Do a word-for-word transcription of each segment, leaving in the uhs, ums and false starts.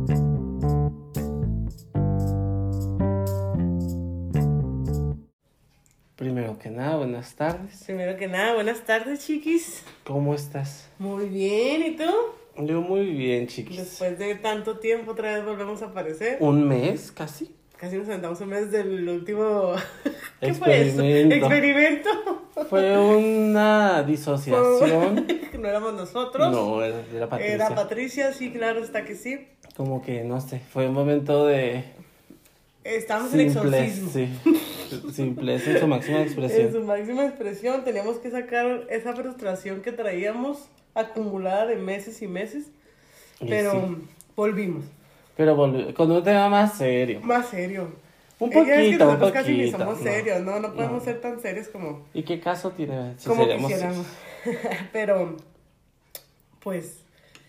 Primero que nada, buenas tardes. Primero que nada, buenas tardes, chiquis. ¿Cómo estás? Muy bien, ¿y tú? Yo muy bien, chiquis. Después de tanto tiempo, otra vez volvemos a aparecer. ¿Un mes casi? Casi nos sentamos un mes del último... ¿Qué Experimento. fue eso? Experimento. Fue una disociación. Fue... No éramos nosotros. No, era, era Patricia. Era Patricia, sí, claro, está que sí. Como que, no sé, fue un momento de... Estábamos en exorcismo. Sí, simpleza en su máxima expresión. En su máxima expresión, teníamos que sacar esa frustración que traíamos acumulada de meses y meses. Y Pero sí. volvimos. Pero volví con un tema más serio. Más serio. Un Ella poquito, es que un nosotros poquito. casi ni somos no, serios, ¿no? No podemos no. ser tan serios como, ¿Y qué caso tiene? Si como seríamos quisiéramos. Pero, pues,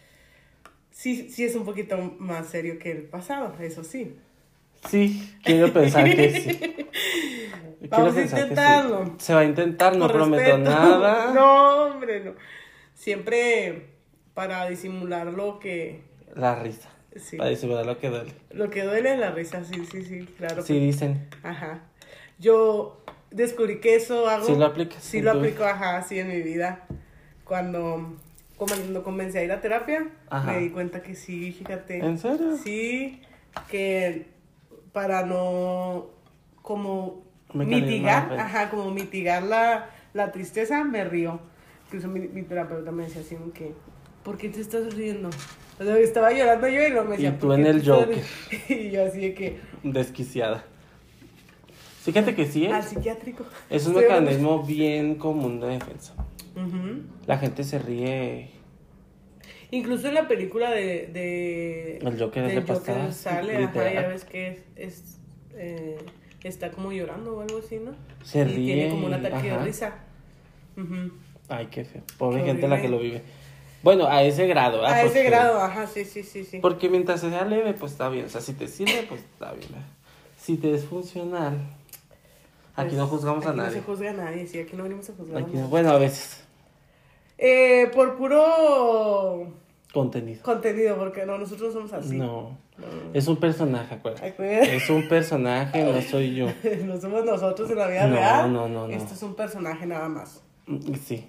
sí, sí es un poquito más serio que el pasado, eso sí. Sí, quiero pensar que sí. Quiero Vamos a pensar que intentarlo. sí. Se va a intentar, no Con prometo respeto. nada. No, hombre, no. Siempre para disimular lo que... La risa. Sí. Para disimular lo que duele. Lo que duele es la risa, sí, sí, sí, claro. Sí, dicen. Ajá. Yo descubrí que eso hago... ¿Sí lo aplicas? Sí lo aplico, ajá, sí, en mi vida. Cuando, cuando comencé a ir a terapia, Ajá. me di cuenta que sí, fíjate. ¿En serio? Sí, que para no, como Mecanismo mitigar, de- ajá, como mitigar la, la tristeza, me río. Incluso mi, mi terapeuta me decía así, como que, ¿por qué te estás riendo? O sea, estaba llorando yo y luego me decía, Y tú ¿por en qué el te estás Joker. riendo? Y yo así de que, Desquiciada. Fíjate que sí al es. psiquiátrico. Es un Estoy mecanismo bien común de defensa. hablando- Ujú. La gente se ríe. Incluso en la película de... de El Joker es del de Joker pasada, sale, literal. ajá, ya ves que es... es eh, está como llorando o algo así, ¿no? Se y ríe. tiene como un ataque Ajá. de risa. Ujú. Ay, qué feo. Pobre Qué gente la horrible. que lo vive. Bueno, a ese grado. ¿verdad? A ese Porque- grado, ajá, sí, sí, sí, sí. Porque mientras sea leve, pues está bien. O sea, si te sirve, pues está bien. ¿verdad? Si te es funcional. Aquí Pues, no juzgamos a aquí nadie. no se juzga a nadie, sí, aquí no venimos a juzgar a Aquí nadie. no- bueno, a veces. Eh, por puro Contenido. contenido, porque no, nosotros no somos así. No. No. Es un personaje, acuérdate. Acuérdate. Es un personaje, no soy yo. No somos nosotros en la vida No, real. no, no, no. Esto es un personaje nada más. Mm, Sí.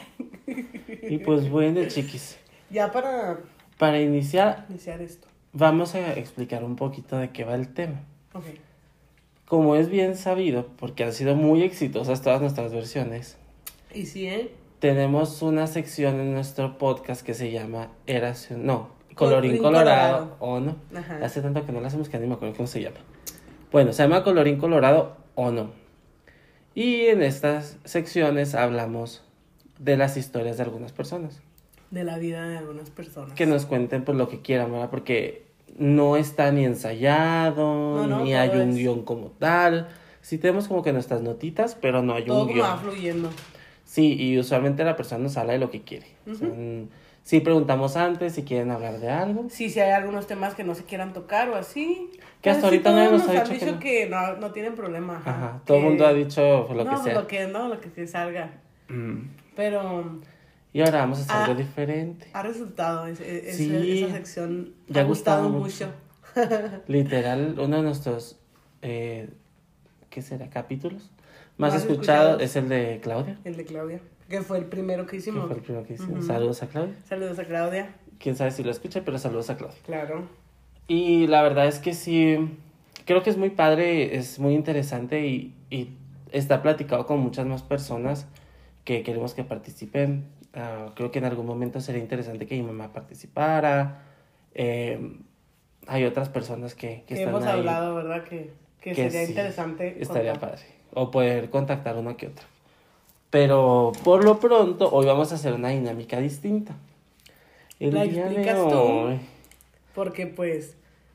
Y pues bueno, chiquis. Ya para Para iniciar, iniciar esto. vamos a explicar un poquito de qué va el tema. Ok. Como es bien sabido, porque han sido muy exitosas todas nuestras versiones, Y sí, ¿eh? tenemos una sección en nuestro podcast que se llama Érase... No, Colorín Colorín Colorado, Colorado. o no. Ajá. Hace tanto que no lo hacemos que ya ni me acuerdo cómo se llama. Bueno, se llama Colorín Colorado o no. Y en estas secciones hablamos de las historias de algunas personas. De la vida de algunas personas. Que nos cuenten pues lo que quieran, ¿verdad? Porque no está ni ensayado, No, no, ni todo hay un es- guión como tal. Sí tenemos como que nuestras notitas, pero no hay Todo un como va guión. fluyendo. Sí, y usualmente la persona nos habla de lo que quiere. O sea, mm, sí preguntamos antes si quieren hablar de algo. Sí, si hay algunos temas que no se quieran tocar o así. Que hasta Casi ahorita todos nadie nos ha han dicho que dicho no. que no, no tienen problema. Ajá, Ajá, todo el que- mundo ha dicho pues, lo no, que pues, sea. lo que no, lo que se salga. Mm. Pero Y ahora vamos a hacer Ah, algo diferente. ha resultado, es- es- Sí, esa sección ya ha ha gustado gustado mucho. Literal, uno de nuestros, eh, ¿qué será? Capítulos más, Más escuchados escuchados. es el de Claudia. El de Claudia, que fue el primero que Que hicimos. fue el primero que hicimos. Ujú. Saludos a Claudia. Saludos a Claudia, Quién sabe si lo escucha, pero saludos a Claudia. claro. Y la verdad es que sí, creo que es muy padre, es muy interesante y, y está platicado con muchas más personas que queremos que participen. Ah, creo que en algún momento sería interesante que mi mamá participara. Eh, hay otras personas que, que Que están hemos ahí. hablado, ¿verdad? Que, que, que sería sí, interesante. Estaría contar. padre. O poder contactar uno que otro. Pero por lo pronto, hoy vamos a hacer una dinámica distinta. El ¿La día de explicas tú? hoy- Porque pues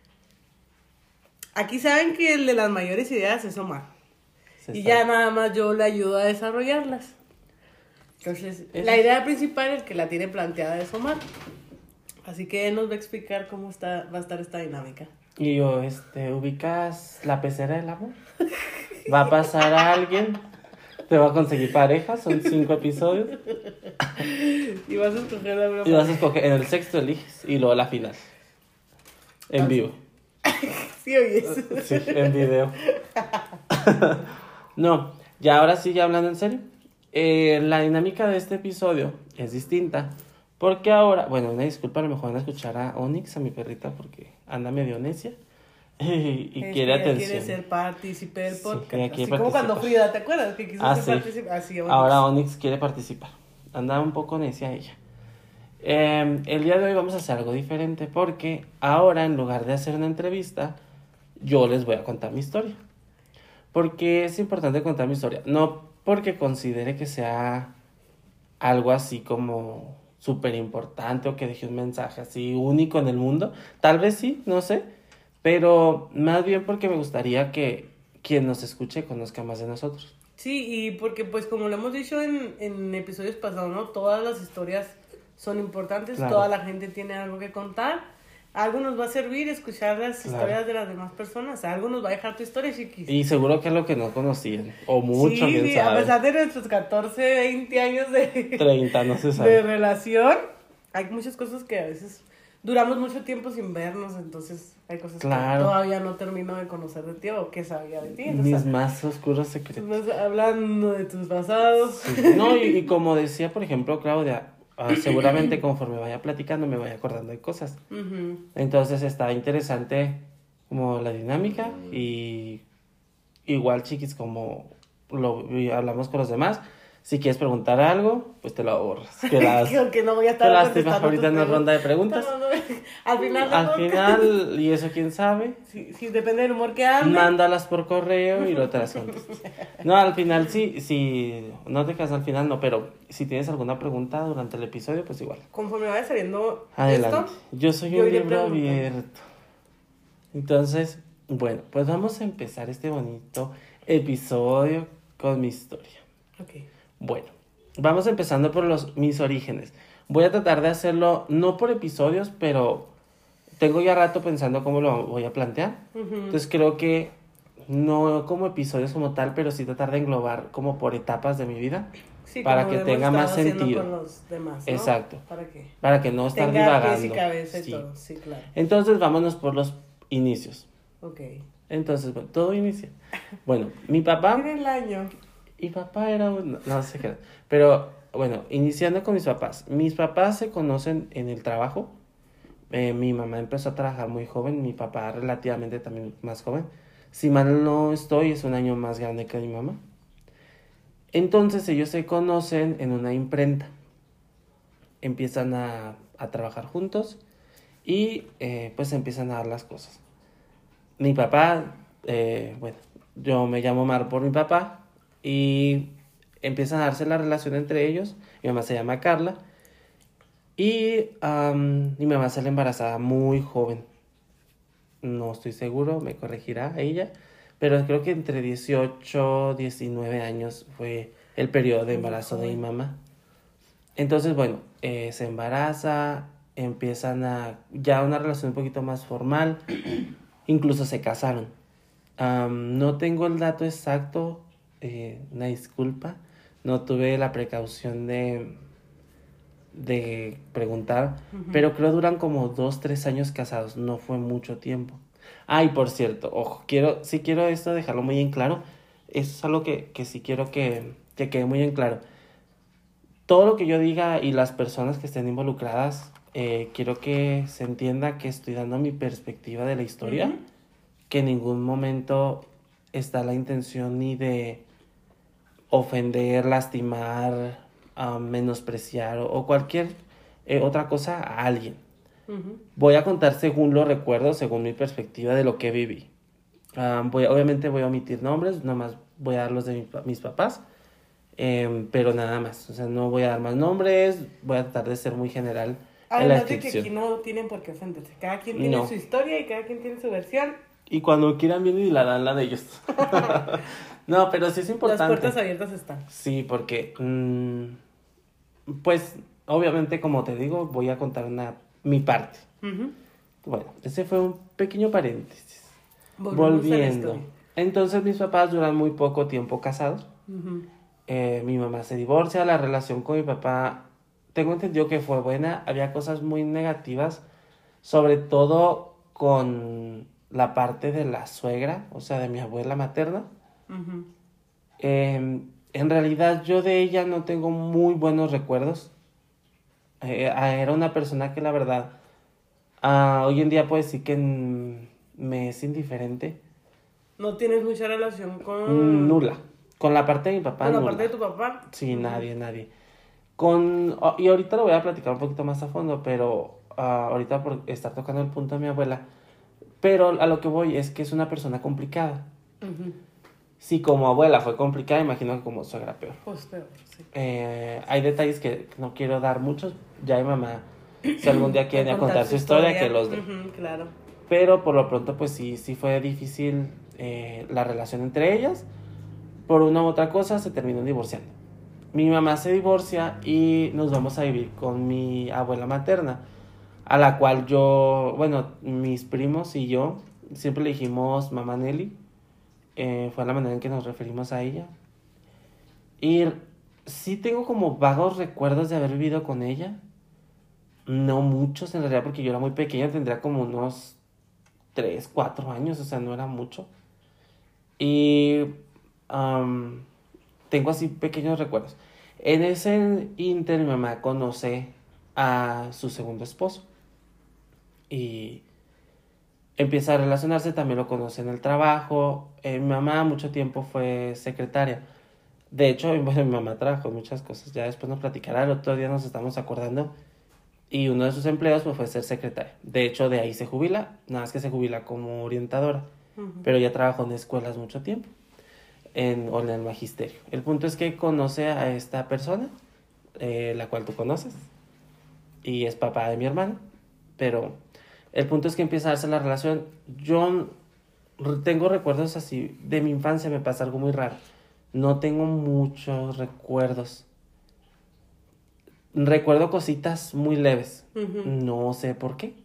aquí saben que el de las mayores ideas es Omar. se Y está- ya nada más yo le ayudo a desarrollarlas. Entonces, Eso la es- idea principal, el que la tiene planteada es Omar. Así que él nos va a explicar cómo está, va a estar esta dinámica. Y yo, este, ubicas la pecera del amor. Va a pasar a alguien, te va a conseguir pareja, son cinco episodios. Y vas a escoger la broma. Y vas a escoger, en el sexto eliges, y luego la final. En vivo. Sí, oyes. Sí, en video. No, ya ahora sí, ya hablando en serio. Eh, la dinámica de este episodio es distinta. Porque ahora, bueno, una disculpa, a lo mejor van a escuchar a Onyx, a mi perrita, porque anda medio necia. Y, y Es quiere que ella atención. quiere ser partícipe del Sí, podcast. ella quiere Así como cuando participar. Frida, ¿te acuerdas? Que quiso Ah, ser sí. partícipe. Así, Onyx. Ahora Onyx quiere participar. Anda un poco necia ella. Eh, el día de hoy vamos a hacer algo diferente porque ahora, en lugar de hacer una entrevista, yo les voy a contar mi historia. Porque es importante contar mi historia. No porque considere que sea algo así como súper importante o que deje un mensaje así único en el mundo. Tal vez sí, no sé. Pero más bien porque me gustaría que quien nos escuche conozca más de nosotros. Sí, y porque pues como lo hemos dicho en, en episodios pasados, ¿no? Todas las historias son importantes, Claro. toda la gente tiene algo que contar. A algo nos va a servir escuchar las Claro. historias de las demás personas. A algo nos va a dejar tu historia, chiquis. Y seguro que es lo que no conocían. O mucho, sí, quién sí, a sabe. pesar de nuestros catorce, veinte años de, treinta, no se de sabe. relación, hay muchas cosas que a veces duramos mucho tiempo sin vernos, entonces hay cosas Claro. que todavía no termino de conocer de ti o que sabía de ti. Mis Entonces, más oscuros secretos. estás hablando de tus pasados. Sí. No, y, y como decía, por ejemplo, Claudia, ah, seguramente conforme vaya platicando me vaya acordando de cosas. Ujú. Entonces está interesante como la dinámica y igual, chiquis, como lo y hablamos con los demás, si quieres preguntar algo, pues te lo ahorras. Que las, Creo que no voy a que estar lástima, contestando ahorita tus no es ronda de preguntas. preguntas. No, no, no. Al final, Al no. final, y eso quién sabe, Sí, sí, depende del humor que ande. mándalas por correo y lo te las contestas. No, al final sí, sí, no te quedas al final, no, pero si tienes alguna pregunta durante el episodio, pues igual. Conforme vaya saliendo Adelante. esto, Yo soy yo un iré libro preguntando. abierto. Entonces, bueno, pues vamos a empezar este bonito episodio con mi historia. ok. Bueno, vamos empezando por los mis orígenes. Voy a tratar de hacerlo no por episodios, pero tengo ya rato pensando cómo lo voy a plantear. Ujú. Entonces creo que no como episodios como tal, pero sí tratar de englobar como por etapas de mi vida. Sí, para como que lo hemos tenga más estado haciendo sentido. con los demás, ¿no? Exacto. Para que Para que no estar tenga pies y divagando. cabeza y Sí. todo. Sí, claro. Entonces vámonos por los inicios. Ok. Entonces, bueno, todo inicia. Bueno, mi papá Mira el año. y papá era un... No sé qué. Pero, bueno, iniciando con mis papás. Mis papás se conocen en el trabajo. Eh, mi mamá empezó a trabajar muy joven. Mi papá relativamente también más joven. Si mal no estoy, es un año más grande que mi mamá. Entonces ellos se conocen en una imprenta. Empiezan a, a trabajar juntos. Y eh, pues empiezan a dar las cosas. Mi papá, eh, bueno, yo me llamo Mar por mi papá. Y empiezan a darse la relación entre ellos. Mi mamá se llama Carla. Y um, mi mamá sale embarazada muy joven. No estoy seguro, me corregirá ella. Pero creo que entre dieciocho, diecinueve años fue el periodo de embarazo de mi mamá. Entonces, bueno, eh, se embaraza, empiezan a ya una relación un poquito más formal. Incluso se casaron. Um, no tengo el dato exacto, eh, una disculpa. No tuve la precaución de, de preguntar, Ujú. pero creo duran como dos, tres años casados. No fue mucho tiempo. Ay, por cierto, ojo, quiero, sí quiero esto dejarlo muy en claro. Eso es algo que, que sí quiero que, que quede muy en claro. Todo lo que yo diga y las personas que estén involucradas, eh, quiero que se entienda que estoy dando mi perspectiva de la historia. Ujú. Que en ningún momento está la intención ni de ofender, lastimar, uh, menospreciar o, o cualquier eh, otra cosa a alguien. Ujú. Voy a contar según lo recuerdo, según mi perspectiva de lo que viví. Uh, voy, obviamente voy a omitir nombres, nada más voy a dar los de mi, mis papás, eh, pero nada más. O sea, no voy a dar más nombres, voy a tratar de ser muy general en la Además de que descripción. aquí no tienen por qué ofenderse. Cada quien tiene No. su historia y cada quien tiene su versión. Y cuando quieran vienen y la dan la de ellos. No, pero sí es importante. Las puertas abiertas están. Sí, porque, mm, pues, obviamente, como te digo, voy a contar una mi parte. Ujú. Bueno, ese fue un pequeño paréntesis. Volvemos a la Volviendo. historia. Entonces, mis papás duran muy poco tiempo casados. Ujú. Eh, mi mamá se divorcia, la relación con mi papá, tengo entendido que fue buena. Había cosas muy negativas, sobre todo con la parte de la suegra, o sea, de mi abuela materna. Ujú. Eh, en realidad yo de ella no tengo muy buenos recuerdos. Eh, ah, era una persona que la verdad, ah, hoy en día puedo decir que mm, me es indiferente. No tienes mucha relación Mm, con, Nula. Con la parte de mi papá, con la parte nula. de tu papá. Sí, Ujú. nadie, nadie. Con, oh, y ahorita lo voy a platicar un poquito más a fondo, pero ah, ahorita por estar tocando el punto de mi abuela. Pero a lo que voy es que es una persona complicada. Ujú. Si como abuela fue complicada, imagino que como suegra peor. Pues peor, sí. Eh, hay detalles que no quiero dar muchos. Ya mi mamá, si algún día quiere A contar su historia, que los dé. Ujú, claro. Pero por lo pronto, pues sí, sí fue difícil eh, la relación entre ellas. Por una u otra cosa se terminó divorciando. Mi mamá se divorcia y nos vamos a vivir con mi abuela materna, a la cual yo, bueno, mis primos y yo siempre le dijimos mamá Nelly. Eh, fue la manera en que nos referimos a ella. Y sí tengo como vagos recuerdos de haber vivido con ella. No muchos en realidad, porque yo era muy pequeña, tendría como unos tres cuatro años, o sea, no era mucho. Y am, tengo así pequeños recuerdos. En ese inter mi mamá conoce a su segundo esposo y empieza a relacionarse, también lo conoce en el trabajo. Eh, mi mamá mucho tiempo fue secretaria. De hecho, bueno, mi mamá trabajó en muchas cosas, ya después nos platicará, el otro día nos estamos acordando. Y uno de sus empleos pues, fue ser secretaria. De hecho, de ahí se jubila, nada más que se jubila como orientadora. Ujú. Pero ya trabajó en escuelas mucho tiempo, en, o en el magisterio. El punto es que conoce a esta persona, eh, la cual tú conoces, y es papá de mi hermano. Pero el punto es que empieza a darse la relación. Yo r- tengo recuerdos así, de mi infancia me pasa algo muy raro. No tengo muchos recuerdos. Recuerdo cositas muy leves. Ujú. No sé por qué.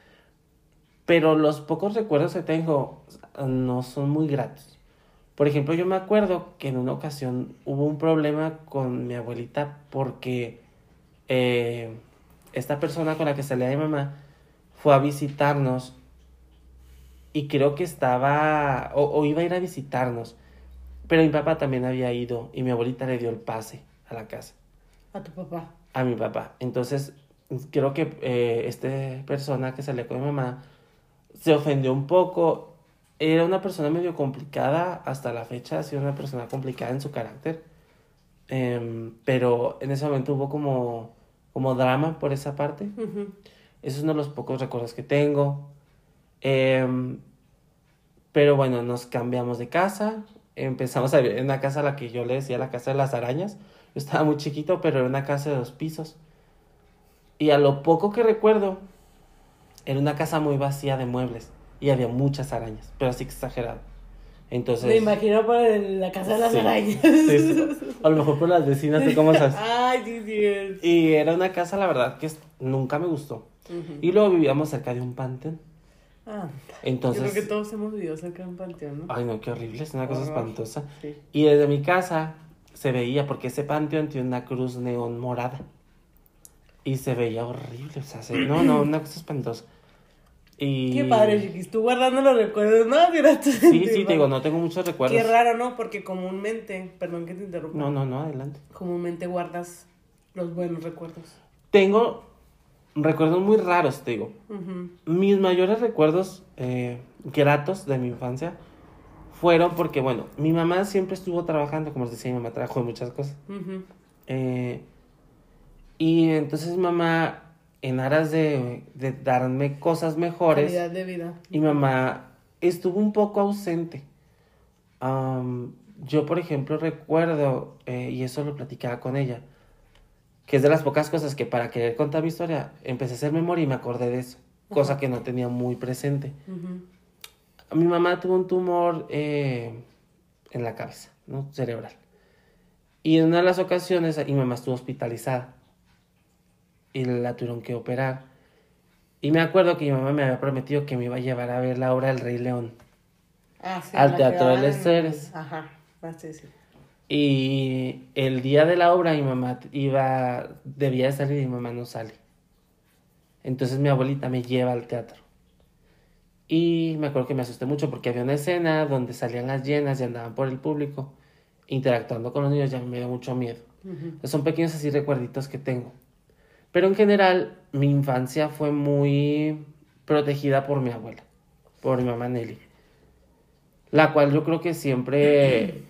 Pero los pocos recuerdos que tengo no son muy gratos. Por ejemplo, yo me acuerdo que en una ocasión hubo un problema con mi abuelita porque eh, esta persona con la que salía mi mamá fue a visitarnos y creo que estaba o, o iba a ir a visitarnos. Pero mi papá también había ido y mi abuelita le dio el pase a la casa. A tu papá. A mi papá. Entonces, creo que eh, esta persona que salía con mi mamá se ofendió un poco. Era una persona medio complicada hasta la fecha, ha sido una persona complicada en su carácter. Em, pero en ese momento hubo como, como drama por esa parte. Ujú. Esos son uno de los pocos recuerdos que tengo. Em, pero bueno, nos cambiamos de casa. Empezamos a vivir en una casa a la que yo le decía la casa de las arañas. Yo estaba muy chiquito, pero era una casa de dos pisos. Y a lo poco que recuerdo, era una casa muy vacía de muebles. Y había muchas arañas, pero así exagerado. Entonces... Me imagino por el- la casa de las sí, arañas. sí, sí. A lo mejor por las vecinas, ¿tú cómo sabes? Ay, sí, sí. es. Y era una casa, la verdad, que es- nunca me gustó. Ujú. Y luego vivíamos cerca de un panteón. Ah, Entonces... yo creo que todos hemos vivido cerca de un panteón, ¿no? Ay, no, qué horrible, es una cosa Horror. espantosa. Sí. Y desde mi casa se veía, porque ese panteón tiene una cruz neón morada. Y se veía horrible, o sea, se- no, no, una cosa espantosa. Y... Qué padre, Chiquis. Tú guardando los recuerdos, ¿no? Mira, tú- Sí, sí, te digo, no tengo muchos recuerdos. Qué raro, ¿no? Porque comúnmente, perdón que te interrumpa. No, no, no, adelante. Comúnmente guardas los buenos recuerdos. Tengo recuerdos muy raros, te digo. Ujú. Mis mayores recuerdos eh, gratos de mi infancia fueron porque, bueno, mi mamá siempre estuvo trabajando, como les decía, mi mamá trabajó en muchas cosas. Ujú. Eh, y entonces mi mamá, en aras de, de darme cosas mejores, Calidad de vida. y mamá estuvo un poco ausente. Am, yo, por ejemplo, recuerdo, eh, y eso lo platicaba con ella, que es de las pocas cosas que para querer contar mi historia, empecé a hacer memoria y me acordé de eso, cosa Ajá. que no tenía muy presente. Ujú. Mi mamá tuvo un tumor eh, en la cabeza, ¿no? Cerebral. Y en una de las ocasiones, mi mamá estuvo hospitalizada y la tuvieron que operar. Y me acuerdo que mi mamá me había prometido que me iba a llevar a ver la obra del Rey León. Ah, sí, Al la Teatro que de daban las en- Ceres. Ajá, vas a decir. Y el día de la obra mi mamá iba, debía de salir y mi mamá no sale. Entonces mi abuelita me lleva al teatro. Y me acuerdo que me asusté mucho porque había una escena donde salían las hienas y andaban por el público interactuando con los niños y a mí me dio mucho miedo. Uh-huh. Son pequeños así recuerditos que tengo. Pero en general, mi infancia fue muy protegida por mi abuela, por mi mamá Nelly. La cual yo creo que siempre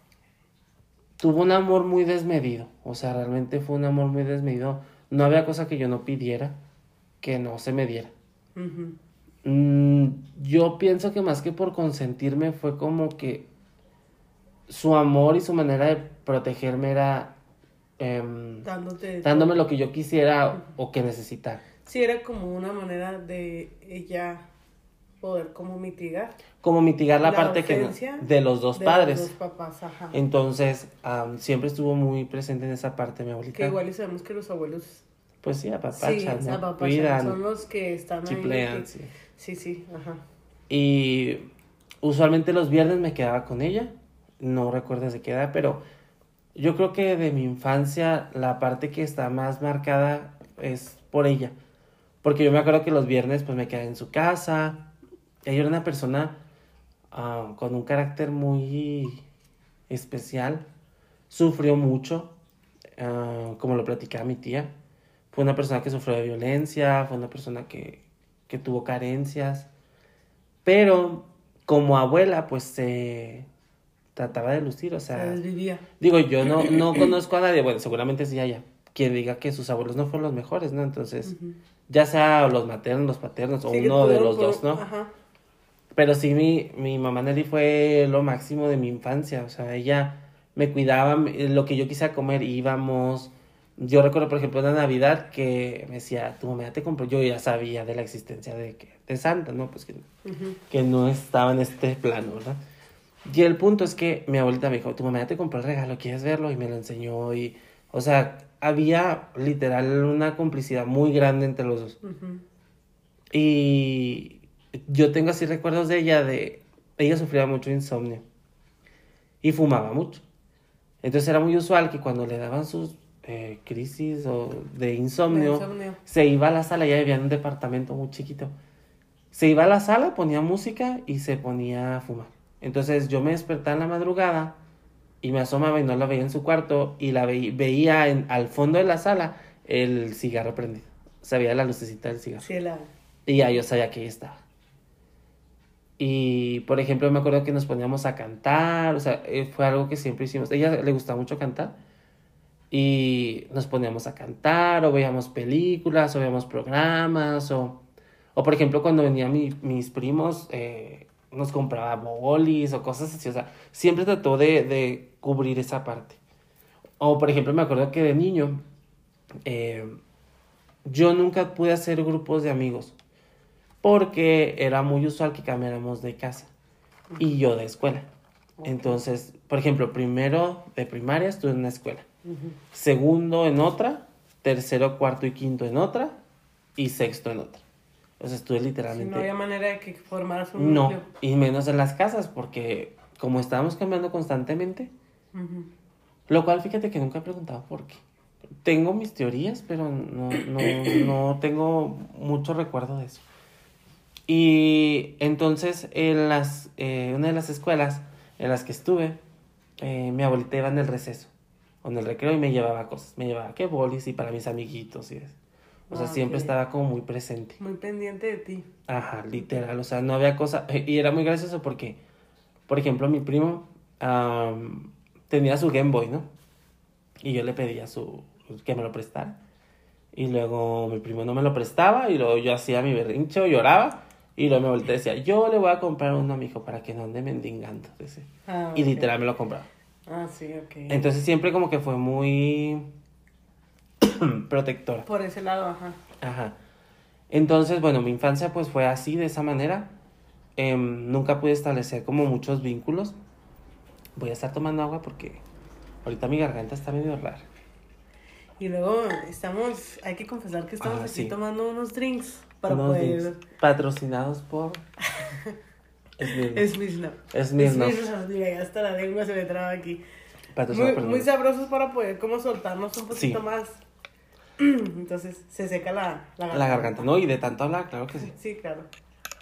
tuvo un amor muy desmedido. O sea, realmente fue un amor muy desmedido. No había cosa que yo no pidiera que no se me diera. Uh-huh. Mm, yo pienso que más que por consentirme fue como que su amor y su manera de protegerme era eh, Dándote dándome todo. lo que yo quisiera uh-huh. o que necesitara. Sí, era como una manera de ella poder como mitigar. Como mitigar la, la parte que de los dos de padres. Los dos papás, ajá. Entonces, um, siempre estuvo muy presente en esa parte mi abuelita. Que igual y sabemos que los abuelos... Pues sí, apapachan, sí, ¿no? apapachan, Cuidan, son los que están chiplean, ahí. Que... sí. Sí, sí, ajá. Y usualmente los viernes me quedaba con ella. No recuerdo desde qué edad, pero yo creo que de mi infancia la parte que está más marcada es por ella. Porque yo me acuerdo que los viernes pues me quedaba en su casa. Ella era una persona uh, con un carácter muy especial. Sufrió mucho, uh, como lo platicaba mi tía. Fue una persona que sufrió de violencia, fue una persona que, que tuvo carencias. Pero como abuela pues se trataba de lucir, o sea... Se desvivía. Digo, yo no, no conozco a nadie, bueno, seguramente sí haya quien diga que sus abuelos no fueron los mejores, ¿no? Entonces, uh-huh. ya sea los maternos, los paternos, sí, o uno de los por... dos, ¿no? Ajá. Pero sí, mi, mi mamá Nelly fue lo máximo de mi infancia, o sea, ella me cuidaba, lo que yo quisiera comer, íbamos. Yo recuerdo, por ejemplo, una Navidad que me decía, tu mamá ya te compró, yo ya sabía de la existencia de, de Santa, ¿no? Pues que, uh-huh. que no estaba en este plano, ¿verdad? Y el punto es que mi abuelita me dijo, tu mamá ya te compró el regalo, ¿quieres verlo? Y me lo enseñó y, o sea, había literal una complicidad muy grande entre los dos. Uh-huh. Y yo tengo así recuerdos de ella, de, ella sufría mucho insomnio y fumaba mucho. Entonces era muy usual que cuando le daban sus eh, crisis o de insomnio, de insomnio, se iba a la sala, ella vivía en un departamento muy chiquito, se iba a la sala, ponía música y se ponía a fumar. Entonces yo me despertaba en la madrugada y me asomaba y no la veía en su cuarto y la ve- veía en, al fondo de la sala el cigarro prendido. O sea, veía la lucecita del cigarro. Sí, la... Y ya yo sabía que ahí estaba. Y, por ejemplo, me acuerdo que nos poníamos a cantar, o sea, fue algo que siempre hicimos. A ella le gustaba mucho cantar y nos poníamos a cantar o veíamos películas o veíamos programas o, o por ejemplo, cuando venían mi, mis primos... Eh, nos compraba bolis o cosas así, o sea, siempre trató de, de cubrir esa parte. O, por ejemplo, me acuerdo que de niño, eh, yo nunca pude hacer grupos de amigos, porque era muy usual que cambiáramos de casa, y yo de escuela. Okay. Entonces, por ejemplo, primero de primaria estuve en una escuela, uh-huh. segundo en otra, tercero, cuarto y quinto en otra, y sexto en otra. O sea, estuve literalmente... Si no había manera de que formaras un No, núcleo. Y menos en las casas, porque como estábamos cambiando constantemente, uh-huh. lo cual fíjate que nunca he preguntado por qué. Tengo mis teorías, pero no, no, no tengo mucho recuerdo de eso. Y entonces, en las, eh, una de las escuelas en las que estuve, eh, mi abuelita iba en el receso, o en el recreo, y me llevaba cosas. Me llevaba que bolis y para mis amiguitos y eso. O sea, ah, siempre okay. estaba como muy presente. Muy pendiente de ti. Ajá, literal. O sea, no había cosa... Y era muy gracioso porque, por ejemplo, mi primo um, tenía su Game Boy, ¿no? Y yo le pedía su que me lo prestara. Y luego mi primo no me lo prestaba y luego yo hacía mi berrinche o lloraba. Y luego mi abuelita decía, yo le voy a comprar uno a mi hijo para que no ande mendigando. Ah, okay. Y literal me lo compraba. Ah, sí, ok. Entonces siempre como que fue muy... protectora. Por ese lado, ajá. Ajá. Entonces, bueno, mi infancia pues fue así, de esa manera. Eh, nunca pude establecer como muchos vínculos. Voy a estar tomando agua porque ahorita mi garganta está medio rara. Y luego estamos, hay que confesar que estamos ah, aquí sí. tomando unos drinks para unos poder... drinks patrocinados por... Smirnoff. Smirnoff. Smirnoff. Mira, ya hasta la lengua se me traba aquí. Muy, muy sabrosos para poder como soltarnos un poquito sí. más. Entonces se seca la, la garganta. La garganta, ¿no? Y de tanto hablar, claro que sí. Sí, claro.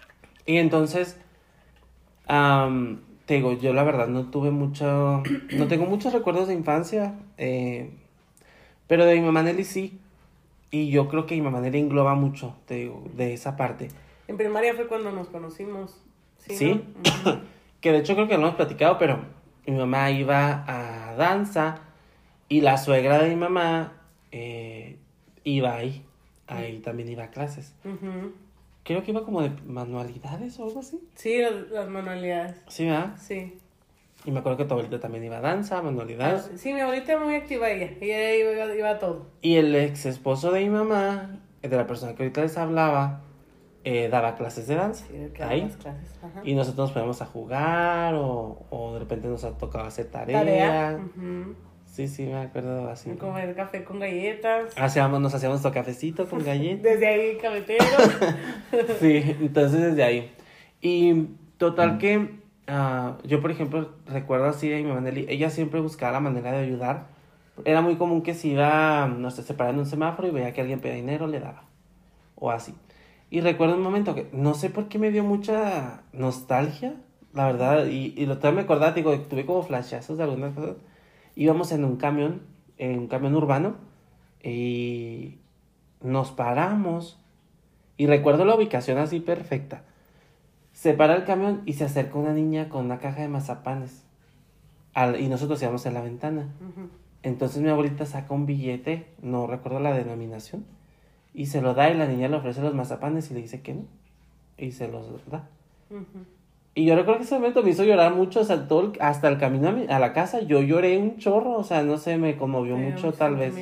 Y entonces, um, te digo, yo la verdad no tuve mucho, no tengo muchos recuerdos de infancia, eh, pero de mi mamá Nelly sí. Y yo creo que mi mamá Nelly engloba mucho, te digo, de esa parte. En primaria fue cuando nos conocimos. Sí, ¿Sí? ¿no? Uh-huh. Que de hecho creo que lo hemos platicado, pero mi mamá iba a danza y la suegra de mi mamá eh, iba ahí. Ahí uh-huh. también iba a clases. Uh-huh. Creo que iba como de manualidades o algo así. Sí, las, las manualidades. Sí, ¿verdad? Sí. Y me acuerdo que tu abuelita también iba a danza, manualidades. Ah, sí, mi abuelita era muy activa ella. Ella iba, iba a todo. Y el ex esposo de mi mamá, de la persona que ahorita les hablaba, eh, daba clases de danza. Sí, que ahí. Las clases. Ajá. Y nosotros nos poníamos a jugar o, o de repente nos ha tocado hacer tarea. Tarea. Uh-huh. Sí, sí, me acuerdo así. Comer café con galletas. Hacíamos, nos hacíamos nuestro cafecito con galletas. Desde ahí, cafetero. Sí, entonces desde ahí. Y total que uh, yo, por ejemplo, recuerdo así de mi mamá Nelly, ella siempre buscaba la manera de ayudar. Era muy común que si iba, no sé, se paraba en un semáforo y veía que alguien pedía dinero, le daba. O así. Y recuerdo un momento que no sé por qué me dio mucha nostalgia, la verdad. Y, y lo tengo me acordaba, digo, tuve como flashazos de algunas cosas. Íbamos en un camión, en un camión urbano, y nos paramos. Y recuerdo la ubicación así perfecta. Se para el camión y se acerca una niña con una caja de mazapanes. Al, y nosotros íbamos en la ventana. Uh-huh. Entonces mi abuelita saca un billete, no recuerdo la denominación, y se lo da y la niña le ofrece los mazapanes y le dice que no. Y se los da. Uh-huh. Y yo recuerdo que ese momento me hizo llorar mucho, o sea, todo el, hasta el camino a, mi, a la casa, yo lloré un chorro, o sea, no sé, me conmovió me mucho tal vez.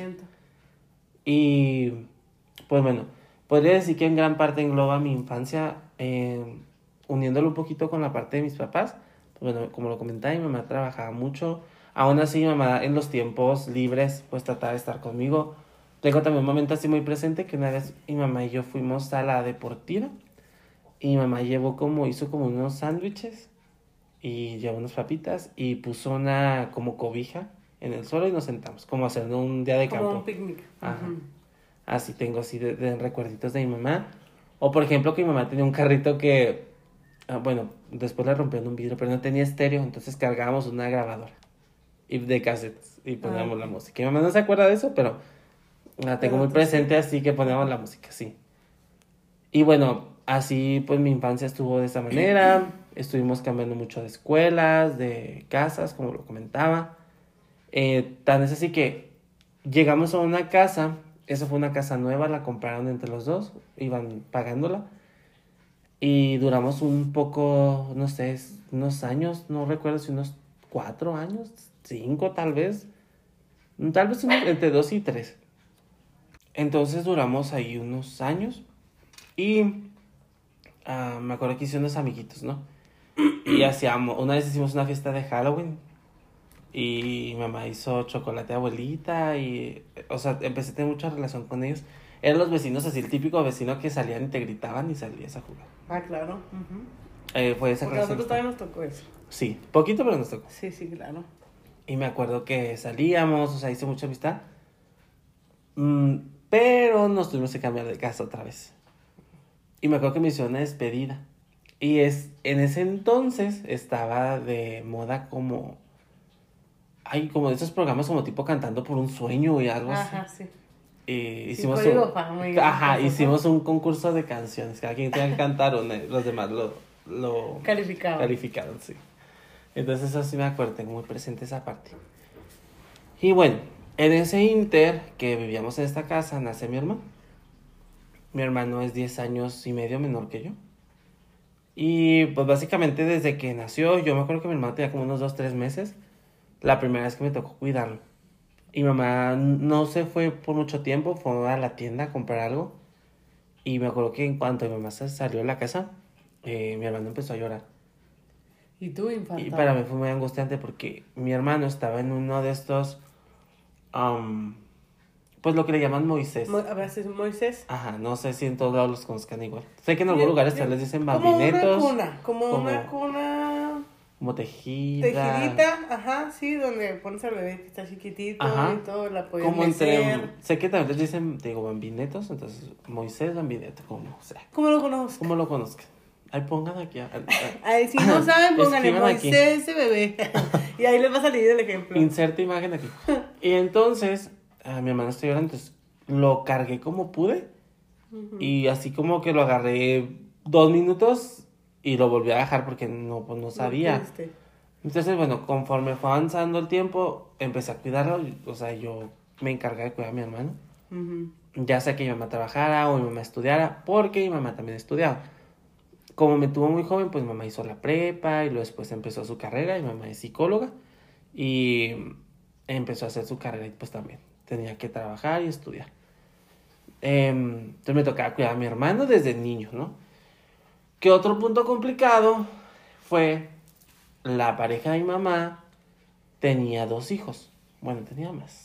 Y pues bueno, podría decir que en gran parte engloba mi infancia, eh, uniéndolo un poquito con la parte de mis papás. Pues bueno, como lo comentaba, mi mamá trabajaba mucho, aún así mi mamá en los tiempos libres pues trataba de estar conmigo. Tengo también un momento así muy presente que una vez mi mamá y yo fuimos a la deportiva. Y mi mamá llevó como, hizo como unos sándwiches y llevó unas papitas y puso una como cobija en el suelo y nos sentamos, como haciendo un día de campo. Como un picnic. Ajá. Uh-huh. Así tengo así de, de recuerditos de mi mamá. O por ejemplo que mi mamá tenía un carrito que, ah, bueno, después le rompieron un vidrio, pero no tenía estéreo, entonces cargábamos una grabadora y de cassettes y poníamos uh-huh. la música. Y mi mamá no se acuerda de eso, pero la tengo pero muy presente, sí. Así que poníamos la música, sí. Y bueno, así pues mi infancia estuvo de esa manera, estuvimos cambiando mucho de escuelas, de casas, como lo comentaba. Eh, tan es así que llegamos a una casa, esa fue una casa nueva, la compraron entre los dos, iban pagándola. Y duramos un poco, no sé, unos años, no recuerdo si unos cuatro años, cinco tal vez, tal vez unos, entre dos y tres. Entonces duramos ahí unos años y uh, me acuerdo que hice unos amiguitos, ¿no? Y hacíamos, una vez hicimos una fiesta de Halloween y mi mamá hizo chocolate de abuelita y, o sea, empecé a tener mucha relación con ellos. Eran los vecinos así, el típico vecino que salían y te gritaban y salías a jugar. Ah, claro. Uh-huh. Eh, fue esa Porque a nosotros también nos tocó eso. Sí, poquito, pero nos tocó. Sí, sí, claro. Y me acuerdo que salíamos, o sea, hice mucha amistad. Mm, pero nos tuvimos que cambiar de casa otra vez. Y me acuerdo que me hicieron una despedida. Y es, en ese entonces estaba de moda como... Ay, como de esos programas como tipo Cantando por un Sueño y algo así. Ajá, sí. Y hicimos sí, un, fama, ajá, hicimos un concurso de canciones. Cada quien tenía que cantar, una, los demás lo, lo calificaron. calificaron, sí. Entonces eso sí me acuerdo, tengo muy presente esa parte. Y bueno, en ese inter que vivíamos en esta casa, nace mi hermano. Mi hermano es diez años y medio menor que yo. Y pues básicamente desde que nació, yo me acuerdo que mi hermano tenía como unos dos, tres meses. La primera vez que me tocó cuidarlo. Y mamá no se fue por mucho tiempo, fue a la tienda a comprar algo. Y me acuerdo que en cuanto mi mamá se salió de la casa, eh, mi hermano empezó a llorar. ¿Y tú, infante? Y para mí fue muy angustiante porque mi hermano estaba en uno de estos, um, pues lo que le llaman Moisés. Mo- ¿A veces Moisés? Ajá, no sé si en todos lados los conozcan igual. Sé que en algunos lugares se les dicen como bambinetos. Como una cuna, como, como una cuna... Como tejida. Tejidita, ajá, sí, donde pones al bebé que está chiquitito ajá. y todo, la puedes como mecer. entre, sé que también les dicen, digo, bambinetos, entonces Moisés, bambineto, como o sea. ¿Cómo lo conozco? Como lo conozcan. Ay, pongan aquí. A, a, Ay, si no saben, pónganle escriban aquí. Moisés ese bebé. Y ahí les va a salir el ejemplo. Inserta imagen aquí. Y entonces, a mi hermano estoy llorando, entonces lo cargué como pude. Ujú. Y así como que lo agarré dos minutos y lo volví a dejar porque no, pues no sabía. Muy triste. Entonces, bueno, conforme fue avanzando el tiempo, empecé a cuidarlo. O sea, yo me encargué de cuidar a mi hermano. Ujú. Ya sea que mi mamá trabajara o mi mamá estudiara, porque mi mamá también estudiaba. Como me tuvo muy joven, pues mi mamá hizo la prepa y luego después empezó su carrera. Mi mamá es psicóloga y empezó a hacer su carrera y pues también tenía que trabajar y estudiar. Eh, entonces me tocaba cuidar a mi hermano desde niño, ¿no? Que otro punto complicado fue la pareja de mi mamá tenía dos hijos. Bueno, tenía más.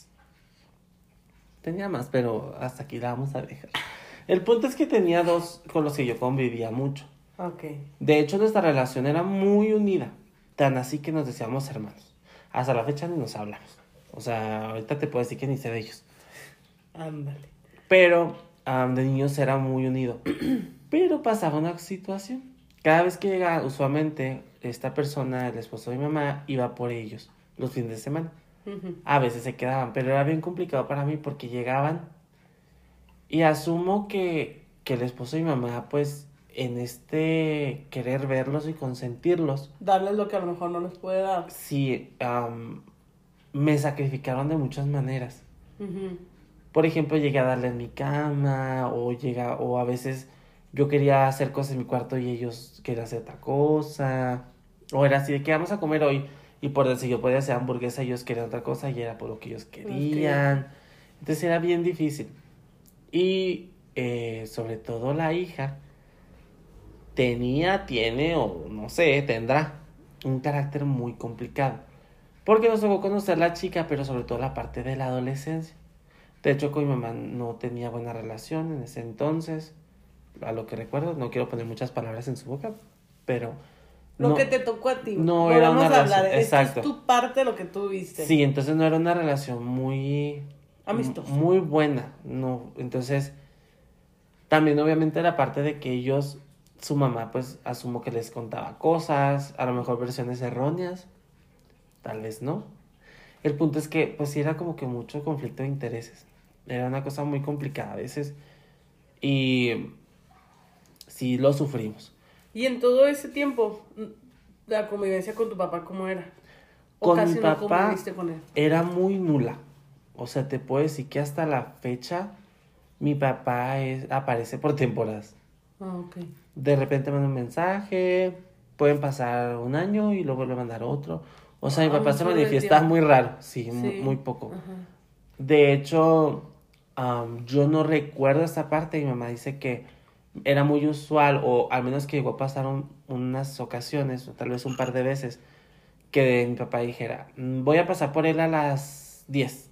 Tenía más, pero hasta aquí la vamos a dejar. El punto es que tenía dos con los que yo convivía mucho. Ok. De hecho, nuestra relación era muy unida. Tan así que nos decíamos hermanos. Hasta la fecha ni nos hablamos. O sea, ahorita te puedo decir que ni sé de ellos. Ándale. Pero um, de niños era muy unido. Pero pasaba una situación. Cada vez que llegaba, usualmente, esta persona, el esposo de mi mamá, iba por ellos los fines de semana. Ujú. A veces se quedaban, pero era bien complicado para mí porque llegaban y asumo que, que el esposo de mi mamá, pues, en este querer verlos y consentirlos, Darles lo que a lo mejor no les puede dar. sí, um, me sacrificaron de muchas maneras. Ujú. Por ejemplo, llegué a darle en mi cama o, llega, o a veces yo quería hacer cosas en mi cuarto y ellos querían hacer otra cosa. O era así de que vamos a comer hoy. Y por decir, yo podía hacer hamburguesa y ellos querían otra cosa y era por lo que ellos querían. Entonces era bien difícil. Y eh, sobre todo la hija tenía, tiene o no sé, tendrá un carácter muy complicado. Porque nos tocó conocer la chica, pero sobre todo la parte de la adolescencia. De hecho, con mi mamá no tenía buena relación en ese entonces. A lo que recuerdo, no quiero poner muchas palabras en su boca, pero... Lo no, que te tocó a ti. no era Volvemos una a hablar. relación, Esto exacto. es tu parte de lo que tú viste. Sí, entonces no era una relación muy... Amistosa. Muy buena, no. Entonces, también obviamente la parte de que ellos, su mamá, pues asumo que les contaba cosas, a lo mejor versiones erróneas, tal vez no. El punto es que, pues sí era como que mucho conflicto de intereses. Era una cosa muy complicada a veces. Y sí lo sufrimos. Y en todo ese tiempo, la convivencia con tu papá, ¿cómo era? ¿O Con casi mi no papá conviviste con él? era muy nula. O sea, te puedo decir que hasta la fecha mi papá es, aparece por temporadas. Ah, ok. De repente manda un mensaje, pueden pasar un año y luego vuelve a mandar otro. O sea, mi Ah, papá un se chorro de manifiesta tiempo. muy raro, sí, mu- Sí. muy poco. Ajá. De hecho, am, yo no recuerdo esa parte. Mi mamá dice que era muy usual, o al menos que llegó a pasar un- unas ocasiones, o tal vez un par de veces, que mi papá dijera, "Mm, voy a pasar por él a las diez".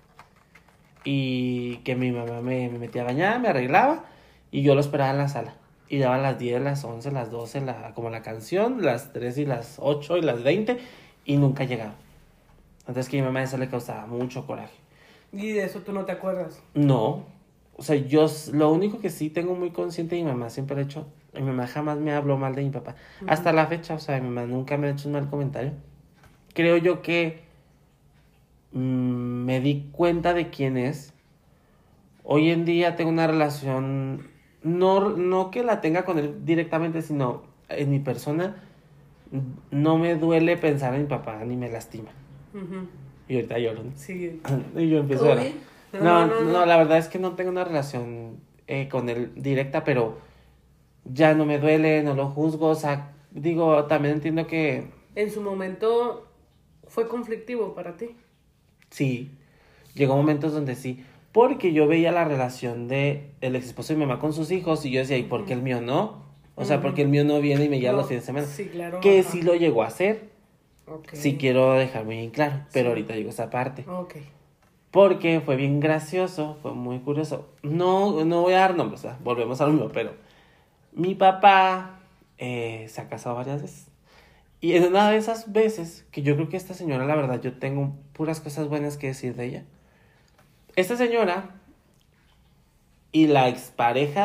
Y que mi mamá me, me metía a bañar, me arreglaba, y yo lo esperaba en la sala. Y daban las diez, las once, las doce, la, como la canción, las tres y las ocho y las veinte, y nunca llegaba. Entonces que a mi mamá eso le causaba mucho coraje. Y de eso tú no te acuerdas. No, o sea, yo s- lo único que sí tengo muy consciente y mi mamá siempre ha hecho, mi mamá jamás me habló mal de mi papá. Ujú. Hasta la fecha, o sea, mi mamá nunca me ha hecho un mal comentario. Creo yo que mm, me di cuenta de quién es. Hoy en día tengo una relación, no, no que la tenga con él directamente, sino en mi persona. No me duele pensar en mi papá, ni me lastima. Ujú. Y ahorita lloro, ¿no? Sí. Y yo empiezo a ¿Todo llorar. bien? No, no, no, la verdad es que no tengo una relación eh, con él directa, pero ya no me duele, no lo juzgo, o sea, digo, también entiendo que En su momento fue conflictivo para ti. sí, llegó momentos donde sí, porque yo veía la relación de el ex esposo de mi mamá con sus hijos y yo decía, ¿y por qué el mío no? O sea, Ujú. porque el mío no viene y me lleva No, los fines de semana. Sí, claro. Que ajá. sí lo llegó a hacer, Ok. sí quiero dejar muy bien claro, pero Sí. ahorita digo esa parte. Ok. Porque fue bien gracioso, fue muy curioso. No, no voy a dar nombres, o sea, volvemos a lo mismo, pero mi papá eh, se ha casado varias veces. Y en una de esas veces, que yo creo que esta señora, la verdad, yo tengo puras cosas buenas que decir de ella. Esta señora y la expareja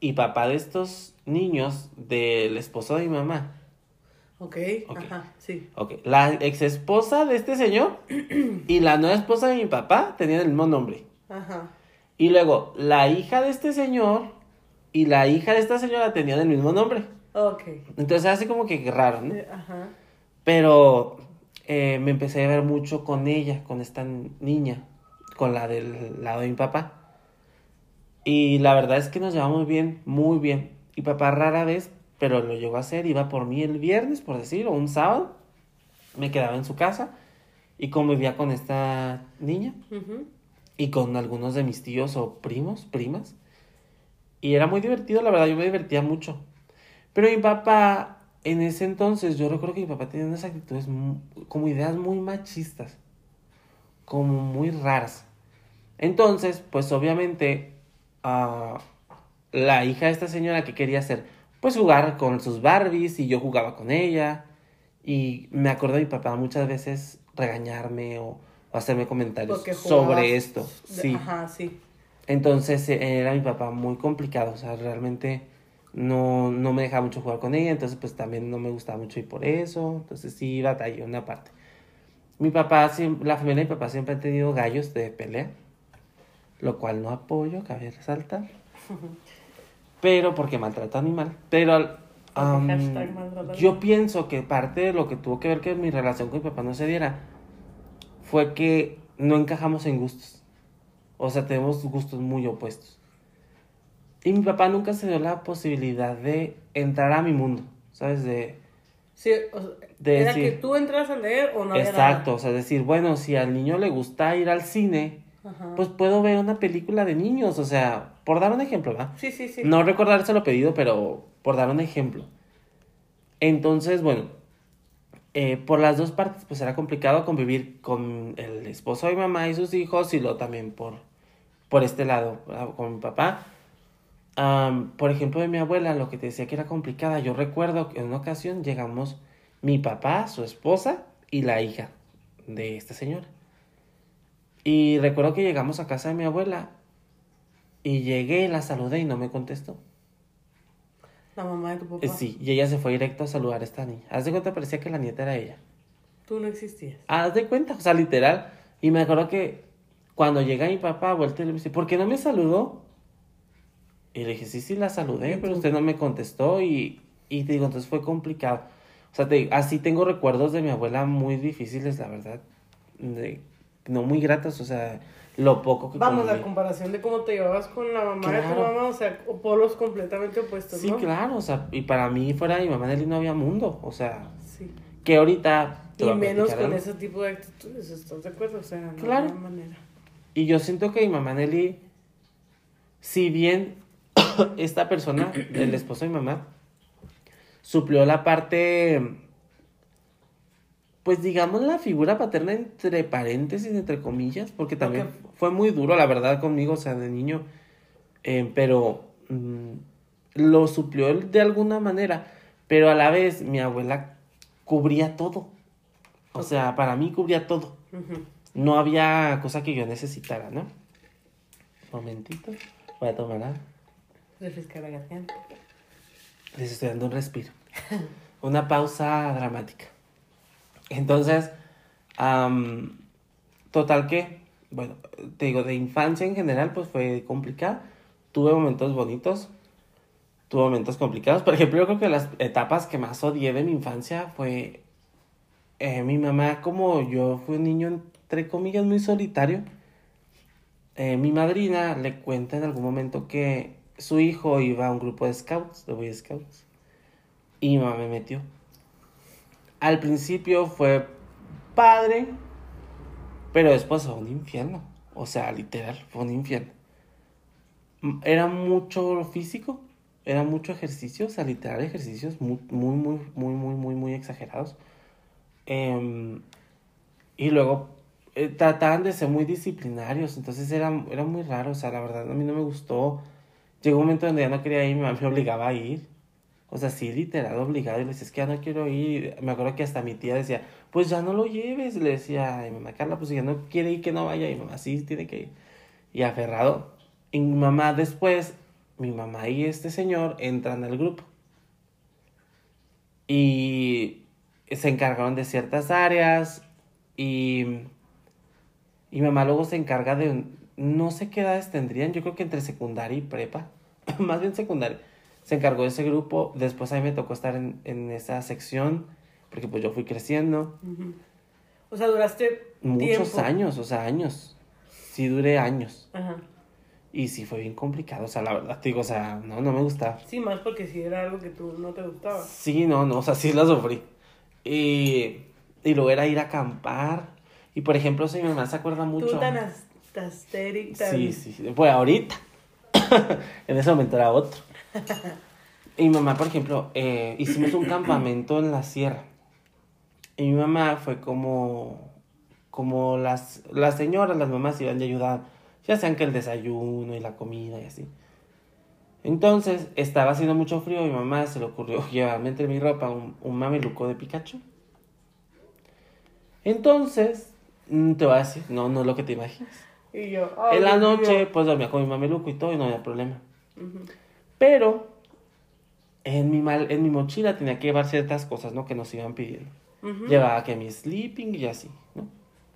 y papá de estos niños del esposo de mi mamá. Ok, Ok. ajá, sí. Ok, la ex esposa de este señor y la nueva esposa de mi papá tenían el mismo nombre. Ajá. Y luego, la hija de este señor y la hija de esta señora tenían el mismo nombre. Ok. Entonces, así como que raro, ¿no? Eh, Ajá. Pero eh, me empecé a ver mucho con ella, con esta niña, con la del lado de mi papá. Y la verdad es que nos llevamos bien, muy bien. Y papá rara vez, pero lo llegó a hacer, iba por mí el viernes, por decir, o un sábado. Me quedaba en su casa y convivía con esta niña Ujú. y con algunos de mis tíos o primos, primas. Y era muy divertido, la verdad, yo me divertía mucho. Pero mi papá, en ese entonces, yo recuerdo que mi papá tenía unas actitudes mu- como ideas muy machistas, como muy raras. Entonces, pues obviamente, ah, la hija de esta señora que quería hacer, pues jugar con sus Barbies y yo jugaba con ella. Y me acuerdo de mi papá muchas veces regañarme o, o hacerme comentarios Porque sobre jugabas esto. de- Sí. Ajá, sí. Entonces eh, era mi papá muy complicado, o sea, realmente no, no me dejaba mucho jugar con ella, entonces pues también no me gustaba mucho ir por eso, entonces sí batallé una parte. Mi papá, siem- la familia de mi papá siempre han tenido gallos de pelea, lo cual no apoyo, cabe resaltar, pero porque maltrata animal. Pero am, Hashtag maltrata yo animal. pienso que parte de lo que tuvo que ver que mi relación con mi papá no se diera fue que no encajamos en gustos. O sea, tenemos gustos muy opuestos. Y mi papá nunca se dio la posibilidad de entrar a mi mundo, ¿sabes? De, Sí, o sea, de ¿era que decir, tú entras a leer o no había exacto, o sea, decir, bueno, si al niño le gusta ir al cine, nada? Ajá. pues puedo ver una película de niños, o sea, por dar un ejemplo, ¿va? Sí, sí, sí. No recordárselo pedido, pero por dar un ejemplo. Entonces, bueno, eh, por las dos partes, pues era complicado convivir con el esposo de mi mamá y sus hijos, y luego también por, por este lado, ¿verdad? Con mi papá. Am, por ejemplo, de mi abuela, lo que te decía que era complicada, yo recuerdo que en una ocasión llegamos mi papá, su esposa y la hija de esta señora. Y recuerdo que llegamos a casa de mi abuela y llegué, la saludé y no me contestó. La mamá de tu papá. Eh, sí, y ella se fue directo a saludar a esta niña. Haz de cuenta, parecía que la nieta era ella. Tú no existías. Haz de cuenta, o sea, literal. Y me acuerdo que cuando llega mi papá, vuelta y le dice, ¿por qué no me saludó? Y le dije, sí, sí, la saludé, ¿Y pero tú? usted no me contestó y, y te digo, entonces fue complicado. O sea, te, así tengo recuerdos de mi abuela muy difíciles, la verdad. De, no muy gratos, o sea, lo poco que Vamos, la conviví. comparación de cómo te llevabas con la mamá de tu Claro. mamá, o sea, o polos completamente opuestos, Sí, ¿no? claro, o sea, y para mí fuera de mi mamá Nelly no había mundo, o sea, Sí. que ahorita... te Y voy a menos platicar con algo. ese tipo de actitudes, ¿estás de acuerdo? O sea, no Claro. hay manera. Y yo siento que mi mamá Nelly, si bien esta persona, el esposo de mi mamá, suplió la parte, pues digamos la figura paterna entre paréntesis, entre comillas, porque también Ok. fue muy duro, la verdad, conmigo, o sea, de niño, eh, pero mm, lo suplió él de alguna manera, pero a la vez mi abuela cubría todo, o Ok. sea, para mí cubría todo, Ujú. no había cosa que yo necesitara, ¿no? Momentito, voy a tomar algo. Refrescar la garganta. Les estoy dando un respiro. Una pausa dramática. Entonces, am, total que, bueno, te digo, de infancia en general, pues fue complicada. Tuve momentos bonitos, tuve momentos complicados. Por ejemplo, yo creo que las etapas que más odié de mi infancia fue eh, mi mamá, como yo fui un niño, entre comillas, muy solitario. Eh, mi madrina le cuenta en algún momento que su hijo iba a un grupo de scouts, de Boy Scouts. Y mi mamá me metió. Al principio fue padre, pero después fue un infierno. O sea, literal, fue un infierno. M- Era mucho físico, era mucho ejercicio, o sea, literal ejercicios muy, muy, muy, muy, muy, muy, muy exagerados. Em, y luego eh, trataban de ser muy disciplinarios, entonces era, era muy raro, o sea, la verdad a mí no me gustó. Llegó un momento donde ya no quería ir, mi mamá me obligaba a ir. O sea, sí, literal, obligado. Y le decía, es que ya no quiero ir. Me acuerdo que hasta mi tía decía, pues ya no lo lleves. Le decía, ay, mamá Carla, pues si ya no quiere ir, que no vaya. Y mamá, sí, tiene que ir. Y aferrado. Y mi mamá después mi mamá y este señor entran al grupo. Y se encargaron de ciertas áreas y, y mamá luego se encarga de, no sé qué edades tendrían, yo creo que entre secundaria y prepa, más bien secundaria. Se encargó de ese grupo, después a mí me tocó estar en, en esa sección, porque pues yo fui creciendo. Uh-huh. O sea, duraste muchos tiempo. años, o sea, años. Sí duré años. Ajá. Y sí fue bien complicado, o sea, la verdad, te digo, o sea, no, no me gustaba. Sí, más porque si era algo que tú no te gustaba. Sí, no, no, o sea, sí la sufrí. Y, y luego era ir a acampar. Y por ejemplo, si mi mamá se acuerda mucho. Tú tan astérica. Sí, sí, sí, pues ahorita. En ese momento era otro. Y mi mamá, por ejemplo, eh, hicimos un campamento en la sierra. Y mi mamá fue como, como las, las señoras, las mamás iban a ayudar. Ya sean que el desayuno y la comida y así. Entonces, estaba haciendo mucho frío y mi mamá se le ocurrió llevarme entre mi ropa un, un mameluco de Pikachu. Entonces, te voy a decir, no, no es lo que te imaginas. Y yo, oh, en la noche, Dios. Pues dormía con mi mameluco y todo y no había problema. Uh-huh. Pero, en mi, mal, en mi mochila tenía que llevar ciertas cosas, ¿no? Que nos iban pidiendo. Uh-huh. Llevaba que mi sleeping y así, ¿no?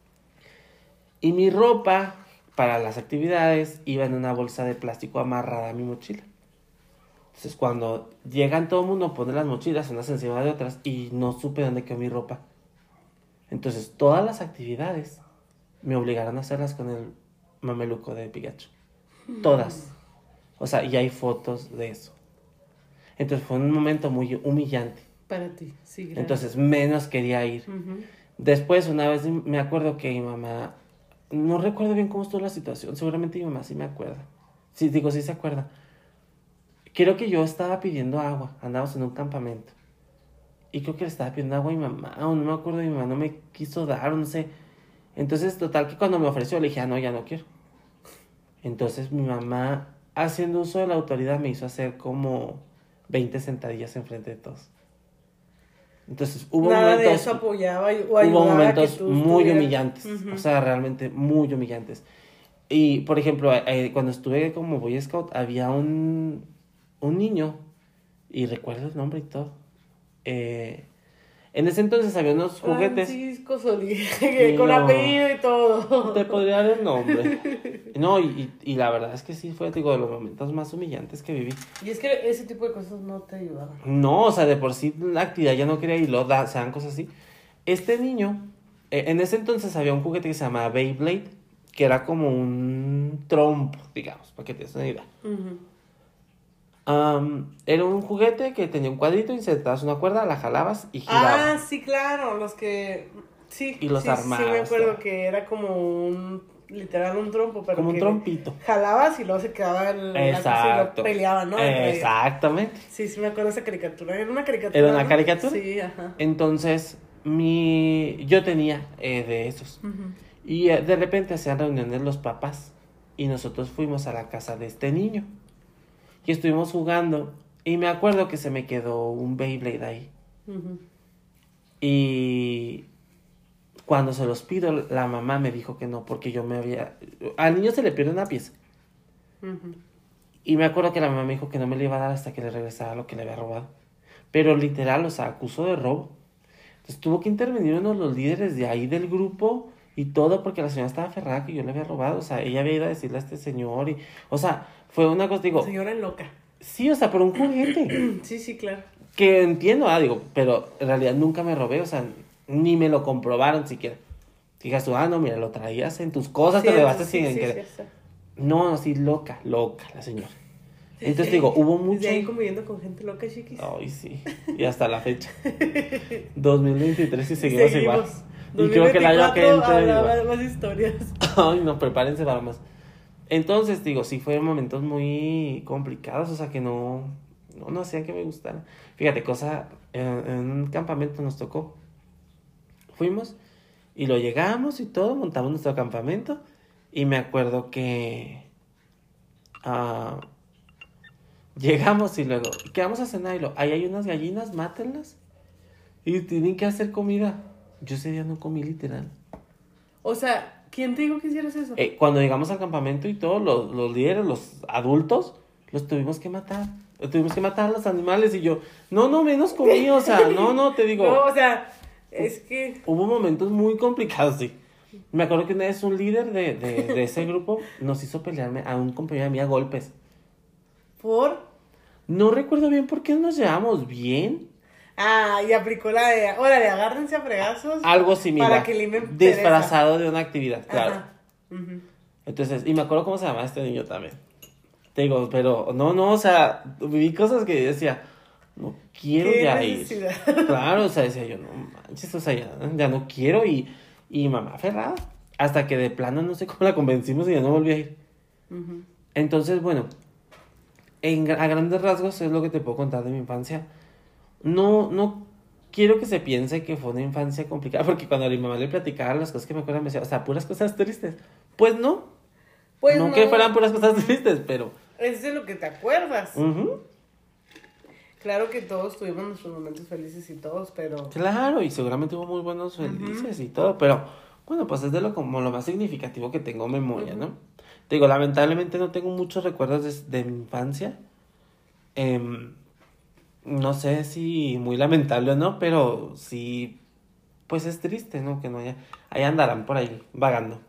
Y mi ropa para las actividades iba en una bolsa de plástico amarrada a mi mochila. Entonces cuando llegan todo el mundo pone las mochilas unas encima de otras y no supe dónde quedó mi ropa. Entonces todas las actividades me obligaron a hacerlas con el mameluco de Pikachu. Todas. O sea, y hay fotos de eso. Entonces fue un momento muy humillante. Para ti, sí, gracias. Entonces menos quería ir. Uh-huh. Después una vez me acuerdo que mi mamá, no recuerdo bien cómo estuvo la situación, seguramente mi mamá sí me acuerda. Sí, digo, sí se acuerda. Creo que yo estaba pidiendo agua, andábamos en un campamento. Y creo que le estaba pidiendo agua a mi mamá, o no me acuerdo, mi mamá no me quiso dar, o no sé. Entonces, total, que cuando me ofreció, le dije, ah, no, ya no quiero. Entonces, mi mamá, haciendo uso de la autoridad, me hizo hacer como veinte sentadillas enfrente de todos. Entonces, hubo Nada momentos... de eso apoyaba o ayudaba hubo momentos que tú muy estuvieras... humillantes, uh-huh. O sea, realmente muy humillantes. Y, por ejemplo, eh, cuando estuve como Boy Scout, había un... un niño, y recuerdo el nombre y todo. Eh, en ese entonces había unos juguetes. Francisco Solís, con no, apellido y todo. Te podría dar el nombre. No, y, y, y la verdad es que sí fue, digo, de los momentos más humillantes que viví. Y es que ese tipo de cosas no te ayudaban. No, o sea, de por sí la actividad ya no quería ir, lo da, se dan cosas así. Este niño, eh, en ese entonces había un juguete que se llamaba Beyblade, que era como un trompo, digamos, para que te des una idea. Uh-huh. Um, era un juguete que tenía un cuadrito, insertabas una cuerda, la jalabas y giraba. Ah, sí, claro, los que... Sí, y los sí, armabas. Sí, me acuerdo todo. Que era como un... literal un trompo, pero como que un trompito. Jalabas y luego se quedaba el... Exacto. La cosa y lo peleaban, ¿no? Exactamente. Sí, sí me acuerdo de esa caricatura. Era una caricatura. ¿Era una ¿no? caricatura? Sí, ajá. Entonces, mi... yo tenía eh, de esos. Uh-huh. Y eh, de repente hacían reuniones los papás. Y nosotros fuimos a la casa de este niño. Y estuvimos jugando. Y me acuerdo que se me quedó un Beyblade ahí. Uh-huh. Y cuando se los pido, la mamá me dijo que no, porque yo me había... Al niño se le pierde una pieza. Uh-huh. Y me acuerdo que la mamá me dijo que no me le iba a dar hasta que le regresara lo que le había robado. Pero literal, o sea, acusó de robo. Entonces tuvo que intervenir uno de los líderes de ahí del grupo y todo, porque la señora estaba aferrada que yo le había robado. O sea, ella había ido a decirle a este señor y... O sea, fue una cosa, digo... Señora loca. Sí, o sea, por un juguete. Sí, sí, claro. Que entiendo, ah, digo, pero en realidad nunca me robé, o sea, ni me lo comprobaron siquiera. Digas tú, ah, no, mira, lo traías en tus cosas, sí, te lo llevaste sí, sin sí, querer. Sí, sí. No, sí, loca, loca la señora. Sí, entonces sí. Digo, hubo mucho... De ahí conviviendo con gente loca, chiquis. Ay, sí, y hasta la fecha. dos mil veintitrés y seguimos, seguimos. Igual. Y creo que el año que entra... más historias. Ay, no, prepárense para más. Entonces, digo, sí fueron momentos muy complicados, o sea, que no, no, no hacían que me gustara. Fíjate, cosa, en, en un campamento nos tocó. Fuimos y lo llegamos y todo, montamos nuestro campamento y me acuerdo que uh, llegamos y luego, ¿qué vamos a cenar? Y lo, ahí hay unas gallinas, mátenlas y tienen que hacer comida. Yo ese día no comí literal. O sea... ¿Quién te dijo que hicieras eso? Eh, cuando llegamos al campamento y todo, los, los líderes, los adultos, los tuvimos que matar. Tuvimos que matar a los animales y yo, no, no, menos conmigo, o sea, no, no, te digo. No, o sea, es que... Hubo momentos muy complicados, sí. Me acuerdo que una vez un líder de, de, de ese grupo nos hizo pelearme a un compañero de mí a golpes. ¿Por? No recuerdo bien por qué nos llevamos bien. Ah, y aplicó la de, órale, agárrense a fregazos. Algo similar. Para que limen disfrazado pereza. De una actividad, claro. Ajá. Uh-huh. Entonces, y me acuerdo cómo se llamaba este niño también. Te digo, pero no, no, o sea, vi cosas que decía, no quiero ¿Qué ya necesidad? ir. Claro, o sea, decía yo, no manches, o sea, ya, ya no quiero y, y mamá aferrada. Hasta que de plano no sé cómo la convencimos y ya no volví a ir. Uh-huh. Entonces, bueno, en, a grandes rasgos es lo que te puedo contar de mi infancia. No, no quiero que se piense que fue una infancia complicada, porque cuando a mi mamá le platicaba las cosas que me acuerdo, me decía, o sea, puras cosas tristes. Pues no. Pues no, no que fueran puras cosas tristes, pero... Es de lo que te acuerdas. Uh-huh. Claro que todos tuvimos nuestros momentos felices y todos, pero... Claro, y seguramente hubo muy buenos felices uh-huh. y todo, pero bueno, pues es de lo como lo más significativo que tengo memoria, uh-huh. ¿no? Te digo, lamentablemente no tengo muchos recuerdos de, de mi infancia. Eh, no sé si muy lamentable o no, pero sí, pues es triste, ¿no? Que no haya... Ahí andarán por ahí, vagando.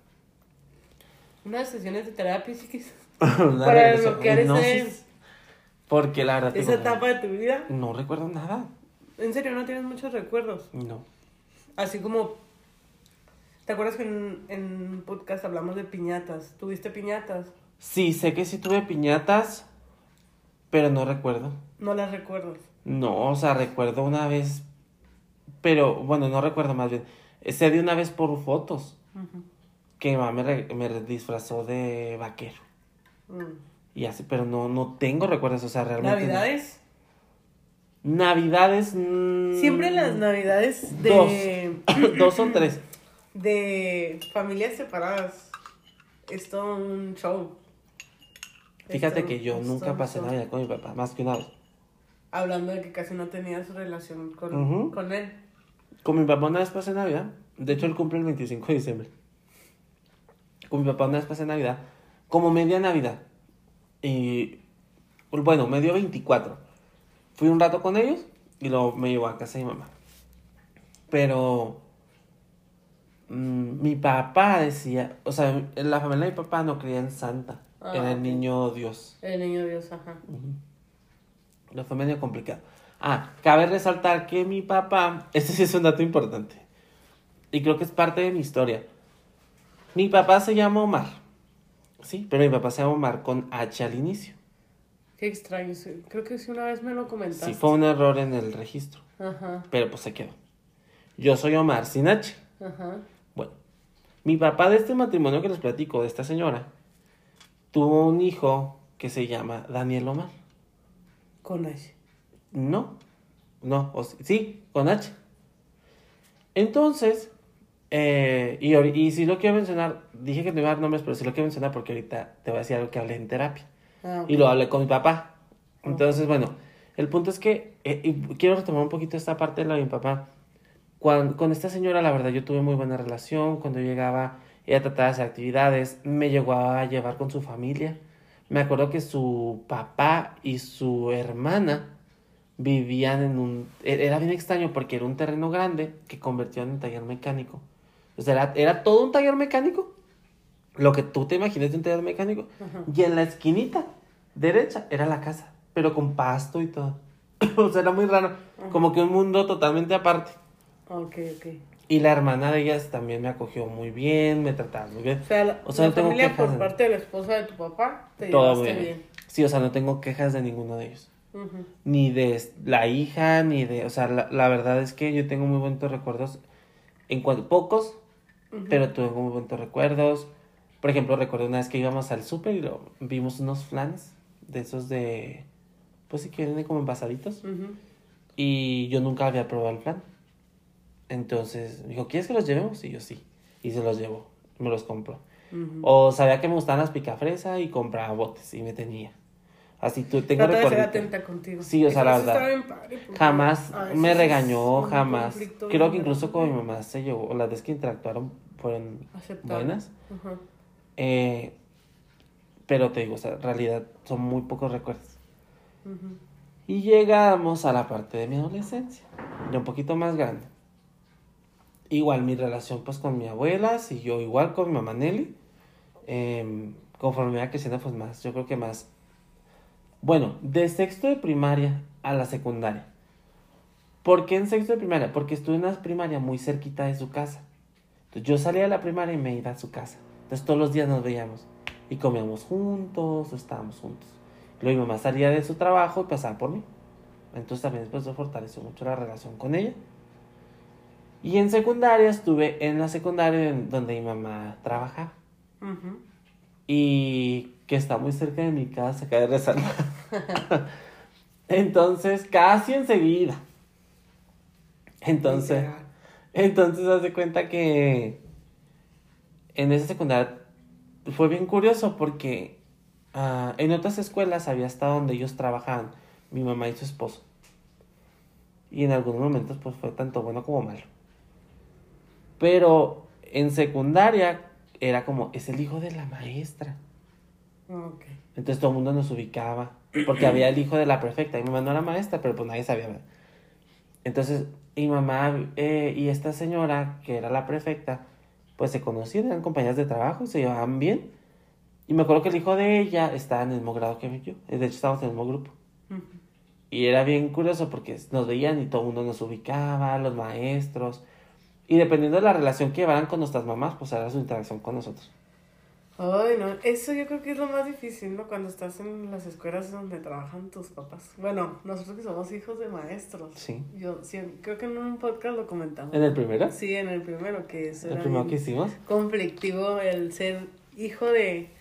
Unas sesiones de terapia, sí que... Para desbloquear no, ese... Sí, porque la verdad... ¿Esa etapa de tu vida? No recuerdo nada. ¿En serio no tienes muchos recuerdos? No. Así como... ¿Te acuerdas que en, en un podcast hablamos de piñatas? ¿Tuviste piñatas? Sí, sé que sí tuve piñatas, pero no recuerdo. ¿No las recuerdas? No, o sea, recuerdo una vez... Pero, bueno, no recuerdo más bien. Sé de una vez por fotos. Uh-huh. Que mi mamá me, re, me disfrazó de vaquero. Mm. Y así, pero no, no tengo recuerdos, o sea, realmente... ¿Navidades? No. Navidades... Mmm, Siempre las navidades de... Dos. Dos o tres. De familias separadas. Es todo un show. Fíjate esto, que yo nunca pasé Navidad con mi papá, más que una vez. Hablando de que casi no tenías relación con, uh-huh. con él. Con mi papá una vez pasé Navidad. De hecho, él cumple el veinticinco de diciembre. Con mi papá una vez pasé Navidad, como media Navidad, y bueno, medio veinticuatro, fui un rato con ellos, y luego me llevó a casa de mi mamá, pero, mmm, mi papá decía, o sea, la familia de mi papá no creía en Santa, ah, era el niño Dios. El niño Dios, ajá. Uh-huh. Lo fue medio complicado. Ah, cabe resaltar que mi papá, este sí es un dato importante, y creo que es parte de mi historia. Mi papá se llama Omar, sí, pero mi papá se llama Omar con H al inicio. Qué extraño, creo que sí una vez me lo comentaste. Sí, fue un error en el registro, ajá. Pero pues se quedó. Yo soy Omar sin H. Ajá. Bueno, mi papá de este matrimonio que les platico, de esta señora, tuvo un hijo que se llama Daniel Omar. ¿Con H? No, no, o, sí, con H. Entonces... Eh, y, y si lo quiero mencionar, dije que no iba a dar nombres, pero sí lo quiero mencionar porque ahorita te voy a decir algo que hablé en terapia. Ah, okay. Y lo hablé con mi papá. Entonces, okay. bueno, el punto es que, eh, y quiero retomar un poquito esta parte de lo de mi papá. Cuando, con esta señora, la verdad, yo tuve muy buena relación. Cuando yo llegaba, ella trataba de hacer actividades, me llegó a llevar con su familia. Me acuerdo que su papá y su hermana vivían en un... Era bien extraño porque era un terreno grande que convirtieron en taller mecánico. O sea, era, era todo un taller mecánico. Lo que tú te imaginas de un taller mecánico. Uh-huh. Y en la esquinita derecha era la casa, pero con pasto y todo. O sea, era muy raro. Uh-huh. Como que un mundo totalmente aparte. Ok, ok. Y la hermana de ellas también me acogió muy bien, me trataba muy bien. O sea, la, o sea la no familia tengo quejas por parte de la esposa de tu papá te todo llevaste bien. bien. Sí, o sea, no tengo quejas de ninguno de ellos. Uh-huh. Ni de la hija, ni de... O sea, la, la verdad es que yo tengo muy buenos recuerdos. En cuanto... Pocos, uh-huh. pero tuve muy buenos recuerdos. Por ejemplo, recuerdo una vez que íbamos al súper y lo, vimos unos flanes de esos de... Pues sí que vienen como envasaditos. Uh-huh. Y yo nunca había probado el flan. Entonces, me dijo, ¿quieres que los llevemos? Y yo, sí. Y se los llevó. Me los compró. Uh-huh. O sabía que me gustaban las picafresa y compraba botes. Y me tenía. Así tú tengo recuerdo. Trata de ser atenta contigo. Sí, o sea, la verdad. Padre, jamás Ay, me sí, regañó, sí, jamás. Creo que incluso con mi mamá se llevó. Las veces que interactuaron fueron aceptable. Buenas. Uh-huh. Eh, pero te digo, o sea, en realidad son muy pocos recuerdos. Ujú. Y llegamos a la parte de mi adolescencia, ya un poquito más grande. Igual mi relación pues con mi abuela, siguió igual con mi mamá Nelly. Eh, conforme iba creciendo pues más, yo creo que más. Bueno, de sexto de primaria a la secundaria. ¿Por qué en sexto de primaria? Porque estuve en una primaria muy cerquita de su casa. Entonces yo salía de la primaria y me iba a su casa. Entonces todos los días nos veíamos. Y comíamos juntos, o estábamos juntos. Luego mi mamá salía de su trabajo y pasaba por mí. Entonces también después se fortaleció mucho la relación con ella. Y en secundaria estuve en la secundaria en donde mi mamá trabajaba. Ujú. Y que está muy cerca de mi casa, acá de Resalva. Entonces, casi enseguida. Entonces, Literal. entonces haz de cuenta que en esa secundaria fue bien curioso porque ah, en otras escuelas había estado donde ellos trabajaban, mi mamá y su esposo. Y en algunos momentos pues fue tanto bueno como malo. Pero en secundaria era como, es el hijo de la maestra. Ok. Entonces todo el mundo nos ubicaba. Porque había el hijo de la prefecta. Y mi mamá no era maestra, pero pues nadie sabía. ¿Verdad? Entonces, mi mamá eh, y esta señora, que era la prefecta, pues se conocían, eran compañeras de trabajo, se llevaban bien. Y me acuerdo que el hijo de ella estaba en el mismo grado que yo. De hecho, estábamos en el mismo grupo. Ujú. Y era bien curioso porque nos veían y todo el mundo nos ubicaba, los maestros. Y dependiendo de la relación que llevaran con nuestras mamás, pues era su interacción con nosotros. Ay, no, eso yo creo que es lo más difícil, ¿no? Cuando estás en las escuelas donde trabajan tus papás. Bueno, nosotros que somos hijos de maestros. Sí. Yo sí, creo que en un podcast lo comentamos. ¿En el primero? Sí, en el primero, que eso ¿El era primero bien que hicimos? conflictivo el ser hijo de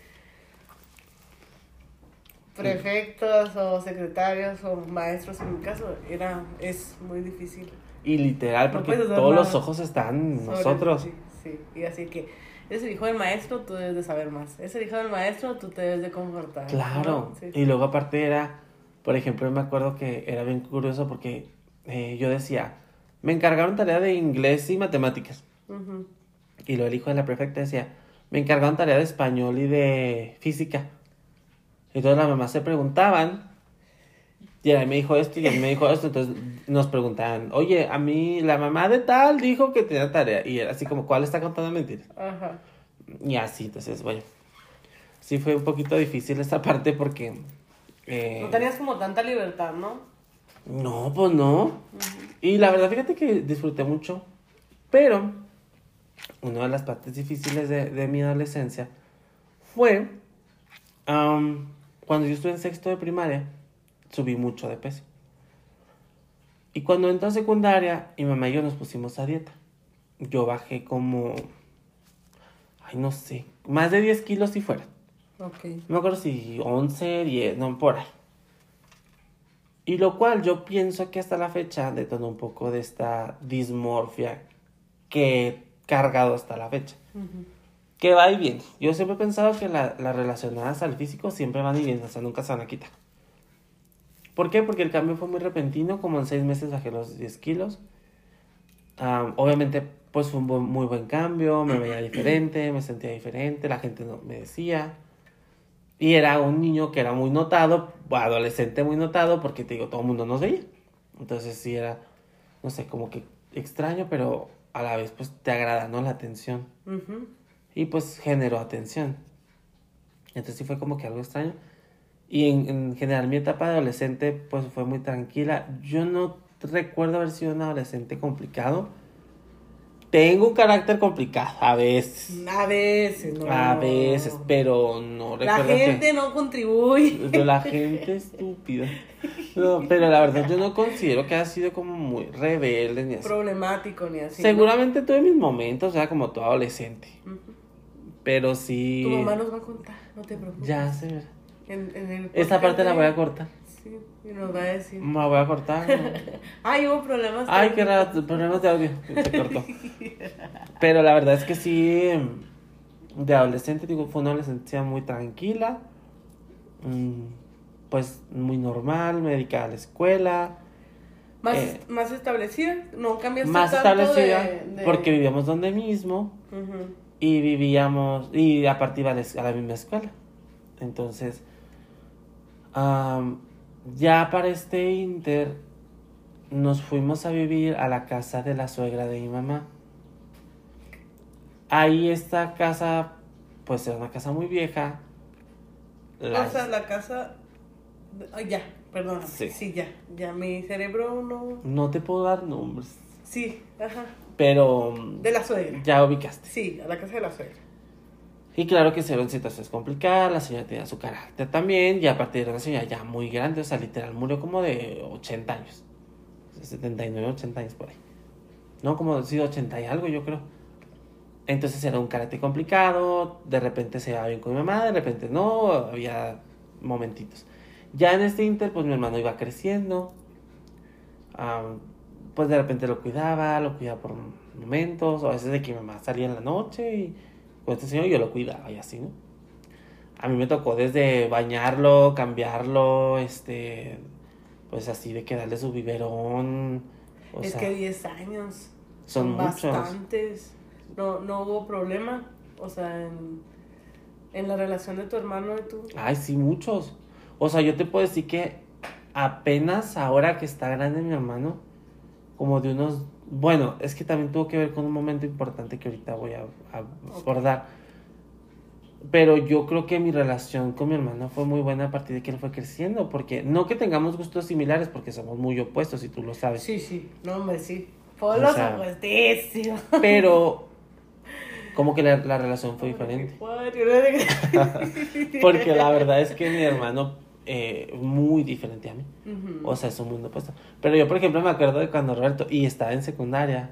prefectos o secretarios o maestros. En mi caso, era, es muy difícil. Y literal, No porque puedes hacer todos nada los ojos están en sobre- nosotros. Sí, sí, y así que eres el hijo del maestro, tú debes de saber más. Es el hijo del maestro, tú te debes de comportar. Claro. ¿no? Sí. Y luego aparte era, por ejemplo, me acuerdo que era bien curioso porque eh, yo decía, me encargaron tarea de inglés y matemáticas. Ujú. Y luego el hijo de la prefecta decía, me encargaron tarea de español y de física. Entonces las mamás se preguntaban, y a mí me dijo esto y a mí me dijo esto, entonces nos preguntaban, oye, a mí la mamá de tal dijo que tenía tarea. Y era así como, ¿cuál está contando mentiras? Ajá. Y así, entonces, bueno, sí fue un poquito difícil esta parte porque... eh, No tenías como tanta libertad, ¿no? No, pues no. Y la verdad, fíjate que disfruté mucho, pero una de las partes difíciles de, de mi adolescencia fue am, cuando yo estuve en sexto de primaria, subí mucho de peso. Y cuando entré a secundaria, mi mamá y yo nos pusimos a dieta. Yo bajé como, ay, no sé, más de diez kilos si fuera. Ok. No me acuerdo si once, diez, no, por ahí. Y lo cual yo pienso que hasta la fecha detonó un poco de esta dismorfia que he cargado hasta la fecha. Ujú. Que va y viene. Yo siempre he pensado que la- las relacionadas al físico siempre van y vienen, o sea, nunca se van a quitar. ¿Por qué? Porque el cambio fue muy repentino, como en seis meses bajé los diez kilos. Ah, obviamente, pues fue un buen- muy buen cambio, me veía diferente, me sentía diferente, la gente no, me decía. Y era un niño que era muy notado, adolescente muy notado, porque te digo, todo el mundo nos veía. Entonces sí era, no sé, como que extraño, pero a la vez pues te agrada, ¿no? La atención. Ujú. Y pues generó atención. Entonces sí fue como que algo extraño. Y en, en general mi etapa de adolescente pues fue muy tranquila. Yo no recuerdo haber sido un adolescente complicado. Tengo un carácter complicado, a veces. A veces, no. A veces, pero no La recuerdo que... gente no contribuye. De la gente estúpida. No, pero la verdad yo no considero que haya sido como muy rebelde ni así. Problemático ni así. Seguramente tuve mis momentos, o sea, como todo adolescente. ¿no? Ujú. Pero sí... Tu mamá nos va a contar, no te preocupes. Ya se verá. En, en el Esta parte la voy a cortar. cortar. Sí, y nos va a decir. Me la voy a cortar. Ay, hubo problemas. Ay, qué raro, problemas de audio. Se cortó. Pero la verdad es que sí, de adolescente, digo, fue una adolescencia muy tranquila. mm, Pues muy normal, me dedicaba a la escuela. Más, Eh, más establecida, no cambiaste Más tanto establecida, de, de- porque vivíamos donde mismo. Ujú. Y vivíamos, y aparte iba a la, es- a la misma escuela. Entonces, um, ya para este inter, nos fuimos a vivir a la casa de la suegra de mi mamá. Ahí esta casa, pues era una casa muy vieja. Las... O sea, la casa... Oh, ya, perdón. Sí. sí, ya. Ya mi cerebro no... No te puedo dar nombres. Sí, ajá. Pero... De la suegra. Ya ubicaste. Sí, a la casa de la suegra. Y claro que se ven situaciones complicadas, la señora tenía su carácter también, y aparte era una señora ya muy grande, o sea, literal murió como de ochenta años. setenta y nueve, ochenta años por ahí. No, como sí, ochenta y algo, yo creo. Entonces era un carácter complicado, de repente se iba bien con mi mamá, de repente no, había momentitos. Ya en este inter, pues mi hermano iba creciendo, um, pues de repente lo cuidaba, lo cuidaba por momentos, o a veces de que mi mamá salía en la noche y con este señor yo lo cuidaba y así, ¿no? A mí me tocó desde bañarlo, cambiarlo, este, pues así de que darle su biberón. O es sea, que diez años son, son muchos. Bastantes. No, no hubo problema, o sea, en, en la relación de tu hermano y tú. Ay, sí, muchos. O sea, yo te puedo decir que apenas ahora que está grande mi hermano, como de unos... Bueno, es que también tuvo que ver con un momento importante que ahorita voy a, a abordar. Okay. Pero yo creo que mi relación con mi hermano fue muy buena a partir de que él fue creciendo, porque no que tengamos gustos similares, porque somos muy opuestos, y tú lo sabes. Sí, sí, no, hombre, sí. Polos o sea, opuestísimos. Pero... como que la, la relación fue diferente. Porque la verdad es que mi hermano eh, muy diferente a mí. Uh-huh. O sea, es un mundo opuesto. Pero yo, por ejemplo, me acuerdo de cuando Roberto, y estaba en secundaria,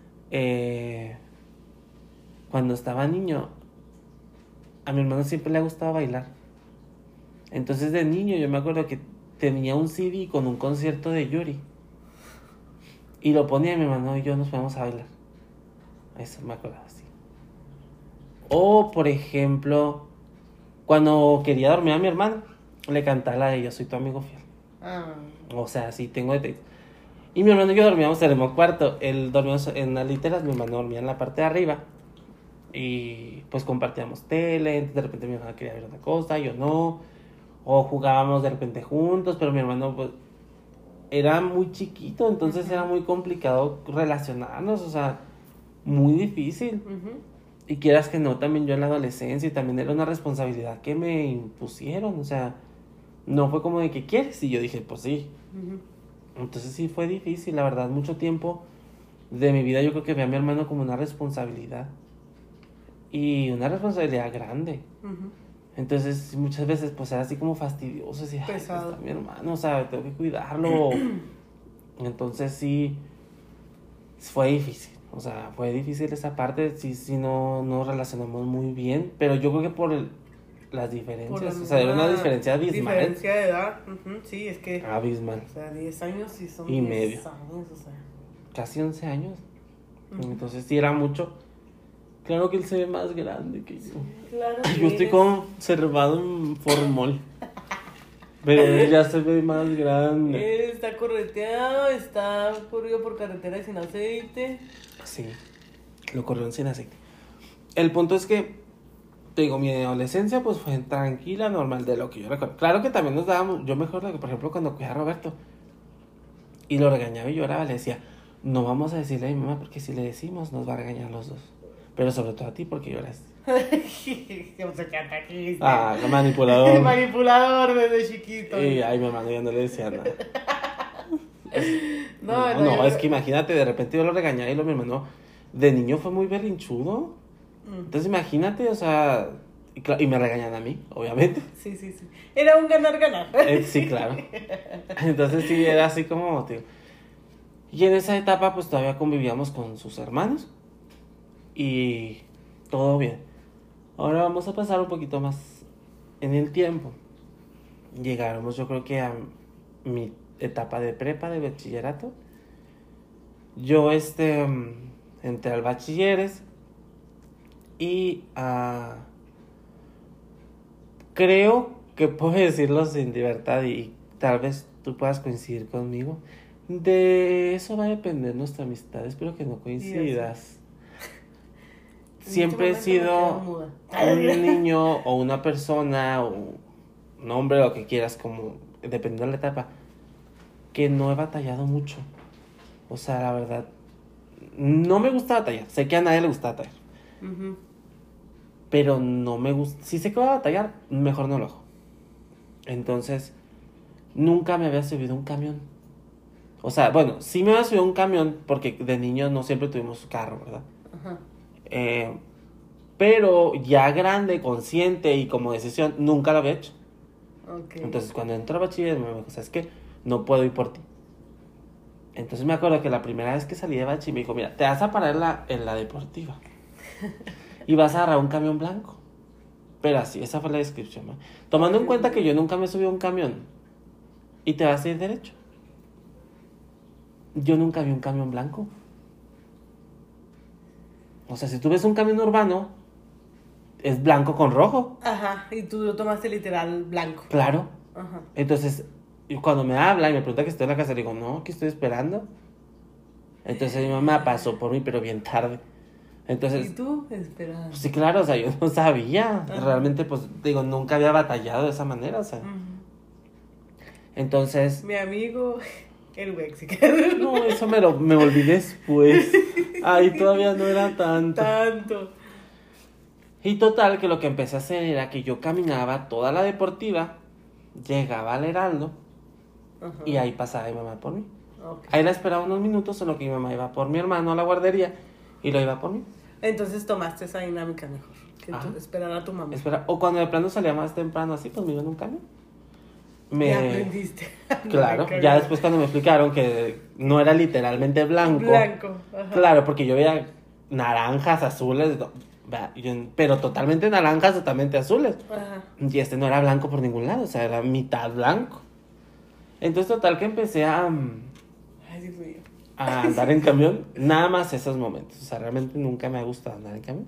eh, cuando estaba niño, a mi hermano siempre le ha gustado bailar. Entonces de niño yo me acuerdo que tenía un C D con un concierto de Yuri. Y lo ponía y mi hermano y yo nos fuimos a bailar. Eso me acuerdo así. O, por ejemplo, cuando quería dormir a mi hermano, le cantaba la de Yo soy tu amigo fiel. Ah. O sea, sí, tengo detalles. Y mi hermano y yo dormíamos en el mismo cuarto. Él dormía en las literas, mi hermano dormía en la parte de arriba. Y pues compartíamos tele. De repente mi hermano quería ver otra cosa, yo no. O jugábamos de repente juntos, pero mi hermano pues era muy chiquito, entonces uh-huh. era muy complicado relacionarnos, o sea, muy difícil. Uh-huh. Y quieras que no, también yo en la adolescencia, y también era una responsabilidad que me impusieron, o sea, no fue como de que quieres, y yo dije, pues sí. Uh-huh. Entonces sí fue difícil, la verdad, mucho tiempo de mi vida yo creo que vi a mi hermano como una responsabilidad, y una responsabilidad grande. Uh-huh. Entonces muchas veces pues era así como fastidioso, así, pesado. Está mi hermano, o sea, tengo que cuidarlo. Entonces sí, fue difícil. O sea, fue difícil esa parte, sí, sí no nos relacionamos muy bien, pero yo creo que por el, las diferencias, o sea, era una diferencia abismal. Diferencia de edad, uh-huh, sí, es que... Abismal. O sea, diez años y son y diez medio. años, o sea... Casi once años. Uh-huh. Entonces sí era mucho. Claro que él se ve más grande que yo. Sí, claro que yo estoy conservado en formol. Pero él ya se ve más grande. Él está correteado, está corrido por carretera sin aceite. Sí, lo corrieron sin aceite. El punto es que, te digo, mi adolescencia pues fue tranquila, normal, de lo que yo recuerdo. Claro que también nos dábamos, yo mejor, por ejemplo, cuando cuidaba a Roberto y lo regañaba y lloraba, le decía, no vamos a decirle a mi mamá porque si le decimos nos va a regañar los dos. Pero sobre todo a ti porque lloras. Ah, manipulador. Manipulador desde chiquito. Y ay, mi hermano ya no le decía nada. no, no, no yo... es que imagínate, de repente yo lo regañaba y lo mi hermano de niño fue muy berrinchudo. Mm. Entonces imagínate, o sea, y, claro, y me regañan a mí, obviamente. Sí, sí, sí. Era un ganar-ganar. Eh, sí, claro. Entonces sí, era así como, tío. Y en esa etapa pues todavía convivíamos con sus hermanos. Y todo bien. Ahora vamos a pasar un poquito más en el tiempo. Llegáramos yo creo que a mi etapa de prepa, de bachillerato. Yo este entré al bachilleres y uh, creo que puedo decirlo sin libertad y tal vez tú puedas coincidir conmigo. De eso va a depender nuestra amistad. Espero que no coincidas. siempre he sido un niño o una persona o un hombre, lo que quieras, como dependiendo de la etapa, que no he batallado mucho. O sea, la verdad, no me gusta batallar. Sé que a nadie le gusta batallar. Uh-huh. Pero no me gusta. Si sé que voy a batallar, mejor no lo hago. Entonces, nunca me había subido un camión. O sea, bueno, sí me había subido un camión porque de niños no siempre tuvimos carro, ¿verdad? Uh-huh. Eh, pero ya grande, consciente y como decisión, nunca lo había hecho. Okay. Entonces, cuando entró a bachiller, me dijo, ¿sabes qué? No puedo ir por ti. Entonces me acuerdo que la primera vez que salí de bachiller me dijo, mira, te vas a parar en la, en la deportiva y vas a agarrar un camión blanco. Pero así, esa fue la descripción, ¿no? Tomando en cuenta que yo nunca me subí a un camión y te vas a ir derecho. Yo nunca vi un camión blanco. O sea, si tú ves un camión urbano, es blanco con rojo. Ajá, y tú lo tomaste literal blanco. Claro. Ajá. Entonces, cuando me habla y me pregunta que estoy en la casa, le digo, no, que estoy esperando. Entonces mi mamá pasó por mí, pero bien tarde. Entonces, ¿y tú esperando? Pues, sí, claro, o sea, yo no sabía. Ajá. Realmente, pues, digo, nunca había batallado de esa manera, o sea. Uh-huh. Entonces... Mi amigo, el Wexican. No, eso me lo me volví después. Ay, todavía no era tanto. Tanto. Y total, que lo que empecé a hacer era que yo caminaba toda la deportiva, llegaba al Heraldo, uh-huh. y ahí pasaba mi mamá por mí. Okay. Ahí la esperaba unos minutos, en lo que mi mamá iba por mi hermano a la guardería y lo iba por mí. Entonces tomaste esa dinámica mejor, que tú, esperar a tu mamá. Espera, o cuando de plano salía más temprano así, pues me iba en un camión. Me... Ya aprendiste. Claro, no ya después cuando me explicaron que no era literalmente blanco. Blanco, ajá. Claro, porque yo veía naranjas, azules, pero totalmente naranjas, totalmente azules. Ajá. Y este no era blanco por ningún lado, o sea, era mitad blanco. Entonces, total que empecé a... Ay, Dios mío. A andar en camión, nada más esos momentos. O sea, realmente nunca me ha gustado andar en camión.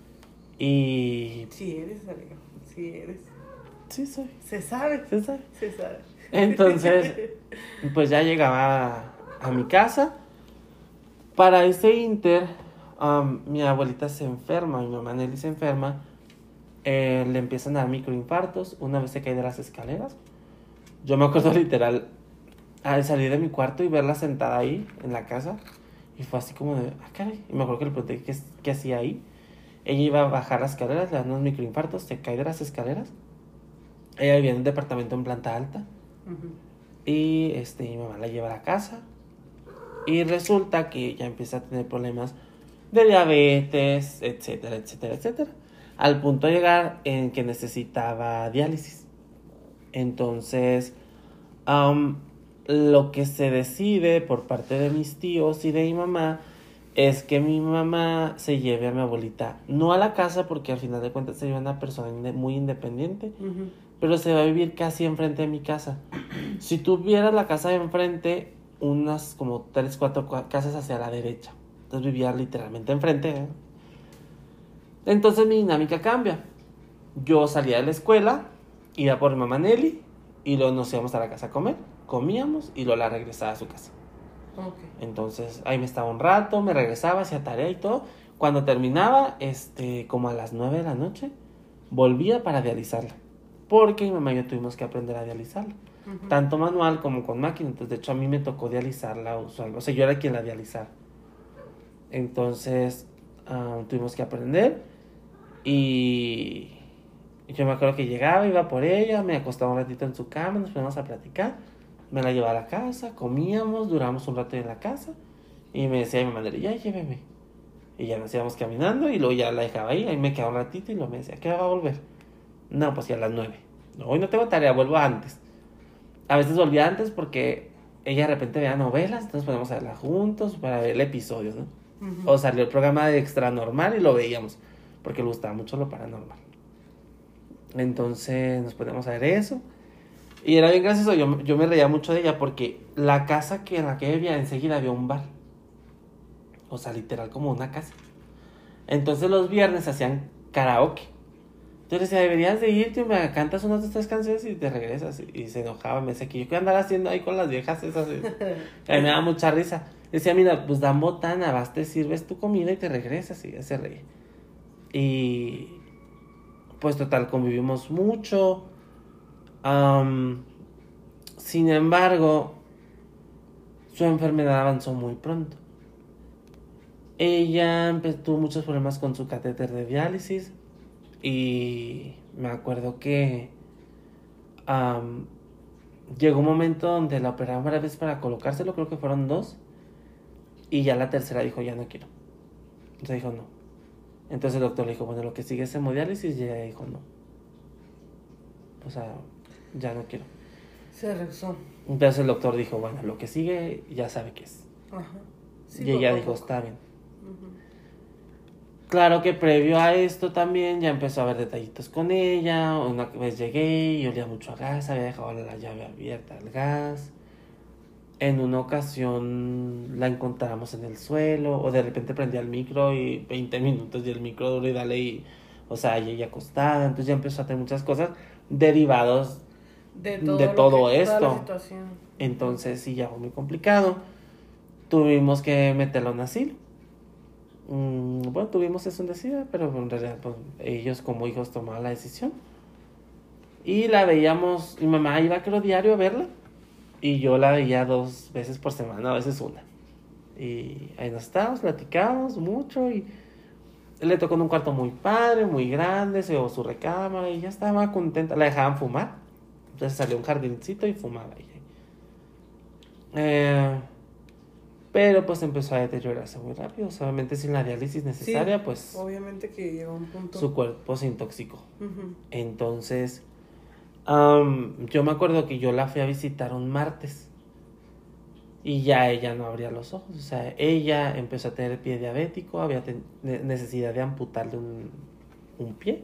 Y... Sí eres, amigo, sí eres. Sí soy. Se sabe. Se sabe. Se sabe. Entonces, pues ya llegaba a, a mi casa. Para ese inter, um, mi abuelita se enferma, mi mamá Nelly se enferma. Eh, le empiezan a dar microinfartos. Una vez se cae de las escaleras. Yo me acuerdo literal al salir de mi cuarto y verla sentada ahí en la casa. Y fue así como de, ah, caray. Y me acuerdo que le pregunté qué, qué hacía ahí. Ella iba a bajar las escaleras, le dan unos microinfartos, se cae de las escaleras. Ella vivía en un departamento en planta alta. Uh-huh. Y este, mi mamá la lleva a la casa. Y resulta que ella empieza a tener problemas de diabetes, etcétera, etcétera, etcétera. Al punto de llegar en que necesitaba diálisis. Entonces, um, lo que se decide por parte de mis tíos y de mi mamá es que mi mamá se lleve a mi abuelita, no a la casa porque al final de cuentas sería una persona muy independiente, uh-huh. pero se va a vivir casi enfrente de mi casa. Si tú vieras la casa de enfrente, unas como tres, cuatro casas hacia la derecha, entonces vivía literalmente enfrente, ¿eh? Entonces mi dinámica cambia. Yo salía de la escuela, iba por mi mamá Nelly y luego nos íbamos a la casa a comer, comíamos y luego la regresaba a su casa. Okay. Entonces ahí me estaba un rato, me regresaba, hacía tarea y todo. Cuando terminaba, este, como a las nueve de la noche, volvía para dializarla. Porque mi mamá y yo tuvimos que aprender a dializarla. Uh-huh. Tanto manual como con máquina. Entonces, de hecho, a mí me tocó dializarla usual. O sea, yo era quien la dializaba. Entonces, uh, tuvimos que aprender. Y yo me acuerdo que llegaba, iba por ella, me acostaba un ratito en su cama, nos poníamos a platicar. Me la llevaba a la casa, comíamos, duramos un rato en la casa. Y me decía mi madre, ya, lléveme. Y ya nos íbamos caminando y luego ya la dejaba ahí. Ahí me quedaba un ratito y luego me decía, ¿qué va a volver? No, pues ya a las nueve. No, hoy no tengo tarea, vuelvo antes. A veces volvía antes porque ella de repente veía novelas, entonces podíamos verla juntos para ver el episodio, ¿no? Uh-huh. O salió el programa de Extra Normal y lo veíamos, porque le gustaba mucho lo paranormal. Entonces nos poníamos a ver eso. Y era bien gracioso, yo, yo me reía mucho de ella porque la casa que en la que vivía enseguida había un bar. O sea, literal como una casa. Entonces los viernes hacían karaoke. Entonces decía, deberías de irte, me cantas unas de estas canciones y te regresas. Y, y se enojaba, me decía que yo qué andar haciendo ahí con las viejas esas. Y a mí me daba mucha risa. Decía, mira, pues dan botana, vas, te sirves tu comida y te regresas. Y ya se reía. Y pues total, convivimos mucho. Um, sin embargo, su enfermedad avanzó muy pronto. Ella empe- tuvo muchos problemas con su catéter de diálisis. Y me acuerdo que um, llegó un momento donde la operaron varias veces para colocárselo, creo que fueron dos. Y ya la tercera dijo, ya no quiero. Entonces dijo, no. Entonces el doctor le dijo, bueno, lo que sigue es hemodiálisis. Y ella dijo, no. O sea, ya no quiero. Se rehusó. Entonces el doctor dijo, bueno, lo que sigue ya sabe qué es. Ajá. Sí, y ella poco a dijo, poco. está bien. Ujú. Claro que previo a esto también ya empezó a haber detallitos con ella. Una vez llegué y olía mucho a gas, había dejado la llave abierta al gas. En una ocasión la encontramos en el suelo, o de repente prendía el micro y veinte minutos y el micro duro y dale y, o sea, y ella acostada. Entonces ya empezó a tener muchas cosas derivados De todo, de lo todo que- esto. toda la situación. Entonces sí, ya fue muy complicado. Tuvimos que meterla a un asilo. Mm, bueno, tuvimos eso en decida, pero en realidad pues, ellos como hijos tomaron la decisión. Y la veíamos, mi mamá iba creo diario a verla. Y yo la veía dos veces por semana, a veces una. Y ahí nos estábamos, platicamos mucho y le tocó en un cuarto muy padre, muy grande, se llevó su recámara y ya estaba contenta. La dejaban fumar. Entonces salió un jardincito y fumaba ella. Eh, pero pues empezó a deteriorarse muy rápido. Solamente sin la diálisis necesaria, Sí, pues obviamente que llegó a un punto. su cuerpo se intoxicó. Ujú. Entonces, um, yo me acuerdo que yo la fui a visitar un martes. Y ya ella no abría los ojos. O sea, ella empezó a tener el pie diabético, había ten- necesidad de amputarle un, un pie.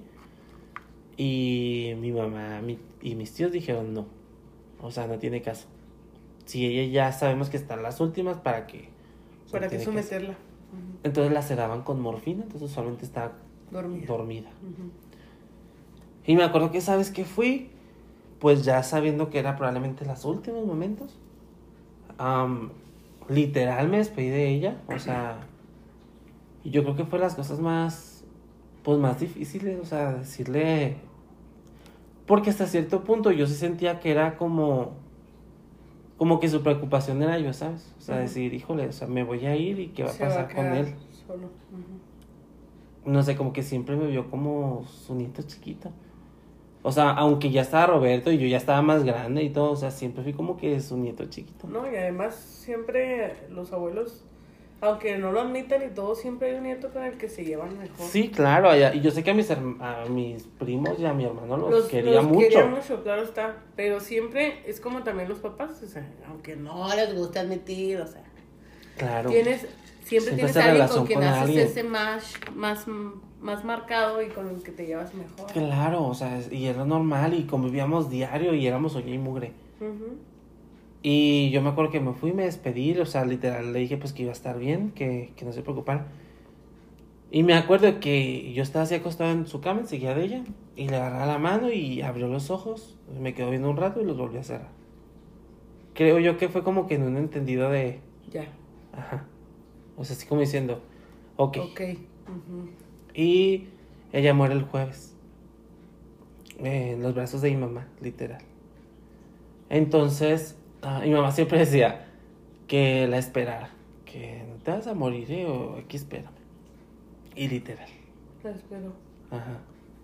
Y mi mamá mi, y mis tíos dijeron no. O sea, no tiene caso. Si ella ya sabemos que están las últimas, ¿para qué? O sea, ¿Para no qué tiene caso. someterla? Ujú. Entonces la sedaban con morfina, entonces usualmente estaba Dormida. dormida. Ujú. Y me acuerdo que, ¿sabes qué fui? Pues ya sabiendo que era probablemente los últimos momentos. Um, literal me despedí de ella. O sea, y yo creo que fue las cosas más, pues más difíciles. O sea, decirle, porque hasta cierto punto yo sí sentía que era como, como que su preocupación era yo, ¿sabes? O sea, Ujú. decir, híjole, o sea, me voy a ir y qué va a Se va pasar a con quedar él. solo. Ujú. No sé, como que siempre me vio como su nieto chiquito. O sea, aunque ya estaba Roberto y yo ya estaba más grande y todo, o sea, siempre fui como que su nieto chiquito. No, y además siempre los abuelos, aunque no lo admitan y todo, siempre hay un nieto con el que se llevan mejor. Sí, claro, allá- y yo sé que a mis, herm- a mis primos y a mi hermano los, Los quería los mucho. quería mucho, claro está. Pero siempre es como también los papás, o sea, aunque no les gusta admitir, o sea, Claro. tienes, siempre, Siempre tienes esa a alguien relación con quien con haces alguien. ese match más, más marcado y con el que te llevas mejor. Claro, o sea, es- y era normal y convivíamos diario y éramos oye y mugre. Ujú. Y yo me acuerdo que me fui y me despedí, o sea, literal, le dije pues que iba a estar bien, que, que no se preocupara. Y me acuerdo que yo estaba así acostado en su cama, seguía de ella, y le agarraba la mano y abrió los ojos, me quedó viendo un rato y los volvió a cerrar. Creo yo que fue como que en un entendido de, Ya, ajá, o sea, así como diciendo, ok. ok. Ujú. Y ella muere el jueves, eh, en los brazos de mi mamá, literal. Entonces, ah, mi mamá siempre decía que la esperara, que no te vas a morir, ¿eh? O aquí espérame. Y literal. La espero. Ajá.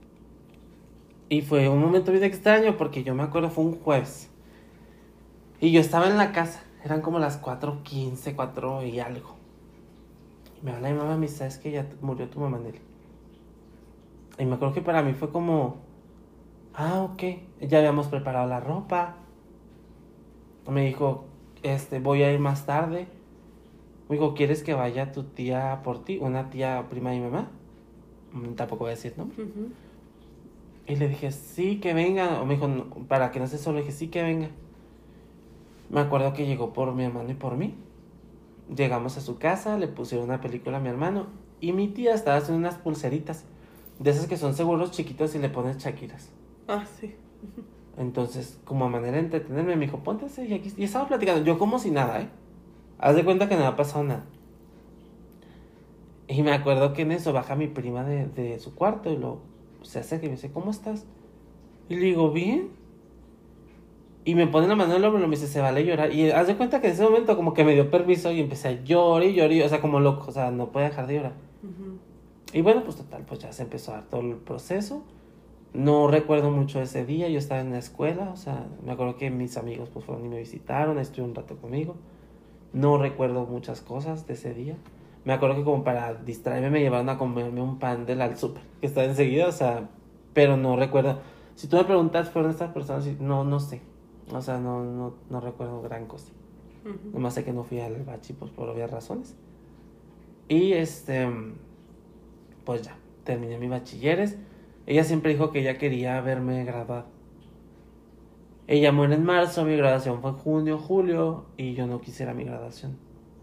Y fue un momento bien extraño porque yo me acuerdo, fue un jueves. Y yo estaba en la casa, eran como las cuatro quince, cuatro y algo. Y me habla mi mamá, me dice, ¿sabes que ya murió tu mamá, Nelly? Y me acuerdo que para mí fue como, ah, ok, ya habíamos preparado la ropa. Me dijo, este, voy a ir más tarde. Me dijo, ¿quieres que vaya tu tía por ti? Una tía prima de mi mamá. Mm, Tampoco voy a decir, ¿no? Ujú. Y le dije, sí, que venga. O me dijo, "No, para que no estés solo". Le dije, sí, que venga. Me acuerdo que llegó por mi hermano y por mí. Llegamos a su casa, le pusieron una película a mi hermano. Y mi tía estaba haciendo unas pulseritas. De esas que son seguros chiquitos y le pones chaquiras. Ah, sí. Entonces, como a manera de entretenerme, me dijo, ponte así. Y aquí y estaba platicando. Yo como si nada, ¿eh? Haz de cuenta que no me ha pasado nada. Y me acuerdo que en eso baja mi prima de, de su cuarto y lo se acerca y me dice, ¿cómo estás? Y le digo, bien. Y me pone la mano en el hombro y me dice, se vale llorar. Y haz de cuenta que en ese momento como que me dio permiso y empecé a llorar y llorar, o sea, como loco, o sea, no puede dejar de llorar. Uh-huh. Y bueno, pues total, pues ya se empezó a dar todo el proceso. No recuerdo mucho ese día, yo estaba en la escuela, o sea, me acuerdo que mis amigos pues fueron y me visitaron, estuvieron un rato conmigo. No recuerdo muchas cosas de ese día. Me acuerdo que como para distraerme me llevaron a comerme un pan del al súper, que estaba enseguida, o sea, pero no recuerdo. Si tú me preguntas, ¿fueron estas personas? No, no sé. O sea, no, no, no recuerdo gran cosa. Uh-huh. Nomás sé que no fui al bachi, pues por obvias razones. Y este, pues ya, terminé mi bachilleres. Ella siempre dijo que ella quería verme graduado. Ella muere en marzo, mi graduación fue en junio, julio, y yo no quisiera mi graduación.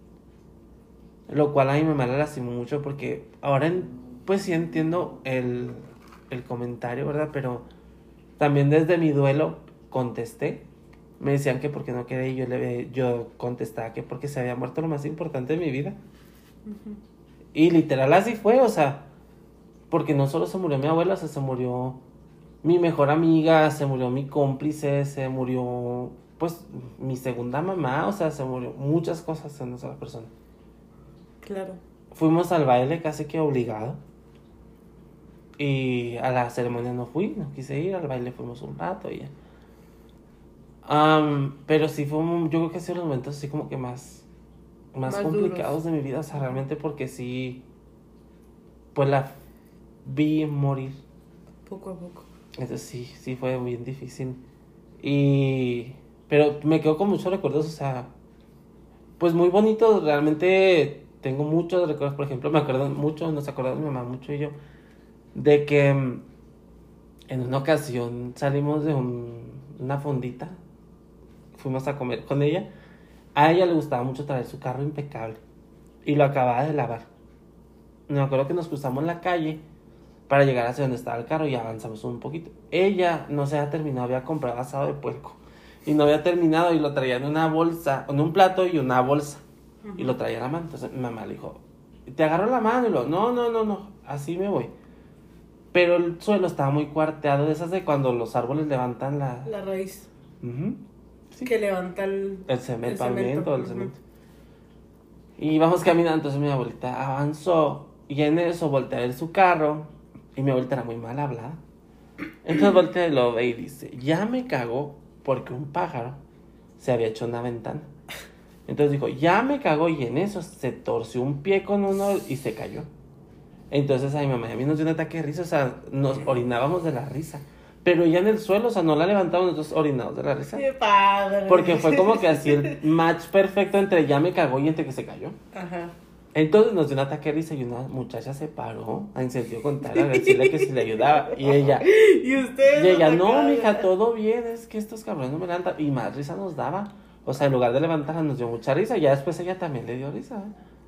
Lo cual a mi mamá la lastimó mucho porque ahora, pues sí entiendo el, el comentario, ¿verdad? Pero también desde mi duelo contesté. Me decían que porque no quería y yo, le, yo contestaba que porque se había muerto lo más importante de mi vida. Uh-huh. Y literal así fue, o sea, porque no solo se murió mi abuela, o sea, se murió mi mejor amiga, se murió mi cómplice, se murió, pues, mi segunda mamá, o sea, se murió muchas cosas en una sola persona. Claro. Fuimos al baile casi que obligado. Y a la ceremonia no fui, no quise ir, al baile fuimos un rato y ya. Um, pero sí fue, un, yo creo que ha sido los momentos así como que más, más, más complicados duros de mi vida, o sea, realmente porque sí, pues la vi morir. Poco a poco. Entonces sí, sí fue bien difícil. Y, pero me quedo con muchos recuerdos, o sea, pues muy bonitos, realmente tengo muchos recuerdos, por ejemplo, me acuerdo mucho, nos acordamos mi mamá mucho y yo, de que en una ocasión salimos de un, una fondita, fuimos a comer con ella. A ella le gustaba mucho traer su carro impecable y lo acababa de lavar. Me acuerdo que nos cruzamos la calle para llegar hacia donde estaba el carro y avanzamos un poquito. Ella no se había terminado, había comprado asado de puerco y no había terminado y lo traía en una bolsa, en un plato y una bolsa. Uh-huh. Y lo traía en la mano. Entonces mi mamá le dijo, te agarró la mano y lo, no, no, no, no, así me voy. Pero el suelo estaba muy cuarteado, de esas de cuando los árboles levantan la... La raíz. Uh-huh. Sí. Que levanta el... El cemento, el pavimento, cemento. el cemento. Uh-huh. Y íbamos caminando, entonces mi abuelita avanzó y en eso volteé a ver su carro y mi abuelita era muy mal hablada. Entonces volteé y lo ve y dice, ya me cagó porque un pájaro se había hecho una ventana. Entonces dijo, ya me cagó y en eso se torció un pie con uno y se cayó. Entonces a mi mamá y a mí nos dio un ataque de risa, o sea, nos orinábamos de la risa. Pero ella en el suelo, o sea, no la levantamos, nosotros orinados de la risa. ¡Qué padre! Porque fue como que así el match perfecto entre ya me cagó y entre que se cayó. Ajá. Entonces nos dio un ataque de risa y una muchacha se paró en sentido contrario a decirle que si le ayudaba. Y ella, y usted y ella, no, mija, todo bien, es que estos cabrones no me levantan. Y más risa nos daba. O sea, en lugar de levantarla nos dio mucha risa. Y ya después ella también le dio risa.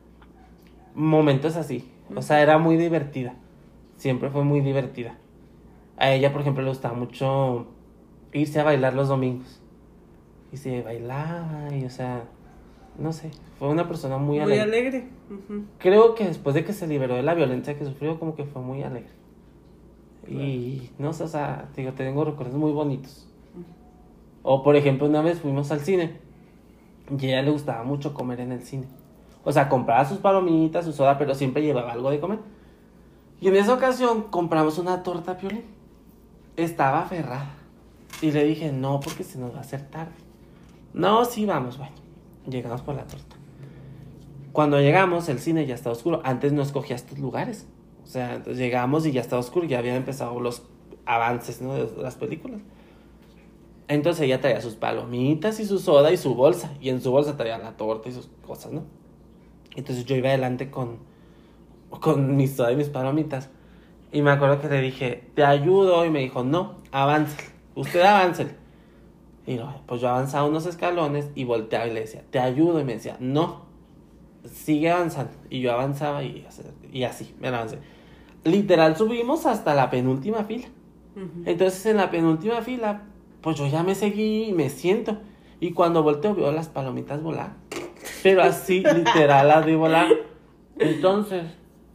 Momentos así. O sea, era muy divertida. Siempre fue muy divertida. A ella, por ejemplo, le gustaba mucho irse a bailar los domingos. Y se bailaba y, o sea, no sé. Fue una persona muy, muy alegre. alegre. Uh-huh. Creo que después de que se liberó de la violencia que sufrió, como que fue muy alegre. Claro. Y, no sé, o sea, digo, tengo recuerdos muy bonitos. Uh-huh. O, por ejemplo, una vez fuimos al cine. Y a ella le gustaba mucho comer en el cine. O sea, compraba sus palomitas, su soda, pero siempre llevaba algo de comer. Y en esa ocasión compramos una torta Piolín. Estaba aferrada. Y le dije, no, porque se nos va a hacer tarde. No, sí, vamos, bueno. Llegamos por la torta. Cuando llegamos, el cine ya estaba oscuro. Antes no escogía estos lugares. O sea, entonces llegamos y ya estaba oscuro. Ya habían empezado los avances, ¿no?, de las películas. Entonces ella traía sus palomitas y su soda y su bolsa. Y en su bolsa traía la torta y sus cosas, ¿no? Entonces yo iba adelante con, con mi soda y mis palomitas. Y me acuerdo que le dije, te ayudo. Y me dijo, no, avance. Usted avance. Y no, pues yo avanzaba unos escalones y volteaba y le decía, te ayudo. Y me decía, no, sigue avanzando. Y yo avanzaba y, y así, me avancé. Literal subimos hasta la penúltima fila. Uh-huh. Entonces en la penúltima fila, pues yo ya me seguí y me siento. Y cuando volteo veo las palomitas volar. Pero así, literal, las vi volar. Entonces,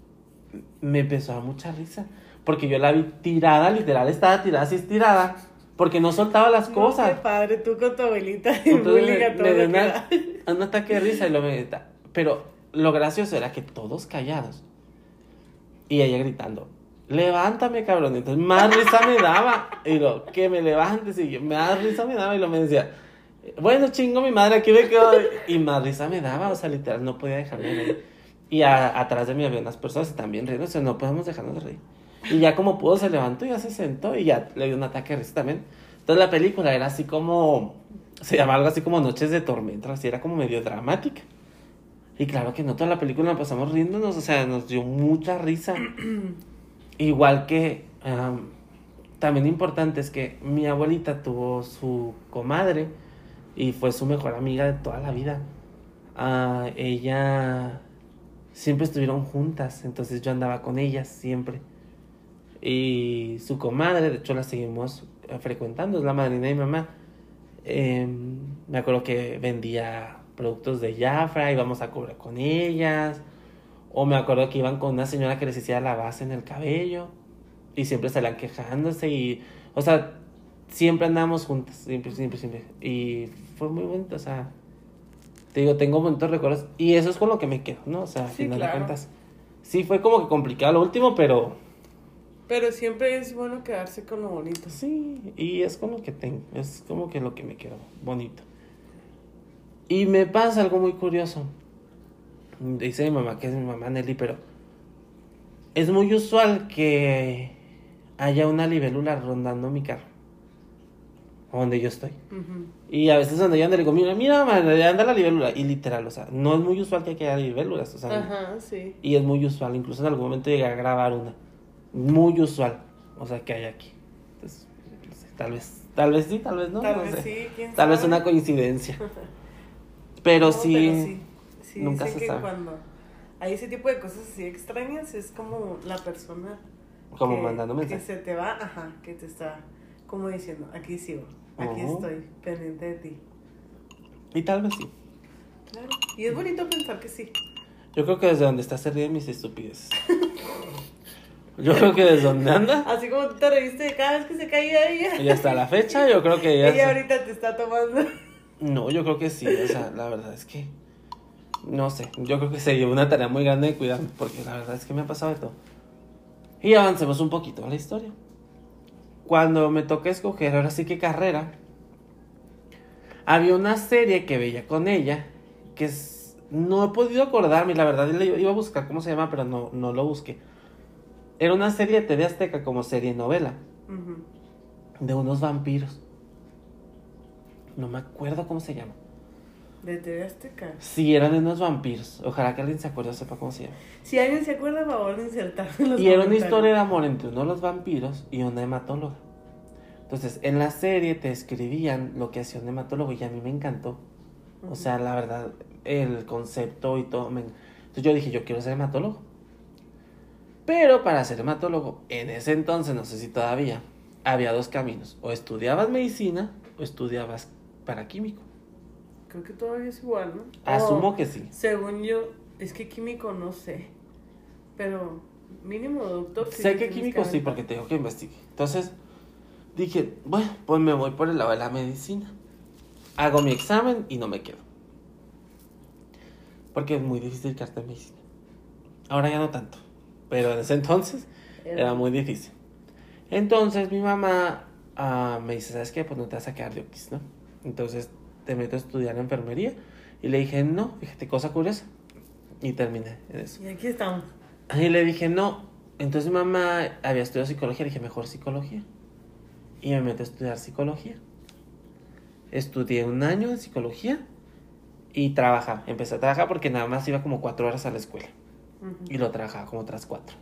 me empezó a dar mucha risa. Porque yo la vi tirada, literal, estaba tirada así estirada. Porque no soltaba las No, cosas. qué padre, tú con tu abuelita y Entonces bullying me, a todo me lo dio que una- da. un ataque de risa y lo me... Pero lo gracioso era que todos callados. Y ella gritando, levántame, cabrón. Entonces más risa me daba. Y lo, que me levantes. Y yo, más risa me daba. Y lo me decía, bueno, chingo mi madre, aquí me quedo. Y más risa me daba. O sea, literal, no podía dejarme de reír. Y a- atrás de mí había unas personas que también riendo. O sea, no podemos dejarnos de reír. Y ya como pudo, se levantó y ya se sentó. Y ya le dio un ataque de risa también. Entonces la película era así como... Se llamaba algo así como Noches de Tormenta. Así era como medio dramática. Y claro que no toda la película la pasamos riéndonos. O sea, nos dio mucha risa. Igual que... um, también importante es que mi abuelita tuvo su comadre. Y fue su mejor amiga de toda la vida. Ah, ella... Siempre estuvieron juntas. Entonces yo andaba con ellas siempre. Y su comadre, de hecho la seguimos eh, frecuentando, es la madrina de mi mamá. Eh, me acuerdo que vendía productos de Jafra, íbamos a cobrar con ellas. O me acuerdo que iban con una señora que les hacía la base en el cabello. Y siempre salían quejándose y... O sea, siempre andábamos juntas, siempre, siempre, siempre. Y fue muy bonito, o sea... Te digo, tengo bonitos recuerdos. Y eso es con lo que me quedo, ¿no? O sea, al Sí, final claro. de cuentas. Sí, fue como que complicado lo último, pero... Pero siempre es bueno quedarse con lo bonito. Sí, y es con lo que tengo, es como que lo que me quedó bonito. Y me pasa algo muy curioso. Dice mi mamá que es mi mamá Nelly, pero es muy usual que haya una libélula rondando mi carro, donde yo estoy. Ujú. Y a veces donde yo ando le digo, mira, mira, man, allá anda la libélula. Y literal, o sea, no es muy usual que haya libélulas, o sea, Ajá, sí. y es muy usual, incluso en algún momento llegué a grabar una. Muy usual, o sea, que hay aquí. Entonces, no sé, tal vez, tal vez sí, tal vez no, Tal no vez sé. sí, quién Tal vez sabe. una coincidencia. Pero No, sí, pero sí. Sí, nunca dicen se que sabe. cuando hay ese tipo de cosas así extrañas, es como la persona Como que, mandando que mensajes. se te va, ajá, que te está como diciendo, aquí sigo, aquí Ujú. estoy, pendiente de ti. Y tal vez sí. Claro. Y es bonito pensar que sí. Yo creo que desde donde está se ríe de mis estupideces. Yo creo que desde donde anda, Así como tú te reíste de cada vez que se caía ella. y hasta la fecha, yo creo que ya... Ella ahorita te está tomando. No, yo creo que sí, o sea, la verdad es que... No sé, yo creo que se lleva una tarea muy grande de cuidarme, porque la verdad es que me ha pasado de todo. Y avancemos un poquito en la historia. Cuando me toca escoger, ahora sí que carrera, había una serie que veía con ella, que es, no he podido acordarme, la verdad le iba a buscar cómo se llama, pero no, no lo busqué. Era una serie de T V Azteca como serie novela, Ujú. de unos vampiros. No me acuerdo cómo se llama. De T V Azteca. Sí, eran de unos vampiros. Ojalá que alguien se acuerde o sepa cómo se llama. Si alguien se acuerda, por favor de insertar en los Y era una comentarios. historia de amor entre uno de los vampiros y una hematóloga. Entonces, en la serie te escribían lo que hacía un hematólogo y a mí me encantó. O sea, la verdad, el concepto y todo. Me... Entonces yo dije, yo quiero ser hematólogo. Pero para ser hematólogo, en ese entonces, no sé si todavía, había dos caminos. O estudiabas medicina o estudiabas para químico. Creo que todavía es igual, ¿no? Asumo O, que sí. según yo, es que químico no sé. Pero mínimo doctor. sí Sé te que tienes químico sí, aventar. porque tengo que investigar. Entonces, dije, bueno, pues me voy por el lado de la medicina. Hago mi examen y no me quedo. Porque es muy difícil quedarte en medicina. Ahora ya no tanto. Pero en ese entonces era muy difícil. Entonces mi mamá uh, me dice, ¿sabes qué? Pues no te vas a quedar de oquis, ¿no? Entonces te meto a estudiar enfermería. Y le dije, no, fíjate, cosa curiosa. Y terminé en eso. Y aquí estamos. Y le dije, no. Entonces mi mamá había estudiado psicología. Le dije, mejor psicología. Y me meto a estudiar psicología. Estudié un año de psicología y trabajaba. Empecé a trabajar porque nada más iba como cuatro horas a la escuela. Ujú. Y lo trabajaba como otras cuatro.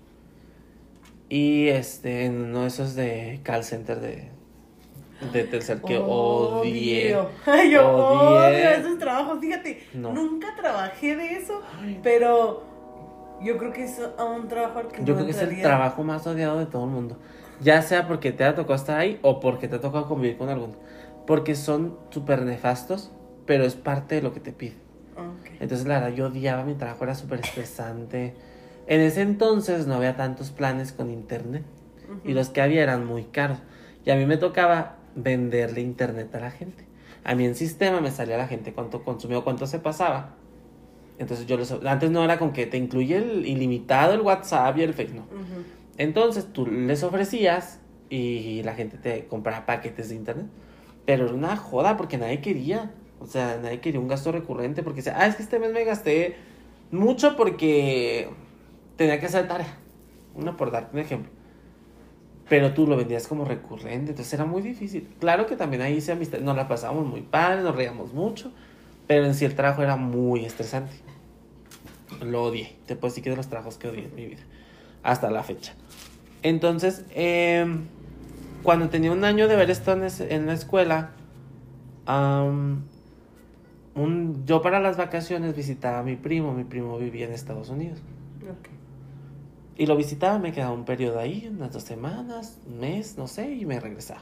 Y este, en uno de esos de call center de, de tercer que odié. Odio. Ay, yo Odié. odio esos trabajos. Fíjate, No. nunca trabajé de eso, pero yo creo que es un trabajo al que Yo no creo que es el entraría. trabajo más odiado de todo el mundo. Ya sea porque te ha tocado estar ahí o porque te ha tocado convivir con alguno. Porque son súper nefastos, pero es parte de lo que te piden. Ok. Entonces, la verdad, yo odiaba mi trabajo, era súper estresante. En ese entonces no había tantos planes con internet. Uh-huh. Y los que había eran muy caros. Y a mí me tocaba venderle internet a la gente. A mí en sistema me salía la gente cuánto consumió, cuánto se pasaba. Entonces yo les... Antes no era con que te incluye el ilimitado, el WhatsApp y el Facebook, no. Uh-huh. Entonces tú les ofrecías y la gente te compraba paquetes de internet. Pero era una joda porque nadie quería. O sea, nadie quería un gasto recurrente porque decía, ah, es que este mes me gasté mucho porque tenía que hacer tarea. Una por darte un ejemplo. Pero tú lo vendías como recurrente, entonces era muy difícil. Claro que también ahí hice amistad, nos la pasábamos muy padre, nos reíamos mucho, pero en sí el trabajo era muy estresante. Lo odié, te puedo decir que de los trabajos que odié en mi vida, hasta la fecha. Entonces, eh, cuando tenía un año de haber estado en la escuela, um, un, yo para las vacaciones visitaba a mi primo, mi primo vivía en Estados Unidos. Okay. Y lo visitaba, me quedaba un periodo ahí, unas dos semanas, un mes, no sé, y me regresaba.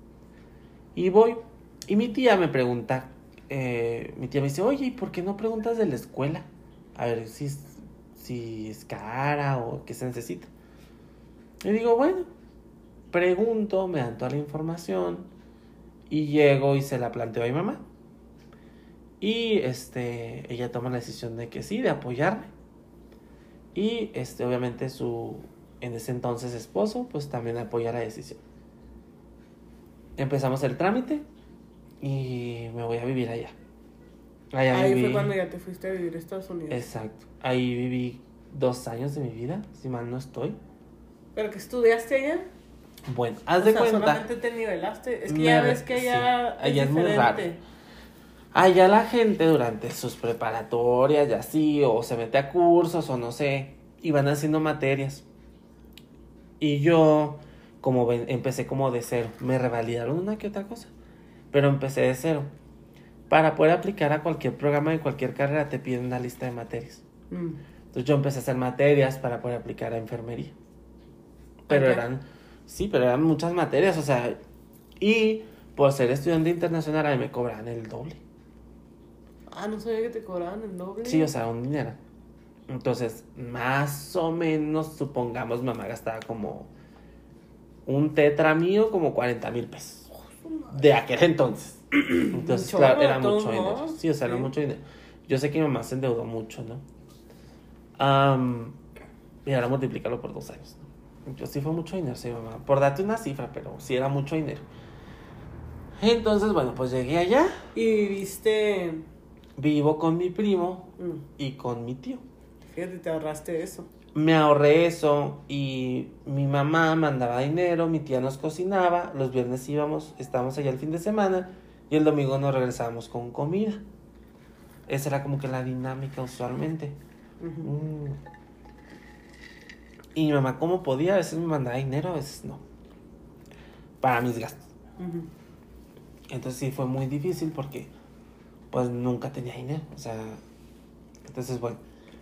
Y voy, y mi tía me pregunta, eh, mi tía me dice, oye, ¿y por qué no preguntas de la escuela? A ver si, si es cara o qué se necesita. Y digo, bueno, pregunto, me dan toda la información, y llego y se la planteo a mi mamá. Y este, ella toma la decisión de que sí, de apoyarme. Y este, obviamente su, en ese entonces esposo, pues también apoya la decisión. Empezamos el trámite y me voy a vivir allá. allá Ahí viví, fue cuando ya te fuiste a vivir a Estados Unidos. Exacto. Ahí viví dos años de mi vida, si mal no estoy. ¿Pero que estudiaste allá? Bueno, haz o de sea, cuenta. Solamente te nivelaste. Es que ya ves que allá sí, allá es, es muy raro. Allá la gente durante sus preparatorias y así, o se mete a cursos, o no sé, y van haciendo materias. Y yo, como ven, empecé como de cero, me revalidaron una que otra cosa, pero empecé de cero. Para poder aplicar a cualquier programa de cualquier carrera te piden una lista de materias. Mm. Entonces yo empecé a hacer materias para poder aplicar a enfermería. Pero okay. eran, sí, pero eran muchas materias, o sea, y por ser estudiante internacional a mí me cobraban el doble. Ah, no sabía que te cobraban el doble. Sí, o sea, un dinero. Entonces, más o menos, supongamos, mamá gastaba como un tetra mío, como cuarenta mil pesos. Oh, de aquel entonces. Entonces, mucho, claro, era mucho dinero. No. Sí, o sea, sí. Era mucho dinero. Yo sé que mi mamá se endeudó mucho, ¿no? Um, y ahora multiplícalo por dos años, ¿no? Yo sí fue mucho dinero, sí, mamá. Por darte una cifra, pero sí era mucho dinero. Entonces, bueno, pues llegué allá. ¿Y viviste...? Vivo con mi primo mm. y con mi tío. Fíjate, te ahorraste eso. Me ahorré eso y mi mamá mandaba dinero, mi tía nos cocinaba, los viernes íbamos, estábamos allá el fin de semana y el domingo nos regresábamos con comida. Esa era como que la dinámica usualmente. Uh-huh. Mm. Y mi mamá, como podía, a veces me mandaba dinero, a veces no. Para mis gastos. Uh-huh. Entonces sí fue muy difícil porque pues nunca tenía dinero, o sea, entonces bueno.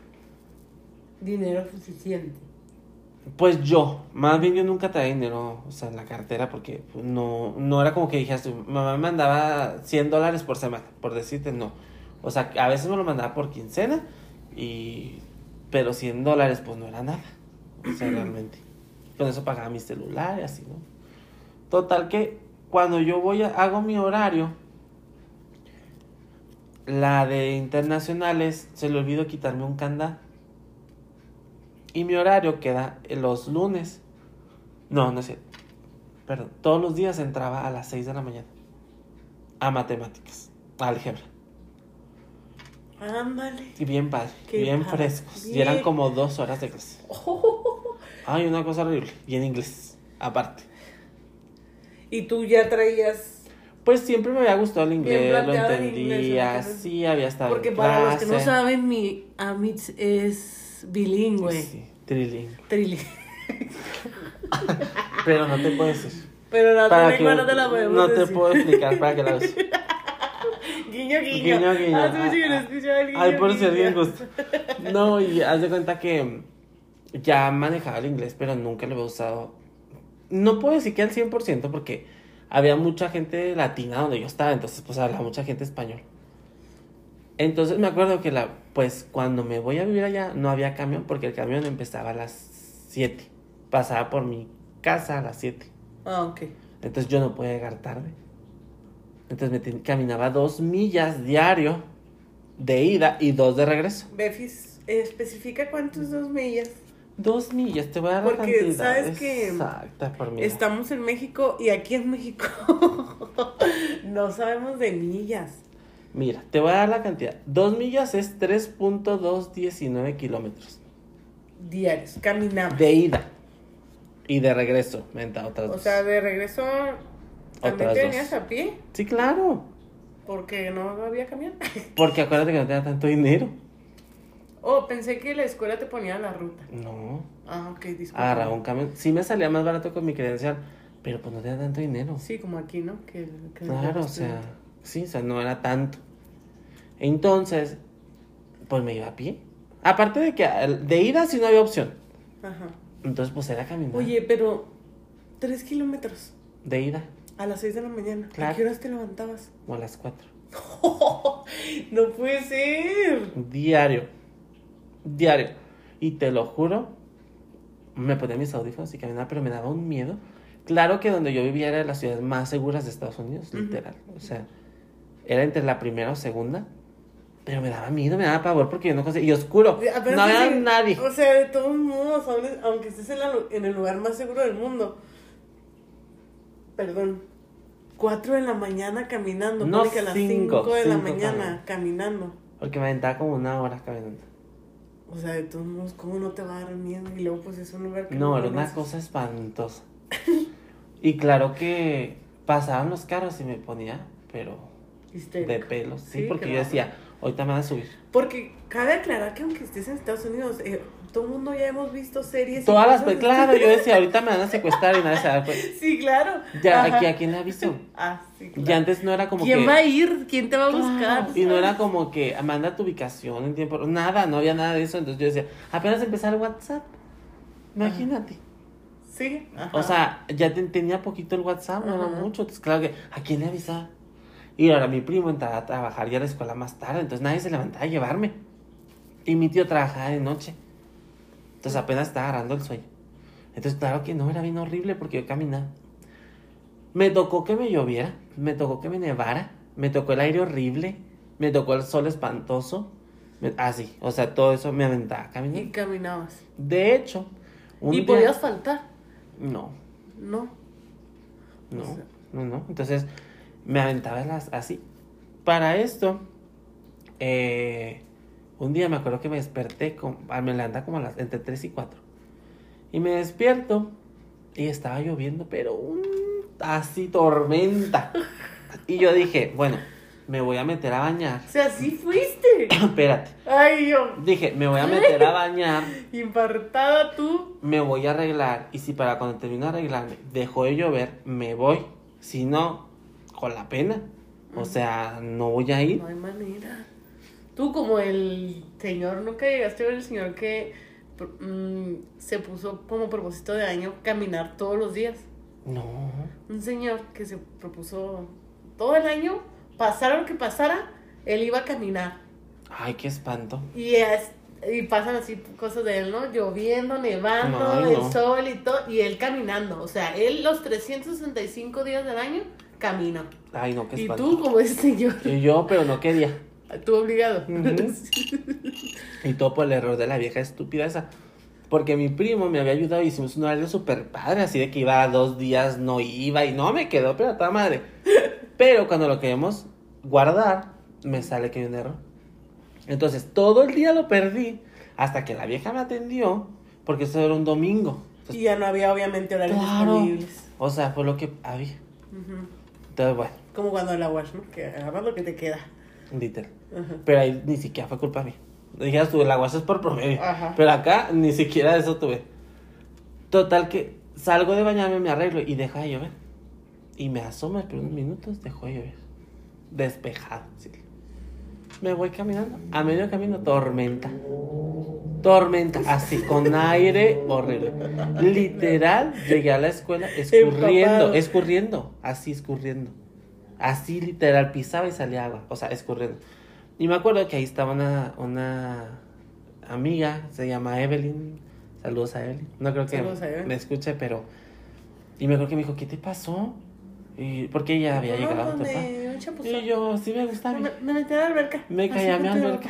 Dinero suficiente. Pues yo, más bien yo nunca traía dinero, o sea, en la cartera porque no, no era como que dijeras, mamá me mandaba cien dólares por semana, por decirte, no. O sea, a veces me lo mandaba por quincena, y pero cien dólares pues no era nada, o sea, realmente. Con eso pagaba mi celular y así, ¿no? Total que cuando yo voy a, hago mi horario, la de internacionales, se le olvidó quitarme un candado. Y mi horario queda los lunes. No, no sé. Perdón. Todos los días entraba a las seis de la mañana. A matemáticas. A álgebra. Ándale. Y bien padre. Qué bien padre. frescos. Bien. Y eran como dos horas de clase. Oh. Ay, una cosa horrible. Y en inglés. Aparte. ¿Y tú ya traías...? Pues siempre me había gustado el inglés, lo entendía, inglés, sí, había estado porque en para clase. Los que no saben, mi Amit es bilingüe. Sí, trilingüe. Trilingüe. Pero no te puedo decir. Pero la trilingüe no te la podemos No decir. te puedo explicar para que la veas. Guiño, guiño. Guiño, guiño. Ah, sí, sí, guiño, Ay, por si alguien gusta. No, y haz de cuenta que ya manejaba el inglés, pero nunca lo había usado. No puedo decir que al cien por ciento porque... había mucha gente latina donde yo estaba, entonces pues hablaba mucha gente español. Entonces me acuerdo que la, pues cuando me voy a vivir allá no había camión porque el camión empezaba a las siete. Pasaba por mi casa a las siete. Ah, ok. Entonces yo no podía llegar tarde. Entonces me ten- caminaba dos millas diario de ida y dos de regreso. Befis, especifica cuántos dos millas. Dos millas, te voy a dar la Porque cantidad sabes que exacta por milla. estamos en México y aquí en México no sabemos de millas. Mira, te voy a dar la cantidad. Dos millas es tres punto doscientos diecinueve kilómetros. Diarios, caminamos. De ida. Y de regreso, venta otras O dos. sea, de regreso también Otras te dos. venías a pie Sí, claro. porque no había camión. Porque acuérdate que no tenía tanto dinero. Oh, pensé que la escuela te ponía la ruta. No. Ah, ok, disculpa. Agarraba un camión. Sí me salía más barato con mi credencial, pero pues no tenía tanto dinero. Sí, como aquí, ¿no? Que, que Claro, o sea, sí, o sea, no era tanto. Entonces, pues me iba a pie. Aparte de que al- de ida sí no había opción. Ajá. Entonces, pues era caminar. Oye, pero tres kilómetros De ida, a las seis de la mañana. Claro. ¿A qué horas te levantabas? como a las cuatro. No puede ser. Diario. Diario. Y te lo juro, me ponía mis audífonos y caminaba, pero me daba un miedo. Claro que donde yo vivía era de las ciudades más seguras de Estados Unidos, Ujú. literal. O sea, era entre la primera o segunda. Pero me daba miedo, me daba pavor porque yo no conseguía. Y oscuro. Apenas No había te- nadie. O sea, de todos modos, aunque- aunque estés en, la- en el lugar más seguro del mundo. Perdón. Cuatro de la mañana caminando. No, ponle que a las cinco, cinco de la cinco mañana también. caminando. Porque me aventaba como una hora caminando. O sea, de todos modos, ¿cómo no te va a dar miedo? Y luego, pues es un lugar que No, era una conoces. cosa espantosa. Y claro que pasaban los carros y me ponía, pero Histérico. de pelos. Sí, Sí, porque yo claro. decía, ahorita me van a subir. Porque cabe aclarar que aunque estés en Estados Unidos, eh, todo el mundo ya hemos visto series. y Todas las, cosas pe- claro, así. yo decía, ahorita me van a secuestrar y nadie se da cuenta. Sí, claro. Ya, Ajá. aquí, ¿a quién le aviso? Ah, sí, claro. Ya antes no era como ¿Quién que... va a ir? ¿Quién te va a Claro, buscar? y no era como que manda tu ubicación en tiempo, nada, no había nada de eso, entonces yo decía, apenas empezar el WhatsApp, imagínate. Sí. Ajá. O sea, ya te- tenía poquito el WhatsApp, no era Ajá. mucho, entonces claro que, ¿a quién le avisaba? Y ahora mi primo entraba a trabajar ya a la escuela más tarde, entonces nadie se levantaba a llevarme. Y mi tío trabajaba de noche, entonces apenas estaba agarrando el sueño. Entonces claro que no, era bien horrible porque yo caminaba. Me tocó que me lloviera, me tocó que me nevara, me tocó el aire horrible, me tocó el sol espantoso, me- así, o sea, todo eso me aventaba Y caminando. caminabas. De hecho, un ¿Y día- podías faltar? No, No. no, O sea. no, no. Entonces me aventaba las así. Para esto, eh, un día me acuerdo que me desperté, con, ah, me levanté como a las, entre tres y cuatro. Y me despierto y estaba lloviendo, pero un, así tormenta. Y yo dije, bueno, me voy a meter a bañar. O sea, sí fuiste. Espérate. Ay, yo. Dije, me voy a meter a bañar, Infartada tú. me voy a arreglar. Y si para cuando termino de arreglarme dejó de llover, me voy. Si no, con la pena. O sea, no voy a ir. No hay manera. Tú como el señor, ¿nunca llegaste a ver el señor que mm, se puso como propósito de año caminar todos los días? No. Un señor que se propuso todo el año, pasara lo que pasara, él iba a caminar. Ay, qué espanto. Y, es, y pasan así cosas de él, ¿no? Lloviendo, nevando, Ay, no. el sol y todo, y él caminando. O sea, él los trescientos sesenta y cinco días del año camina. Ay, no, qué Y espanto. tú como ese señor, Y yo, pero no quería. tú obligado. Ujú. Y todo por el error de la vieja estúpida esa. Porque mi primo me había ayudado y hicimos un horario súper padre, así de que iba dos días, no iba y no me quedó, pero a toda madre. Pero cuando lo queremos guardar, me sale que hay un error. Entonces, todo el día lo perdí hasta que la vieja me atendió, porque eso era un domingo. Entonces, Y ya no había obviamente horarios claro. disponibles. O sea, fue lo que había. Ujú. Entonces, bueno, Como cuando la wash, ¿no? Que agarras lo que te queda. literal. Ajá. Pero ahí ni siquiera fue culpa mía. Dijeras tú, el agua es por promedio. Ajá. Pero acá ni siquiera eso tuve. Total que salgo de bañarme, me arreglo y deja de llover. Y me asomo por unos minutos, dejó de llover. Despejado. Sí. Me voy caminando. A medio camino, tormenta. Tormenta, así, con aire horrible. Literal, llegué a la escuela escurriendo, Empapado. escurriendo, así escurriendo. Así literal, pisaba y salía agua, o sea, escurriendo. Y me acuerdo que ahí estaba una, una amiga, se llama Evelyn. Saludos a Evelyn. No creo que Saludos a Evelyn. me escuche, pero... Y me acuerdo que me dijo, ¿qué te pasó? Y porque ella había No, llegado a pues Tepa. me, un chapuzón. Y yo, sí me gusta. Me, me metí a la alberca. Me caí a mi alberca.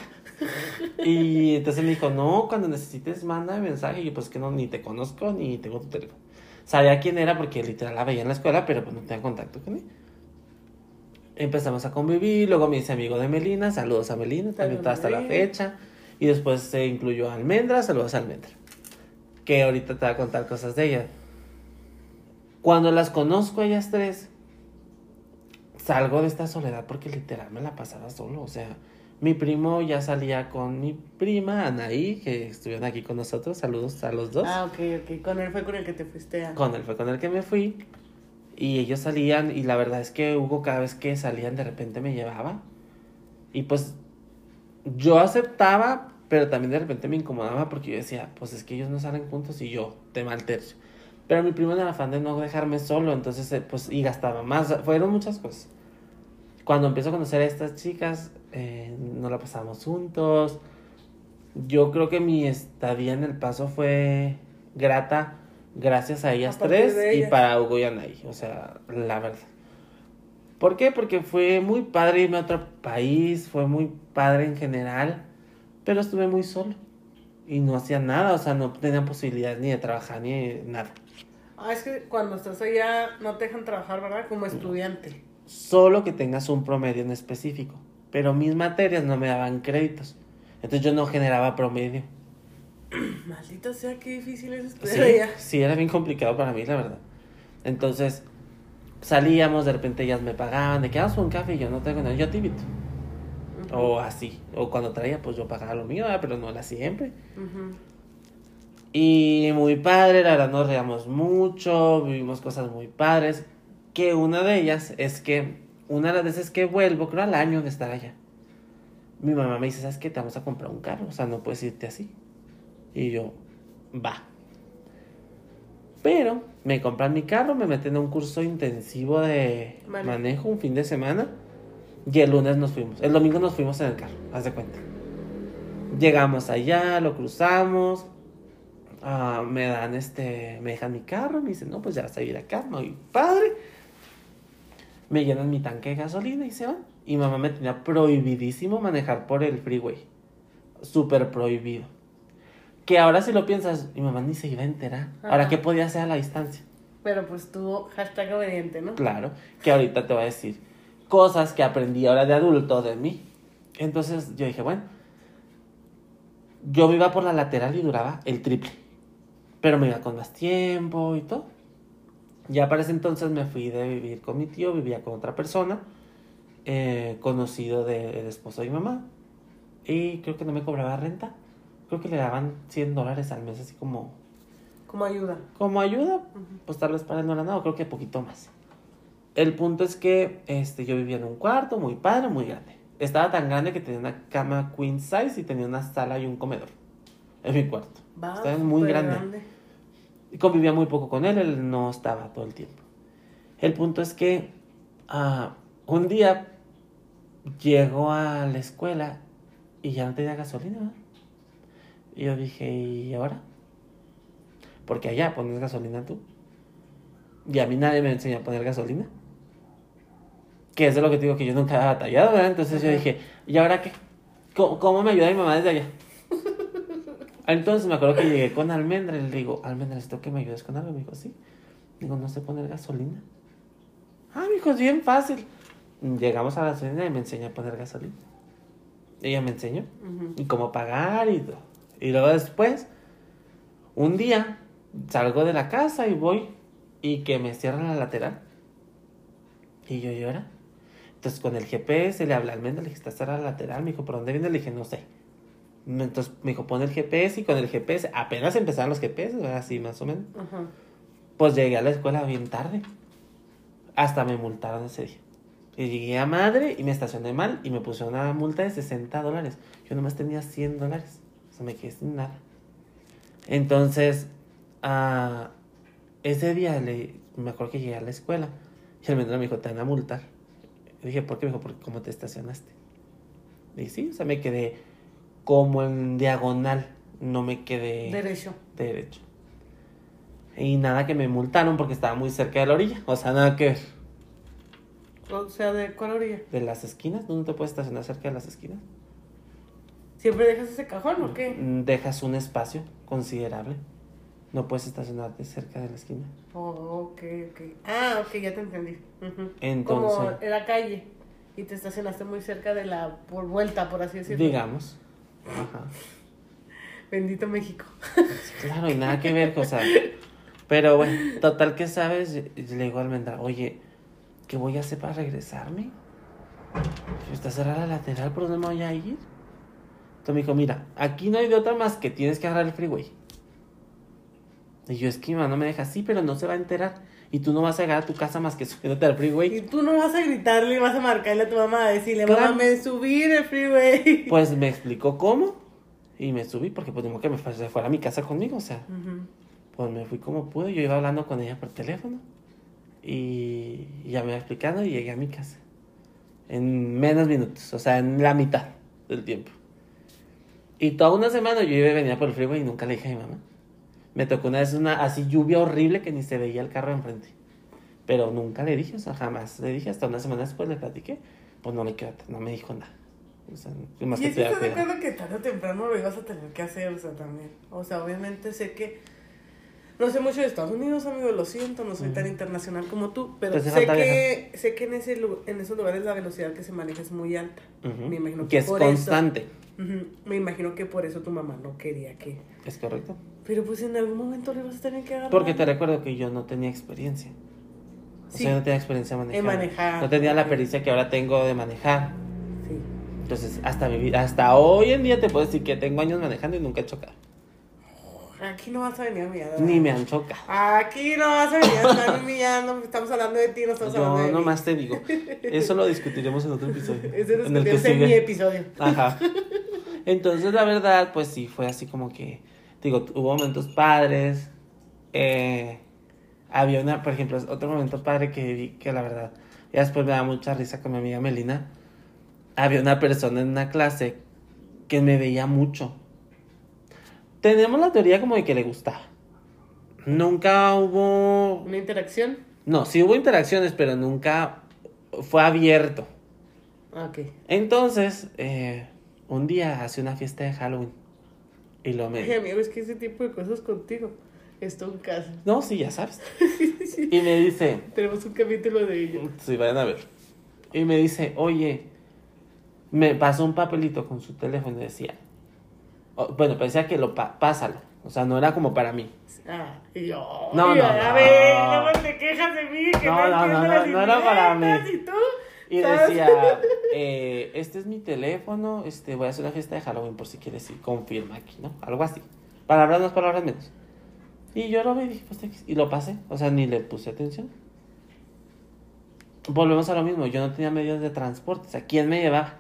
Y entonces me dijo, no, cuando necesites, manda mensaje. Y yo, pues que no, ni te conozco, ni tengo tu teléfono. Sabía quién era porque literal la veía en la escuela, pero pues no tenía contacto con él. Empezamos a convivir, luego me hice amigo de Melina, saludos a Melina, también está hasta la fecha. Y después se incluyó a Almendra, saludos a Almendra. Que ahorita te voy a contar cosas de ella. Cuando las conozco a ellas tres, salgo de esta soledad porque literal me la pasaba solo. O sea, mi primo ya salía con mi prima Anaí, que estuvieron aquí con nosotros. Saludos a los dos. Ah, ok, ok. Con él fue con el que te fuiste a... Con él fue con el que me fui. Y ellos salían, y la verdad es que Hugo cada vez que salían de repente me llevaba. Y pues yo aceptaba, pero también de repente me incomodaba porque yo decía, pues es que ellos no salen juntos y yo, tema al tercio. Pero mi primo era el afán de no dejarme solo, entonces pues y gastaba más, fueron muchas cosas. Cuando empiezo a conocer a estas chicas, eh, nos la pasamos juntos. Yo creo que mi estadía en El Paso fue grata gracias a ellas A partir tres de y ellas. para Hugo y Anaí, o sea, la verdad. ¿Por qué? Porque fue muy padre irme a otro país, fue muy padre en general, pero estuve muy solo y no hacía nada, o sea, no tenía posibilidad ni de trabajar ni de nada. Ah, es que cuando estás allá no te dejan trabajar, ¿verdad? Como estudiante. Solo que tengas un promedio en específico, pero mis materias no me daban créditos, entonces yo no generaba promedio. Maldita sea, qué difícil es estudiar Sí, allá. sí, era bien complicado para mí, la verdad. Entonces, salíamos, de repente ellas me pagaban, de que vamos por un café y yo no tengo nada, yo te invito. Uh-huh. O así, o cuando traía, pues yo pagaba lo mío, ¿verdad? Pero no era siempre. Uh-huh. Y muy padre, la verdad nos reíamos mucho, vivimos cosas muy padres. Que una de ellas es que, una de las veces que vuelvo, creo al año de estar allá, mi mamá me dice, ¿sabes qué? Te vamos a comprar un carro, o sea, no puedes irte así. Y yo, va. Pero me compran mi carro, me meten a un curso intensivo de Vale. manejo un fin de semana. Y el lunes nos fuimos. El domingo nos fuimos en el carro, haz de cuenta. Llegamos allá, lo cruzamos. Uh, me dan este. Me dejan mi carro. Me dicen, no, pues ya vas a ir acá. Muy padre. Me llenan mi tanque de gasolina y se van. Y mamá me tenía prohibidísimo manejar por el freeway. Súper prohibido. Que ahora si lo piensas, mi mamá ni se iba a enterar. Ajá. Ahora, ¿qué podía hacer a la distancia? Pero pues tú, hashtag obediente, ¿no? Claro, que ahorita te voy a decir cosas que aprendí ahora de adulto de mí. Entonces yo dije, bueno, yo me iba por la lateral y duraba el triple, pero me iba con más tiempo y todo. Ya para ese entonces me fui de vivir con mi tío, vivía con otra persona, eh, conocido del esposo de mi mamá, y creo que no me cobraba renta. Creo que le daban cien dólares al mes, así como... Como ayuda. Como ayuda, Uh-huh. pues tal vez para él no era nada, creo que poquito más. El punto es que este, yo vivía en un cuarto muy padre, muy grande. Estaba tan grande que tenía una cama queen size y tenía una sala y un comedor en mi cuarto. Va, Estaba muy grande. grande. Y convivía muy poco con él, él no estaba todo el tiempo. El punto es que uh, un día llego a la escuela y ya no tenía gasolina, ¿verdad? Y yo dije, ¿y ahora? Porque allá pones gasolina tú. Y a mí nadie me enseñó a poner gasolina. Que es de lo que te digo que yo nunca había batallado, ¿verdad? Entonces uh-huh. yo dije, ¿y ahora qué? ¿Cómo, ¿Cómo me ayuda mi mamá desde allá? Entonces me acuerdo que llegué con Almendra y le digo, Almendra, ¿necesito que me ayudes con algo? Me dijo, sí. Digo, no sé poner gasolina. Ah, me dijo, es bien fácil. Llegamos a la gasolina y me enseñó a poner gasolina. Ella me enseñó. Uh-huh. Y cómo pagar y todo. Y luego después, un día, salgo de la casa y voy y que me cierran la lateral. Y yo llora. Entonces con el G P S le hablé al Almendra, le dije, está cerrada la lateral. Me dijo, ¿por dónde viene? Le dije, no sé. Entonces me dijo, pon el G P S y con el G P S, apenas empezaron los G P S, así más o menos. Uh-huh. Pues llegué a la escuela bien tarde. Hasta me multaron ese día. Y llegué a madre y me estacioné mal y me pusieron una multa de sesenta dólares. Yo nomás tenía cien dólares. O sea, me quedé sin nada. Entonces, uh, ese día le, me acuerdo que llegué a la escuela y el mentor me dijo, te van a multar. Le dije, ¿por qué? Me dijo, porque ¿cómo te estacionaste? Y sí, o sea, me quedé como en diagonal, no me quedé Derecho. derecho. Y nada que me multaron porque estaba muy cerca de la orilla, o sea, nada que ver. O sea, ¿de cuál orilla? ¿De las esquinas? ¿No te puedes estacionar cerca de las esquinas? ¿Siempre dejas ese cajón o qué? Dejas un espacio considerable. No puedes estacionarte cerca de la esquina. Oh, ok, ok. Ah, ok, ya te entendí. Uh-huh. Entonces, como en la calle y te estacionaste muy cerca de la por vuelta, por así decirlo. Digamos. Ajá. Bendito México. Claro, y nada que ver, o sea. Pero bueno, total que sabes, le digo al Almendra, oye, ¿qué voy a hacer para regresarme? Está cerrada la lateral, ¿por dónde me voy a ir? Entonces me dijo, mira, aquí no hay de otra más que tienes que agarrar el freeway. Y yo, es que mi mamá no me deja así, pero no se va a enterar. Y tú no vas a llegar a tu casa más que subiéndote al freeway. Y tú no vas a gritarle y vas a marcarle a tu mamá a decirle, Claro. mamá, me subí en el freeway. Pues me explicó cómo. Y me subí porque pues tengo que me se fuera a mi casa conmigo, o sea. Uh-huh. Pues me fui como pude. Yo iba hablando con ella por teléfono. Y ya me iba explicando y llegué a mi casa. En menos minutos, o sea, en la mitad del tiempo. Y toda una semana yo iba y venía por el freeway y nunca le dije a mi mamá. Me tocó una vez una así lluvia horrible que ni se veía el carro de enfrente. Pero nunca le dije, o sea, jamás le dije. Hasta una semana después le platiqué. Pues no le quedó, no me dijo nada. O sea, más Y que es que te estás de cuidado. acuerdo que tarde o temprano lo ibas a tener que hacer, o sea, también. O sea, obviamente sé que no sé mucho de Estados Unidos, amigo, lo siento, no soy uh-huh. tan internacional como tú, pero sé que, sé que en, ese, en esos lugares la velocidad que se maneja es muy alta. Uh-huh. Me imagino que, que es por constante. Eso, uh-huh, me imagino que por eso tu mamá no quería que... Es correcto. Pero pues en algún momento le vas a tener que agarrar. Porque te recuerdo que yo no tenía experiencia. O sí. sea, yo no tenía experiencia de manejar. En manejar. No tenía la pericia que ahora tengo de manejar. Sí. Entonces, hasta mi vida, hasta hoy en día te puedo decir que tengo años manejando y nunca he chocado. Aquí no vas a venir a humillar. Ni me han chocado. Aquí no vas a venir a estar humillando. Estamos hablando de ti, no estamos yo hablando de mí. Yo nomás te digo. Eso lo discutiremos en otro episodio. Eso lo en el que sigue. En mi episodio. Ajá. Entonces, la verdad, pues sí, fue así como que... Digo, hubo momentos padres. Eh, había una, por ejemplo, otro momento padre que vi que la verdad... Ya después me da mucha risa con mi amiga Melina. Había una persona en una clase que me veía mucho. Tenemos la teoría como de que le gustaba. Nunca hubo... ¿Una interacción? No, sí hubo interacciones, pero nunca fue abierto. Ok. Entonces, eh, un día hace una fiesta de Halloween. Y lo me... Ay, amigo, es que ese tipo de cosas contigo es un caso. No, sí, ya sabes. Sí. Y me dice... Tenemos un capítulo de ello. Sí, vayan a ver. Y me dice, oye, me pasó un papelito con su teléfono y decía... Oh, bueno, pensé que lo pa- pásalo. O sea, no era como para mí. Ah, y yo. No, no, no. A ver, no te quejas de mí. Que no, no, no, no, no era para mí. ¿Y tú? Y ¿sabes? decía, eh, este es mi teléfono, este, voy a hacer una fiesta de Halloween por si quieres ir, confirma aquí, ¿no? Algo así. Palabras más, palabras menos. Y yo lo vi y dije, pues, y lo pasé. O sea, ni le puse atención. Volvemos a lo mismo. Yo no tenía medios de transporte. O sea, ¿quién me llevaba?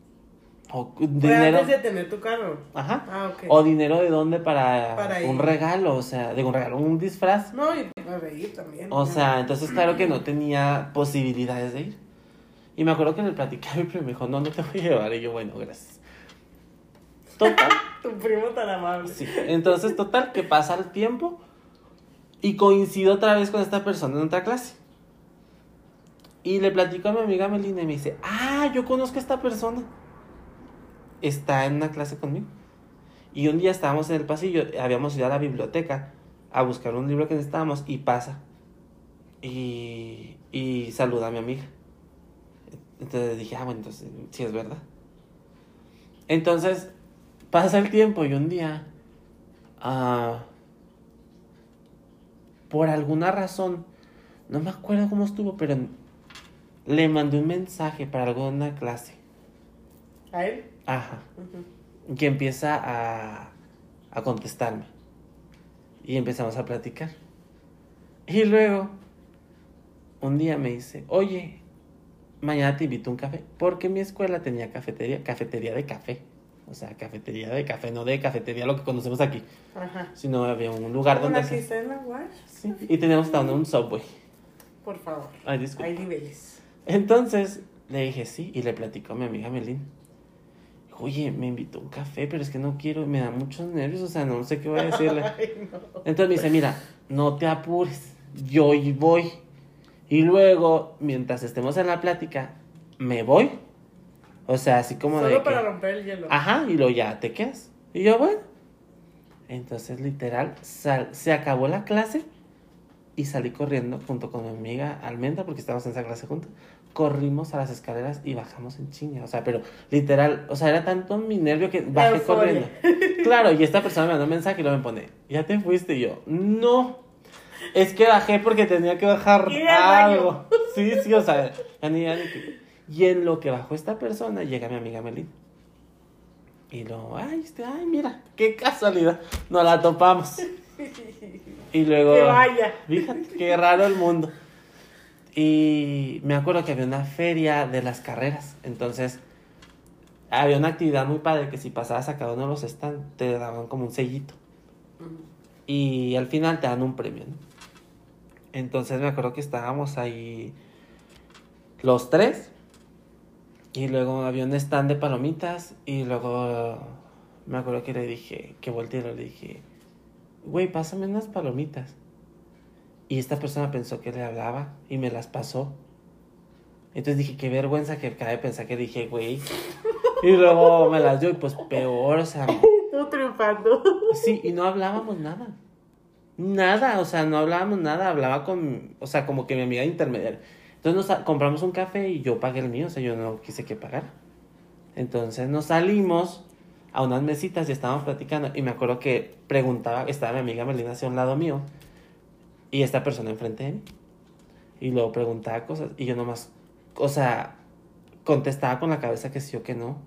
O dinero. Antes de tener tu carro. Ajá. Ah, ok. O dinero de dónde para, para un ir. regalo, o sea, de un regalo, un disfraz. No, y para ir también. O ¿no? sea, entonces claro que no tenía posibilidades de ir. Y me acuerdo que le platicé a mi primo y me dijo, no, no te voy a llevar. Y yo, bueno, gracias. Total. Tu primo tan amable. Sí. Entonces, total, que pasa el tiempo y coincido otra vez con esta persona en otra clase. Y le platico a mi amiga Melina y me dice, ah, yo conozco a esta persona. Está en una clase conmigo. Y un día estábamos en el pasillo, habíamos ido a la biblioteca a buscar un libro que necesitábamos y pasa. Y, y saluda a mi amiga. Entonces dije, ah, bueno, entonces sí es verdad. Entonces pasa el tiempo y un día, uh, por alguna razón, no me acuerdo cómo estuvo, pero le mandé un mensaje para alguna clase. ¿A él? Ajá. Uh-huh. Que empieza a, a contestarme. Y empezamos a platicar. Y luego, un día me dice, oye, mañana te invito a un café. Porque mi escuela tenía cafetería, cafetería de café. O sea, cafetería de café, no de cafetería lo que conocemos aquí. Ajá. Sino había un lugar donde... ¿Una que está en la U A S? Sí, y teníamos hasta un Subway. Por favor. Ay, disculpa. Hay niveles. Entonces, le dije sí y le platicó a mi amiga Melina. oye, me invitó a un café, pero es que no quiero, me da muchos nervios, o sea, no sé qué voy a decirle. Ay, no. Entonces me dice, mira, no te apures, yo y voy. Y luego, mientras estemos en la plática, me voy. O sea, así como Solo de para que, romper el hielo. ajá, y luego ya te quedas. Y yo, bueno. Entonces, literal, sal, se acabó la clase y salí corriendo junto con mi amiga Almendra, porque estábamos en esa clase juntos. Corrimos a las escaleras y bajamos en chinga. O sea, pero literal, o sea, era tanto mi nervio que bajé corriendo. Claro, y esta persona me mandó un mensaje y luego me pone, ¿ya te fuiste? Y yo, no. Es que bajé porque tenía que bajar algo. Sí, sí, o sea, ya ni, ya ni que... Y en lo que bajó esta persona, llega mi amiga Melina. Y luego, ay, este, ay, mira, qué casualidad, nos la topamos. Y luego, que vaya. Fíjate, qué raro el mundo. Y me acuerdo que había una feria de las carreras. Entonces, había una actividad muy padre que si pasabas a cada uno de los stands, te daban como un sellito. Uh-huh. Y al final te dan un premio, ¿no? Entonces me acuerdo que estábamos ahí los tres. Y luego había un stand de palomitas. Y luego me acuerdo que le dije, que volteé y le dije, güey, pásame unas palomitas. Y esta persona pensó que le hablaba y me las pasó. Entonces dije, qué vergüenza que acabé de pensar que dije, güey. Y luego me las dio y pues peor, o sea. Tú triunfando. Sí, y no hablábamos nada. Nada, o sea, no hablábamos nada. Hablaba con, o sea, como que mi amiga intermediaria. Entonces nos compramos un café y yo pagué el mío, o sea, yo no quise que pagara. Entonces nos salimos a unas mesitas y estábamos platicando. Y me acuerdo que preguntaba, estaba mi amiga Melina hacia un lado mío. Y esta persona enfrente de mí. Y luego preguntaba cosas. Y yo nomás, o sea, contestaba con la cabeza que sí o que no.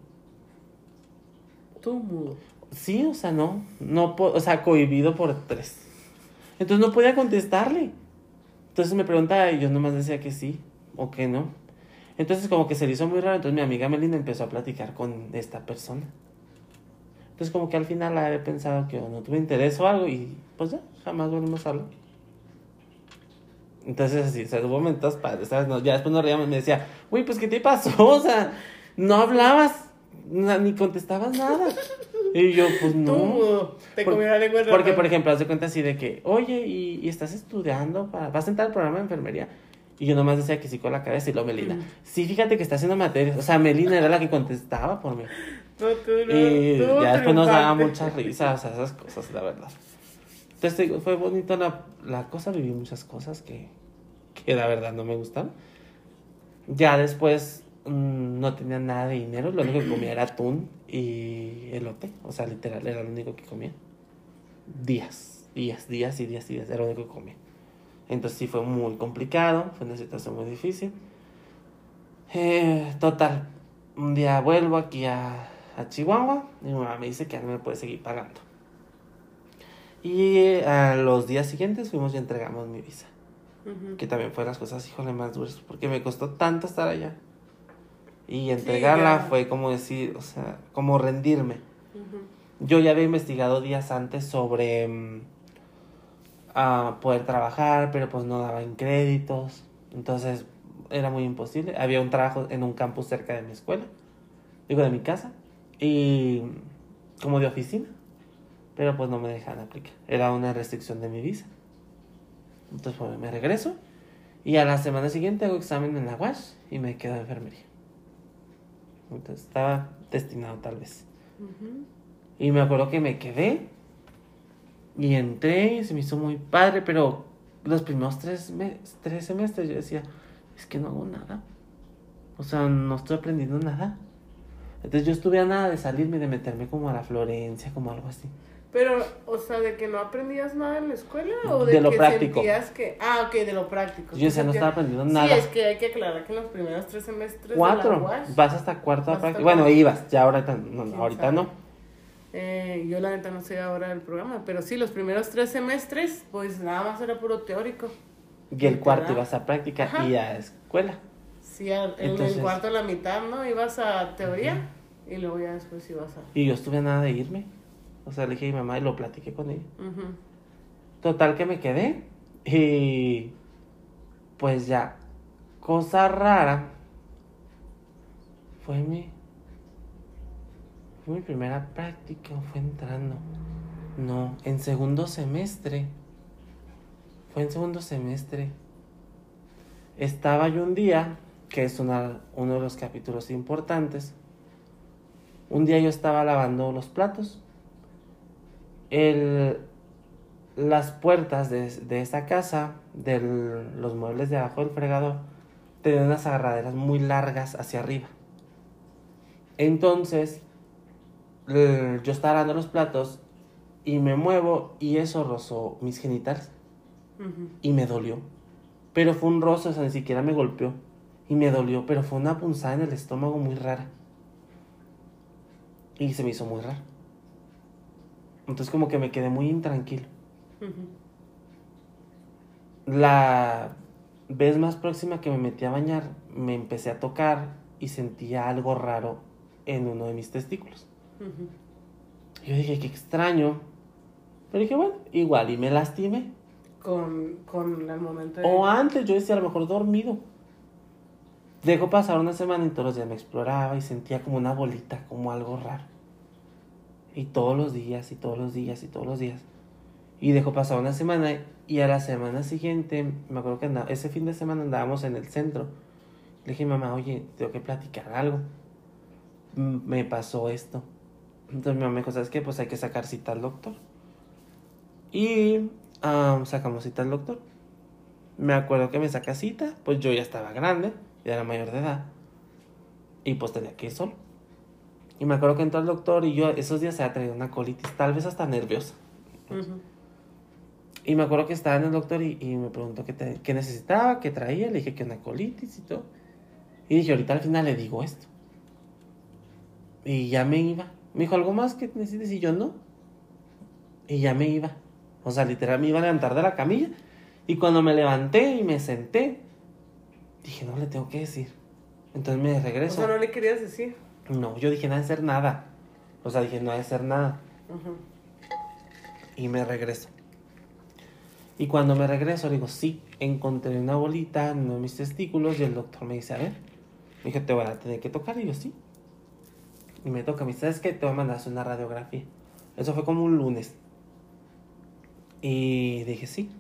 Tú mudo. Sí, o sea, no. no po- o sea, cohibido por tres. Entonces no podía contestarle. Entonces me preguntaba y yo nomás decía que sí o que no. Entonces como que se le hizo muy raro. Entonces mi amiga Melina empezó a platicar con esta persona. Entonces como que al final había pensado que no tuve interés o algo. Y pues ya, jamás volvimos a hablar. Entonces así, o sea, hubo momentos padres, ¿sabes? No, ya después nos reíamos y me decía, güey, pues ¿qué te pasó? O sea, no hablabas, na, ni contestabas nada. Y yo, pues no. Tú, te Por, comió la lengua. Porque, por ejemplo, haz de cuenta así de que, oye, ¿y, y estás estudiando? Para, ¿vas a entrar al programa de enfermería? Y yo nomás decía que sí con la cabeza y luego Melina. Mm. Sí, fíjate que está haciendo materias. O sea, Melina era la que contestaba por mí. No, tú no. Y tú ya después nos daba mucha risa, o sea, esas cosas, la verdad. Entonces fue bonito la, la cosa, viví muchas cosas que, que la verdad no me gustan. Ya después mmm, no tenía nada de dinero, lo único que comía era atún y elote, o sea, literal, era lo único que comía. Días, días, días y días y días, era lo único que comía. Entonces sí fue muy complicado, fue una situación muy difícil. Eh, total, un día vuelvo aquí a, a Chihuahua y mi mamá me dice que ya no me puede seguir pagando. Y a los días siguientes fuimos y entregamos mi visa. Uh-huh. Que también fue las cosas, híjole, más duras. Porque me costó tanto estar allá. Y entregarla sí, fue como decir, o sea, como rendirme. Uh-huh. Yo ya había investigado días antes sobre um, uh, poder trabajar, pero pues no daban créditos. Entonces era muy imposible. Había un trabajo en un campus cerca de mi escuela. Digo, de mi casa. Y como de oficina. Pero pues no me dejaban aplicar. Era una restricción de mi visa. Entonces pues, me regreso. Y a la semana siguiente hago examen en la U A S H y me quedo en enfermería. Entonces estaba destinado tal vez. Uh-huh. Y me acuerdo que me quedé. Y entré y se me hizo muy padre. Pero los primeros tres, mes, tres semestres yo decía, es que no hago nada. O sea, no estoy aprendiendo nada. Entonces yo estuve a nada de salirme y de meterme como a la Florencia, como algo así. Pero, o sea, ¿de que no aprendías nada en la escuela? ¿O de, de lo que práctico. sentías que...? Ah, ok, de lo práctico. Yo decía, no estaba aprendiendo nada. Sí, es que hay que aclarar que en los primeros tres semestres Cuatro. de la U A S H... Vas hasta cuarto de práctica. Bueno, ibas, ya ahorita no. no ahorita sabe? no. Eh, yo la neta no sé ahora del programa, pero sí, los primeros tres semestres, pues nada más era puro teórico. Y el cuarto ibas a práctica. Ajá. Y a escuela. Sí, en Entonces, el cuarto a la mitad, ¿no? Ibas a teoría uh-huh. y luego ya después ibas a... Y yo estuve a nada de irme. O sea, le dije a mi mamá y lo platiqué con ella. Uh-huh. Total que me quedé. Y pues ya, cosa rara fue mi... Fue mi primera práctica o fue entrando. No, en segundo semestre. Fue en segundo semestre. Estaba yo un día, que es una, uno de los capítulos importantes. Un día yo estaba lavando los platos. El, las puertas de, de esa casa, de los muebles de abajo del fregador, tenían unas agarraderas muy largas hacia arriba. Entonces, yo estaba lavando los platos y me muevo y eso rozó mis genitales. Uh-huh. Y me dolió. Pero fue un roce, o sea, ni siquiera me golpeó. Y me dolió, pero fue una punzada en el estómago muy rara. Y se me hizo muy raro. Entonces como que me quedé muy intranquilo. Uh-huh. La vez más próxima que me metí a bañar, me empecé a tocar y sentía algo raro en uno de mis testículos. Uh-huh. Yo dije, qué extraño. Pero dije, bueno, igual y me lastimé. Con, con el momento de... O antes, yo decía, a lo mejor dormido. Dejó pasar una semana y todos los días me exploraba y sentía como una bolita, como algo raro. Y todos los días, y todos los días, y todos los días. Y dejó pasar una semana y a la semana siguiente, me acuerdo que andaba, ese fin de semana andábamos en el centro. Le dije, mamá, oye, tengo que platicar algo. Me pasó esto. Entonces mi mamá me dijo, ¿sabes qué? Pues hay que sacar cita al doctor. Y um, sacamos cita al doctor. Me acuerdo que me saca cita, pues yo ya estaba grande, ya era mayor de edad. Y pues tenía que ir solo. Y me acuerdo que entró el doctor y yo esos días se había traído una colitis, tal vez hasta nerviosa. Uh-huh. Y me acuerdo que estaba en el doctor y, y me preguntó qué, te, qué necesitaba, qué traía. Le dije que una colitis y todo. Y dije, ahorita al final le digo esto. Y ya me iba. Me dijo, ¿algo más que necesites? Y yo, no. Y ya me iba. O sea, literal, me iba a levantar de la camilla. Y cuando me levanté y me senté, dije, no le tengo que decir. Entonces me regreso. O sea, ¿no le querías decir? No, yo dije, no ha de ser nada. O sea, dije, no ha de ser nada. Uh-huh. Y me regreso. Y cuando me regreso, le digo, sí, encontré una bolita en uno de mis testículos. Y el doctor me dice, a ver. Me dijo, te voy a tener que tocar. Y yo, sí. Y me toca, me dice, ¿sabes qué? Te voy a mandar a hacer una radiografía. Eso fue como un lunes. Y dije, sí.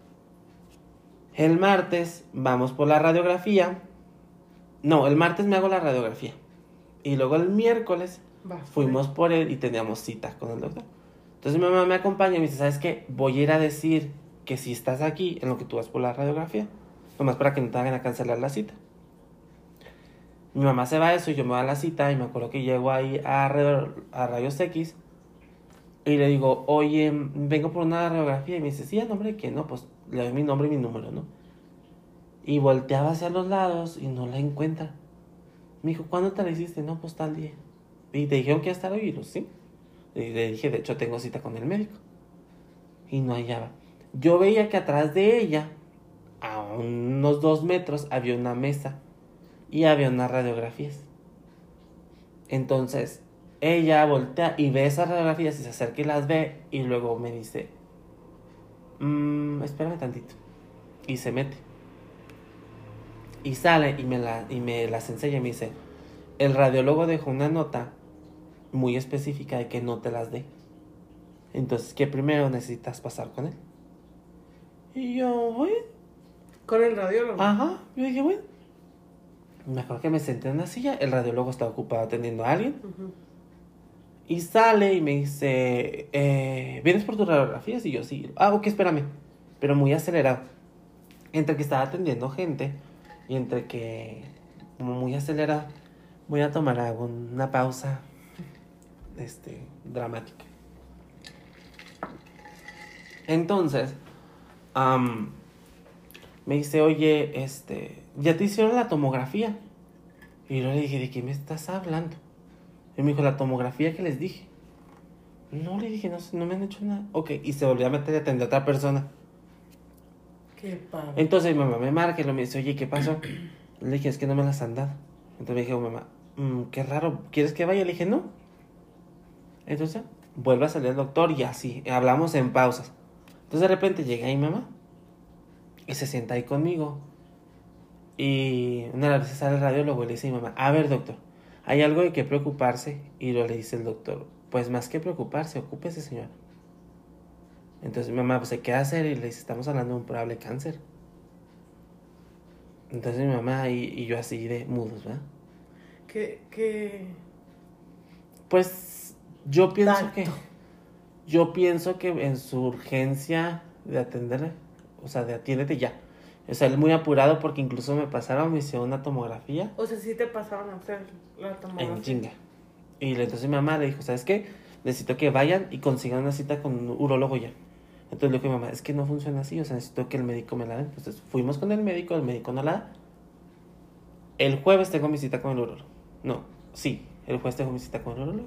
El martes vamos por la radiografía. No, el martes me hago la radiografía. Y luego el miércoles Va, fuimos bien. por él y teníamos cita con el doctor. Entonces mi mamá me acompaña y me dice, ¿sabes qué? Voy a ir a decir que si estás aquí en lo que tú vas por la radiografía. Nomás para que no te vayan a cancelar la cita. Mi mamá se va a eso y yo me voy a la cita y me acuerdo que llego ahí a, a Rayos X y le digo, oye, vengo por una radiografía. Y me dice, sí, ¿el nombre de quién? No, pues le doy mi nombre y mi número, ¿no? Y volteaba hacia los lados y no la encuentra. Me dijo, ¿cuándo te la hiciste? No, pues tal día. Y te dijeron que iba a estar hoy, y lo sí. Y le dije, de hecho tengo cita con el médico. Y no hallaba. Yo veía que atrás de ella, a unos dos metros, había una mesa. Y había unas radiografías. Entonces, ella voltea y ve esas radiografías y se acerca y las ve. Y luego me dice, mmm, espérame tantito. Y se mete. Y sale y me, la, y me las enseña y me dice, el radiólogo dejó una nota muy específica de que no te las dé. Entonces, que primero necesitas pasar con él. Y yo, bueno. ¿Con el radiólogo? Ajá, yo dije, bueno. Me acuerdo que me senté en una silla, el radiólogo estaba ocupado atendiendo a alguien. Uh-huh. Y sale y me dice, eh, ¿vienes por tus radiografías? Y yo, sí. Ah, ok, espérame. Pero muy acelerado. Entre que estaba atendiendo gente y entre que, como muy acelerado, voy a tomar una pausa este, dramática. Entonces, um, me dice, oye, este, ¿ya te hicieron la tomografía? Y yo le dije, ¿de qué me estás hablando? Y me dijo, la tomografía que les dije. No, le dije, no, no me han hecho nada. Ok, y se volvió a meter y atender a otra persona. Qué padre. Entonces mi mamá me marca y me dice, oye, ¿qué pasó? Le dije, es que no me las han dado. Entonces me dijo, mamá, mmm, qué raro, ¿quieres que vaya? Le dije, no. Entonces, vuelve a salir el doctor y así, hablamos en pausas. Entonces de repente llega ahí mamá y se sienta ahí conmigo. Y una vez sale el radiólogo y le dice a mi mamá, a ver doctor, hay algo de qué preocuparse. Y luego le dice el doctor, pues más que preocuparse, ocúpese, señora. Entonces mi mamá pues, se queda a hacer y le dice, estamos hablando de un probable cáncer. Entonces mi mamá y, y yo así de mudos, ¿verdad? ¿Qué? qué... Pues yo pienso Tanto. que... Yo pienso que en su urgencia de atenderle, o sea, de atiéndete ya. O sea, él muy apurado porque incluso me pasaron, me hicieron una tomografía. O sea, sí te pasaron a hacer la tomografía. En chinga. Y entonces mi mamá le dijo, ¿sabes qué? Necesito que vayan y consigan una cita con un urólogo ya. Entonces le dijo a mi mamá, es que no funciona así, o sea, necesito que el médico me la dé. Entonces fuimos con el médico, el médico no la da. El jueves tengo mi cita con el urólogo. No, sí, el jueves tengo mi cita con el urólogo.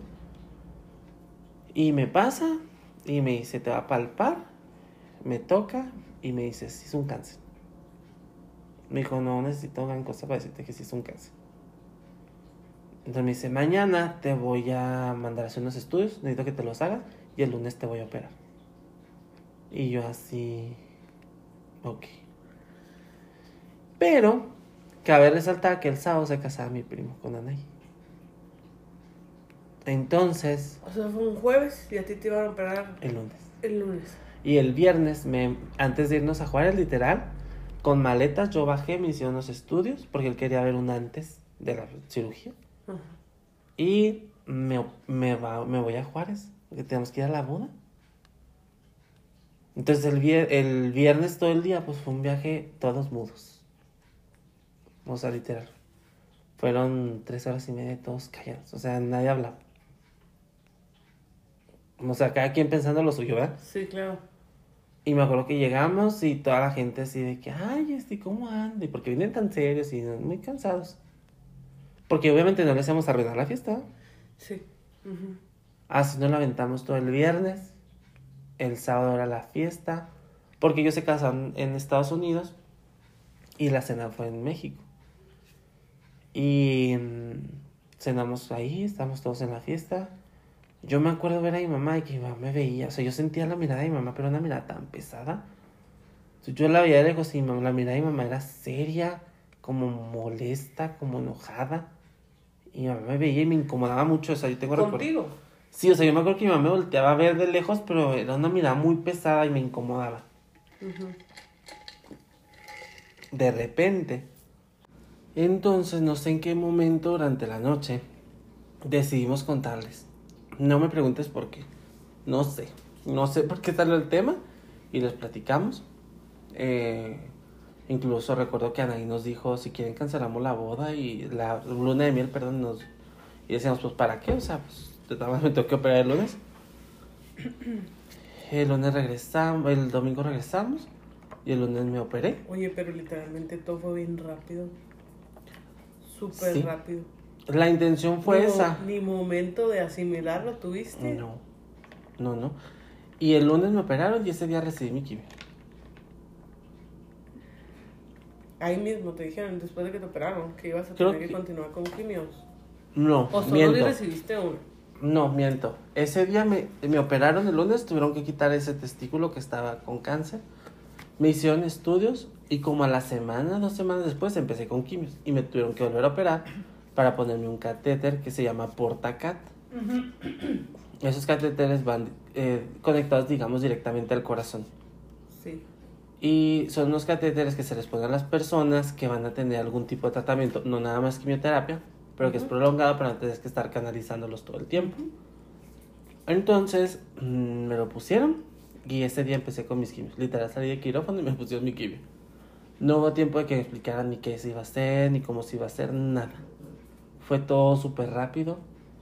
Y me pasa y me dice, te va a palpar, me toca y me dice, sí es un cáncer. Me dijo, no necesito gran cosa para decirte que sí es un cáncer. Entonces me dice, mañana te voy a mandar a hacer unos estudios, necesito que te los hagas y el lunes te voy a operar. Y yo así, ok. Pero, cabe resaltar que el sábado se casaba mi primo con Anaí. Entonces... O sea, fue un jueves y a ti te iban a operar... El lunes. El lunes. Y el viernes, me, antes de irnos a Juárez, literal, con maletas yo bajé, me hicieron unos estudios, porque él quería ver un antes de la cirugía. Uh-huh. Y me, me, va, me voy a Juárez, porque tenemos que ir a la boda. Entonces el, el viernes todo el día, pues fue un viaje todos mudos. O sea, literal. Fueron tres horas y media todos callados, o sea, nadie hablaba. O sea, cada quien pensando lo suyo, ¿verdad? Sí, claro. Y me acuerdo que llegamos y toda la gente así de que, ay, este, ¿cómo anda? Y porque vienen tan serios y muy cansados. Porque obviamente no les íbamos a arruinar la fiesta. Sí. Uh-huh. Así nos la aventamos todo el viernes. El sábado era la fiesta. Porque ellos se casaron en Estados Unidos y la cena fue en México. Y mmm, cenamos ahí, estábamos todos en la fiesta. Yo me acuerdo ver a mi mamá y que mi mamá me veía. O sea, yo sentía la mirada de mi mamá, pero una mirada tan pesada. Yo la veía de lejos y la mirada de mi mamá era seria, como molesta, como enojada. Y mi mamá me veía y me incomodaba mucho. O sea, yo tengo recuerdo. ¿Contigo? Sí, o sea, yo me acuerdo que mi mamá me volteaba a ver de lejos, pero era una mirada muy pesada y me incomodaba. Uh-huh. De repente. Entonces, no sé en qué momento durante la noche decidimos contarles. No me preguntes por qué. No sé. No sé por qué salió el tema. Y les platicamos. Eh, incluso recuerdo que Anaí nos dijo, si quieren cancelamos la boda y la luna de miel, perdón. Nos... Y decíamos, pues ¿para qué? O sea, pues de todas maneras me tengo que operar el lunes. El lunes regresamos, el domingo regresamos. Y el lunes me operé. Oye, pero literalmente todo fue bien rápido. Súper sí. rápido. La intención fue ni esa. Ni momento de asimilarlo tuviste. No, no, no. Y el lunes me operaron y ese día recibí mi quimio. Ahí mismo te dijeron, después de que te operaron, que ibas a Creo tener que, que continuar con quimios. No, ¿O solo miento. recibiste uno? No, miento. Ese día me, me operaron el lunes, tuvieron que quitar ese testículo que estaba con cáncer. Me hicieron estudios y como a la semana, dos semanas después, empecé con quimios. Y me tuvieron que volver a operar para ponerme un catéter que se llama Portacat. Uh-huh. Esos catéteres van eh, conectados, digamos, directamente al corazón. Sí. Y son unos catéteres que se les ponen a las personas que van a tener algún tipo de tratamiento, no nada más quimioterapia, pero uh-huh. que es prolongado para no tener que estar canalizándolos todo el tiempo. Entonces, mmm, me lo pusieron y ese día empecé con mis quimios. Literal salí de quirófano y me pusieron mi quimio. No hubo tiempo de que me explicaran ni qué se iba a hacer, ni cómo se iba a hacer, nada. Fue todo súper rápido.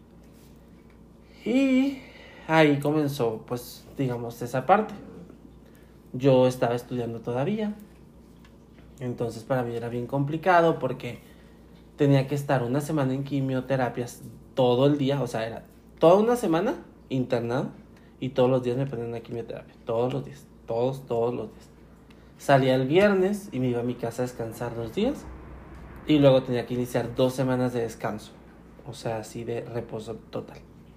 Y ahí comenzó, pues, digamos, esa parte. Yo estaba estudiando todavía. Entonces para mí era bien complicado porque tenía que estar una semana en quimioterapias todo el día. O sea, era toda una semana internado y todos los días me ponían una quimioterapia. Todos los días, todos, todos los días. Salía el viernes y me iba a mi casa a descansar dos días. Y luego tenía que iniciar dos semanas de descanso. O sea, así de reposo total.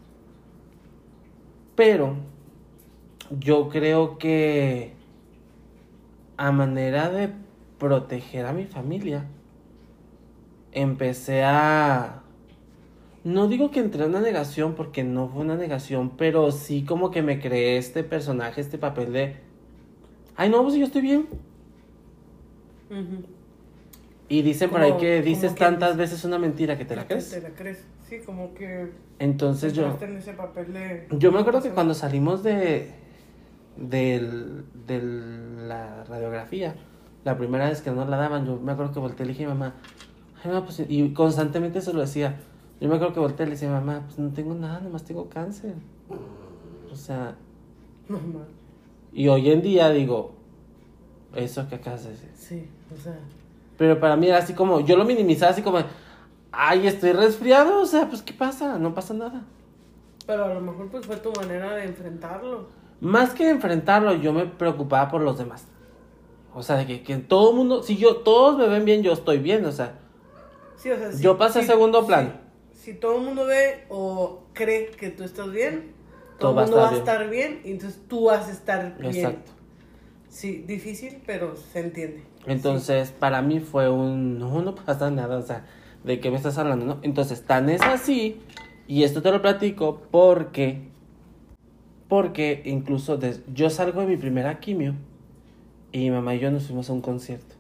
Pero yo creo que a manera de proteger a mi familia, empecé a... No digo que entré en una negación porque no fue una negación, pero sí como que me creé este personaje, este papel de... Ay, no, pues yo estoy bien. Uh-huh. Y dicen por ahí que dices que tantas dices, veces una mentira que te la crees. Te la crees, sí, como que... Entonces yo... En ese papel de... Yo me acuerdo que cuando salimos de... De, de la radiografía, la primera vez que nos la daban, yo me acuerdo que volteé y le dije a mamá, ay, mamá, pues, y constantemente se lo decía. Yo me acuerdo que volteé y le decía, mamá, pues no tengo nada, nomás tengo cáncer. O sea... Mamá. Y hoy en día digo, eso que acabas de decir. Sí, o sea... Pero para mí era así como, yo lo minimizaba así como, ay, estoy resfriado, o sea, pues ¿qué pasa? No pasa nada. Pero a lo mejor pues fue tu manera de enfrentarlo. Más que enfrentarlo, yo me preocupaba por los demás. O sea, de que, que todo el mundo, si yo, todos me ven bien, yo estoy bien, o sea. Sí, o sea, si, yo pasé si, a segundo plano. Si, si todo el mundo ve o cree que tú estás bien, todo, todo el mundo va a estar bien, y entonces tú vas a estar bien. Exacto. Sí, difícil, pero se entiende. Entonces, sí. Para mí fue un, no, no pasa nada, o sea, ¿de qué me estás hablando, no? Entonces, tan es así, y esto te lo platico porque, porque incluso de, yo salgo de mi primera quimio, y mi mamá y yo nos fuimos a un concierto.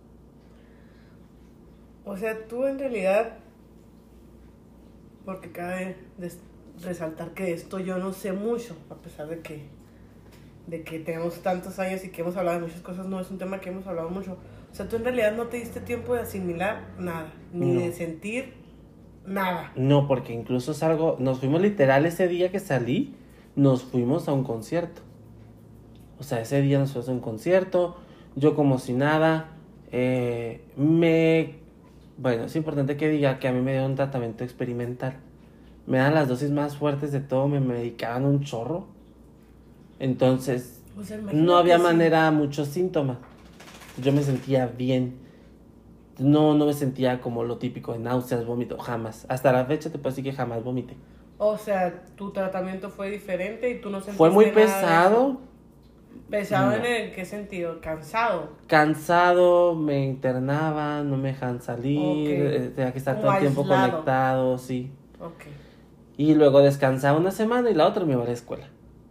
O sea, tú en realidad, porque cabe resaltar que de esto yo no sé mucho, a pesar de que de que tenemos tantos años y que hemos hablado de muchas cosas, no es un tema que hemos hablado mucho. O sea, tú en realidad no te diste tiempo de asimilar nada, ni no. de sentir nada. No, porque incluso salgo, nos fuimos literal ese día que salí, nos fuimos a un concierto. O sea, ese día nos fuimos a un concierto, yo como si nada, eh, me... Bueno, es importante que diga que a mí me dio un tratamiento experimental. Me dan las dosis más fuertes de todo, me medicaban un chorro. Entonces, o sea, no había manera, sí. Muchos síntomas. Yo me sentía bien. No, no me sentía como lo típico de náuseas, vómito, jamás. Hasta la fecha te puedo decir que jamás vomité. O sea, tu tratamiento fue diferente y tú no sentiste Fue muy nada pesado. ¿Pesado no. en el qué sentido? ¿Cansado? Cansado, me internaban, no me dejan salir, okay. Tenía que estar como todo el tiempo aislado. Conectado, sí. Okay. Y luego descansaba una semana y la otra me iba a la escuela.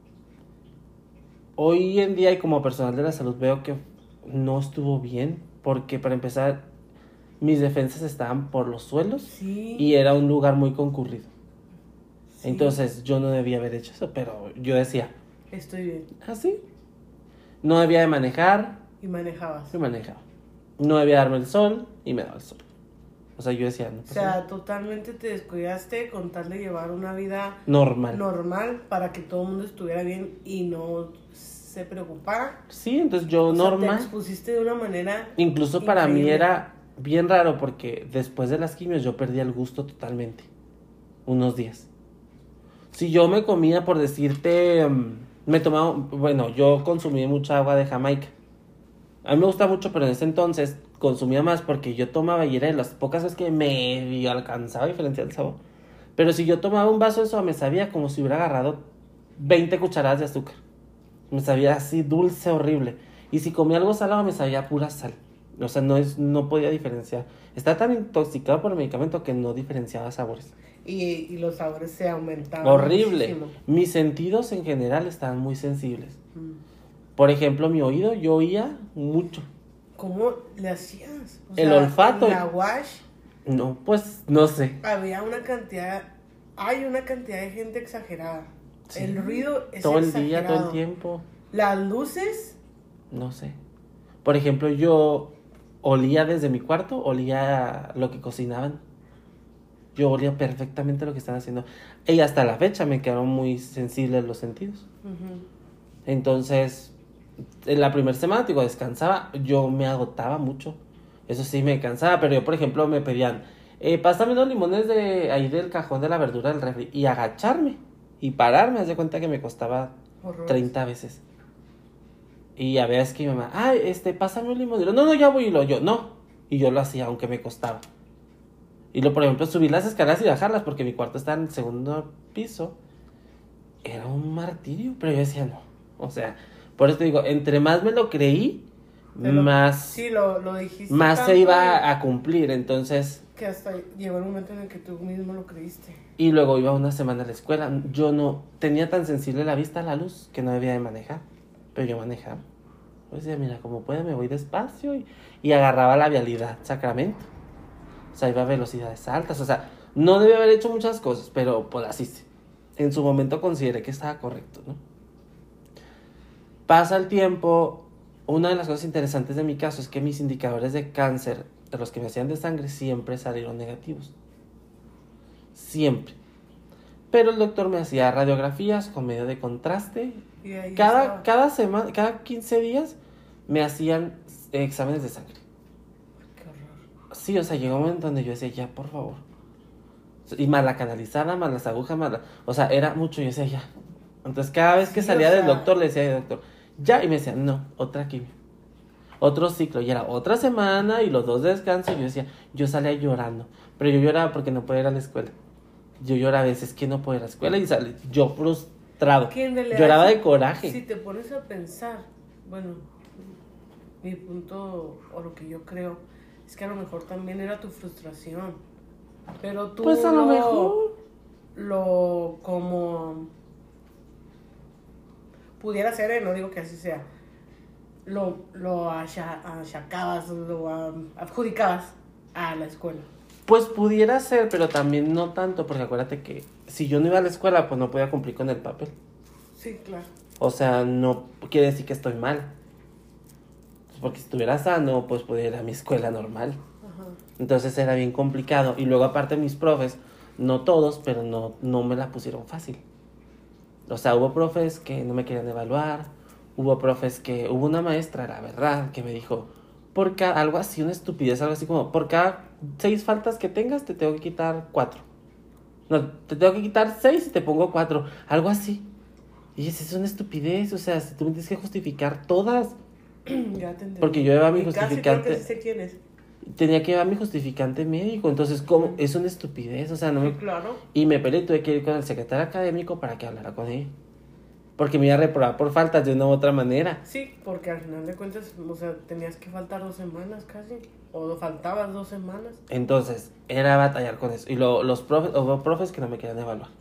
Hoy en día y como personal de la salud veo que no estuvo bien, porque para empezar mis defensas estaban por los suelos, sí. Y era un lugar muy concurrido. Sí. Entonces yo no debía haber hecho eso, pero yo decía, estoy bien. ¿Ah, sí? No debía de manejar. Y manejabas. Y manejaba. No debía darme el sol y me daba el sol. O sea, yo decía, no. O sea, nada. Totalmente te descuidaste con tal de llevar una vida normal. Normal para que todo el mundo estuviera bien y no se preocupara. Sí, entonces yo o normal. Sea, te expusiste de una manera. Incluso increíble. Para mí era bien raro porque después de las quimios yo perdí el gusto totalmente. Unos días. Si yo me comía, por decirte, me tomaba, bueno, yo consumí mucha agua de Jamaica. A mí me gusta mucho, pero en ese entonces consumía más porque yo tomaba y era de las pocas veces que me alcanzaba a diferenciar el sabor. Pero si yo tomaba un vaso de eso, me sabía como si hubiera agarrado veinte cucharadas de azúcar. Me sabía así dulce, horrible. Y si comía algo salado, me sabía pura sal. O sea, no, es, no podía diferenciar. Estaba tan intoxicado por el medicamento que no diferenciaba sabores. Y, y los sabores se aumentaban. Horrible. Muchísimo. Mis sentidos en general estaban muy sensibles. Mm. Por ejemplo, mi oído, yo oía mucho. ¿Cómo le hacías? O el sea, olfato. ¿La wash? No, pues no sé. Había una cantidad, hay una cantidad de gente exagerada. Sí. El ruido es todo exagerado. El día, todo el tiempo. Las luces. No sé. Por ejemplo, yo olía desde mi cuarto, olía lo que cocinaban. Yo olía perfectamente lo que estaban haciendo. Y hasta la fecha me quedaron muy sensibles los sentidos. Uh-huh. Entonces, en la primera semana, digo, descansaba, yo me agotaba mucho. Eso sí, me cansaba, pero yo, por ejemplo, me pedían, eh, pásame unos limones de ahí del cajón de la verdura del refri. Y agacharme y pararme, haz de cuenta que me costaba Horror. treinta veces. Y a veces que mi mamá, ay, este, pásame un limón. Y yo, no, no, ya voy. Y lo yo, no. Y yo lo hacía, aunque me costaba. Y lo, por ejemplo, subir las escaleras y bajarlas, porque mi cuarto está en el segundo piso. Era un martirio, pero yo decía, no. O sea, por eso te digo, entre más me lo creí, Pero, más, sí, lo, lo dijiste más se iba a, a cumplir, entonces... Que hasta llegó el momento en el que tú mismo lo creíste. Y luego iba una semana a la escuela. Yo no tenía tan sensible la vista a la luz que no debía de manejar, pero yo manejaba. Pues decía, mira, como puede, me voy despacio y, y agarraba la vialidad Sacramento. O sea, iba a velocidades altas, o sea, no debía haber hecho muchas cosas, pero pues así sí. En su momento consideré que estaba correcto, ¿no? Pasa el tiempo. Una de las cosas interesantes de mi caso es que mis indicadores de cáncer, de los que me hacían de sangre, siempre salieron negativos. Siempre. Pero el doctor me hacía radiografías con medio de contraste. Y ahí Cada, cada semana, cada quince días me hacían exámenes de sangre. Qué horror. Sí, o sea, llegó un momento donde yo decía, ya, por favor. Y más la canalizada, más las agujas, más la... O sea, era mucho, yo decía, ya. Entonces, cada vez que Sí, salía o del sea... doctor, le decía al doctor, ya. Y me decía, no, otra quimio. Otro ciclo. Y era otra semana y los dos de descanso. Y yo decía, yo salía llorando. Pero yo lloraba porque no podía ir a la escuela. Yo lloraba a veces que no podía ir a la escuela y salí yo frustrado. Lloraba de coraje. Si te pones a pensar, bueno, mi punto o lo que yo creo es que a lo mejor también era tu frustración. Pero tú pues a lo, lo mejor lo como pudiera ser, eh, no digo que así sea, lo, lo achacabas, lo adjudicabas a la escuela. Pues pudiera ser, pero también no tanto, porque acuérdate que si yo no iba a la escuela, pues no podía cumplir con el papel. Sí, claro. O sea, no quiere decir que estoy mal. Porque si estuviera sano, pues podía ir a mi escuela normal. Ajá. Entonces era bien complicado. Y luego aparte mis profes, no todos, pero no, no me la pusieron fácil. O sea, hubo profes que no me querían evaluar. Hubo profes que... Hubo una maestra, la verdad, que me dijo... Por cada... Algo así, una estupidez, algo así como... Por cada seis faltas que tengas, te tengo que quitar cuatro. No, te tengo que quitar seis y te pongo cuatro. Algo así. Y es, es una estupidez. O sea, si tú me tienes que justificar todas... Ya te entendí. Porque yo llevaba mi y justificante... Casi creo que sí sé quién es. Tenía que llevar mi justificante médico. Entonces, ¿cómo? Uh-huh. Es una estupidez. O sea, no me... Sí, claro. Y me peleé y tuve que ir con el secretario académico para que hablara con él. Porque me iba a reprobar por faltas de una u otra manera. Sí, porque al final de cuentas, o sea, tenías que faltar dos semanas casi. O faltabas dos semanas. Entonces, era batallar con eso. Y lo, los profes, hubo profes que no me querían evaluar.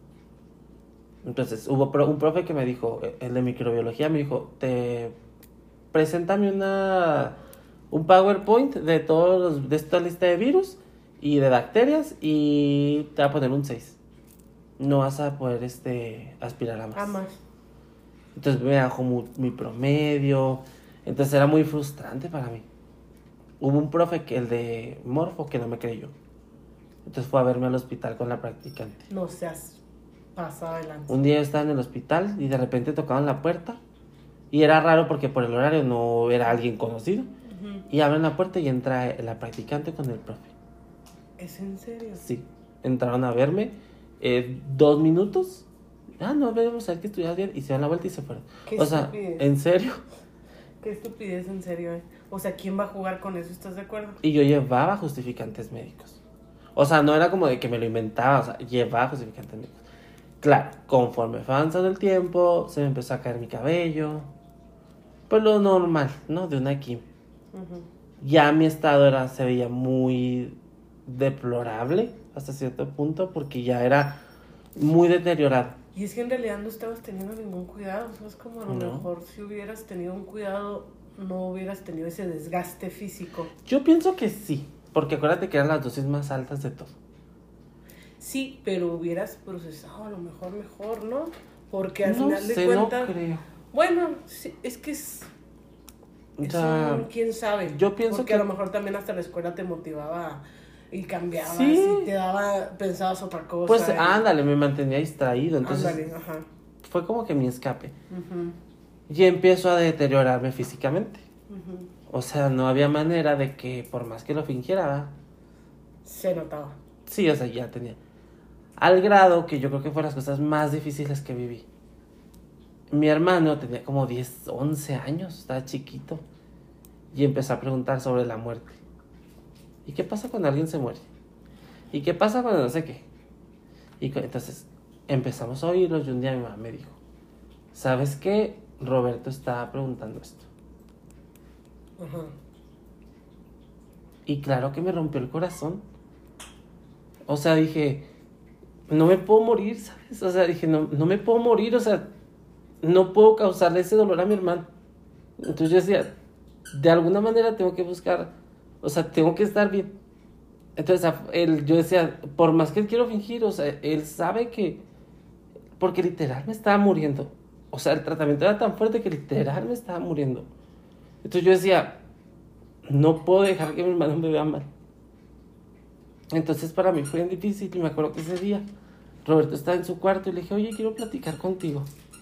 Entonces, hubo pro, un profe que me dijo, el de microbiología, me dijo, te preséntame una un PowerPoint de todos los, de esta lista de virus y de bacterias y te va a poner un seis. No vas a poder este aspirar a más. A más. Entonces me bajó mi, mi promedio. Entonces era muy frustrante para mí. Hubo un profe, que el de Morfo, que no me creyó. Entonces fue a verme al hospital con la practicante. No seas pasado adelante. Un día yo estaba en el hospital y de repente tocaban la puerta. Y era raro porque por el horario no era alguien conocido. Uh-huh. Y abren la puerta y entra la practicante con el profe. ¿Es en serio? Sí. Entraron a verme eh, dos minutos. Ah, no, vamos a ver que estudias bien. Y se dan la vuelta y se fueron. Qué o sea, estupidez. ¿en serio? Qué estupidez, en serio. Eh. O sea, ¿quién va a jugar con eso? ¿Estás de acuerdo? Y yo llevaba justificantes médicos. O sea, no era como de que me lo inventaba. O sea, llevaba justificantes médicos. Claro, conforme fue avanzando el tiempo, se me empezó a caer mi cabello. Pues lo normal, ¿no? De una quimio. Uh-huh. Ya mi estado era, se veía muy deplorable hasta cierto punto porque ya era muy deteriorado. Y es que en realidad no estabas teniendo ningún cuidado. O sea, es como a lo no. mejor si hubieras tenido un cuidado, no hubieras tenido ese desgaste físico. Yo pienso que sí, porque acuérdate que eran las dosis más altas de todo. Sí, pero hubieras procesado a lo mejor mejor, ¿no? Porque al no final sé, de cuentas... No creo. Bueno, sí, es que es... es ya, un, ¿quién sabe? Yo pienso Porque que... a lo mejor también hasta la escuela te motivaba y cambiabas sí. y te daba, pensabas otra cosa. Pues y... ándale, me mantenía distraído, entonces ándale, ajá. Fue como que mi escape. Uh-huh. Y empiezo a deteriorarme físicamente. Uh-huh. O sea, no había manera de que por más que lo fingiera, ¿verdad? Se notaba. Sí, o sea, ya tenía. Al grado que yo creo que fue las cosas más difíciles que viví. Mi hermano tenía como diez, once años, estaba chiquito. Y empezó a preguntar sobre la muerte. ¿Y qué pasa cuando alguien se muere? ¿Y qué pasa cuando no sé qué? Y entonces empezamos a oírlos y un día mi mamá me dijo, ¿sabes qué? Roberto está preguntando esto. Ajá. Y claro que me rompió el corazón. O sea, dije, no me puedo morir, ¿sabes? O sea, dije, no, no me puedo morir, o sea, no puedo causarle ese dolor a mi hermano. Entonces yo decía, de alguna manera tengo que buscar, o sea, tengo que estar bien. Entonces él, yo decía, por más que él quiero fingir, o sea, él sabe que, porque literal me estaba muriendo. O sea, el tratamiento era tan fuerte que literal me estaba muriendo. Entonces yo decía, no puedo dejar que mi hermano me vea mal. Entonces para mí fue bien difícil y me acuerdo que ese día Roberto estaba en su cuarto y le dije, oye, quiero platicar contigo.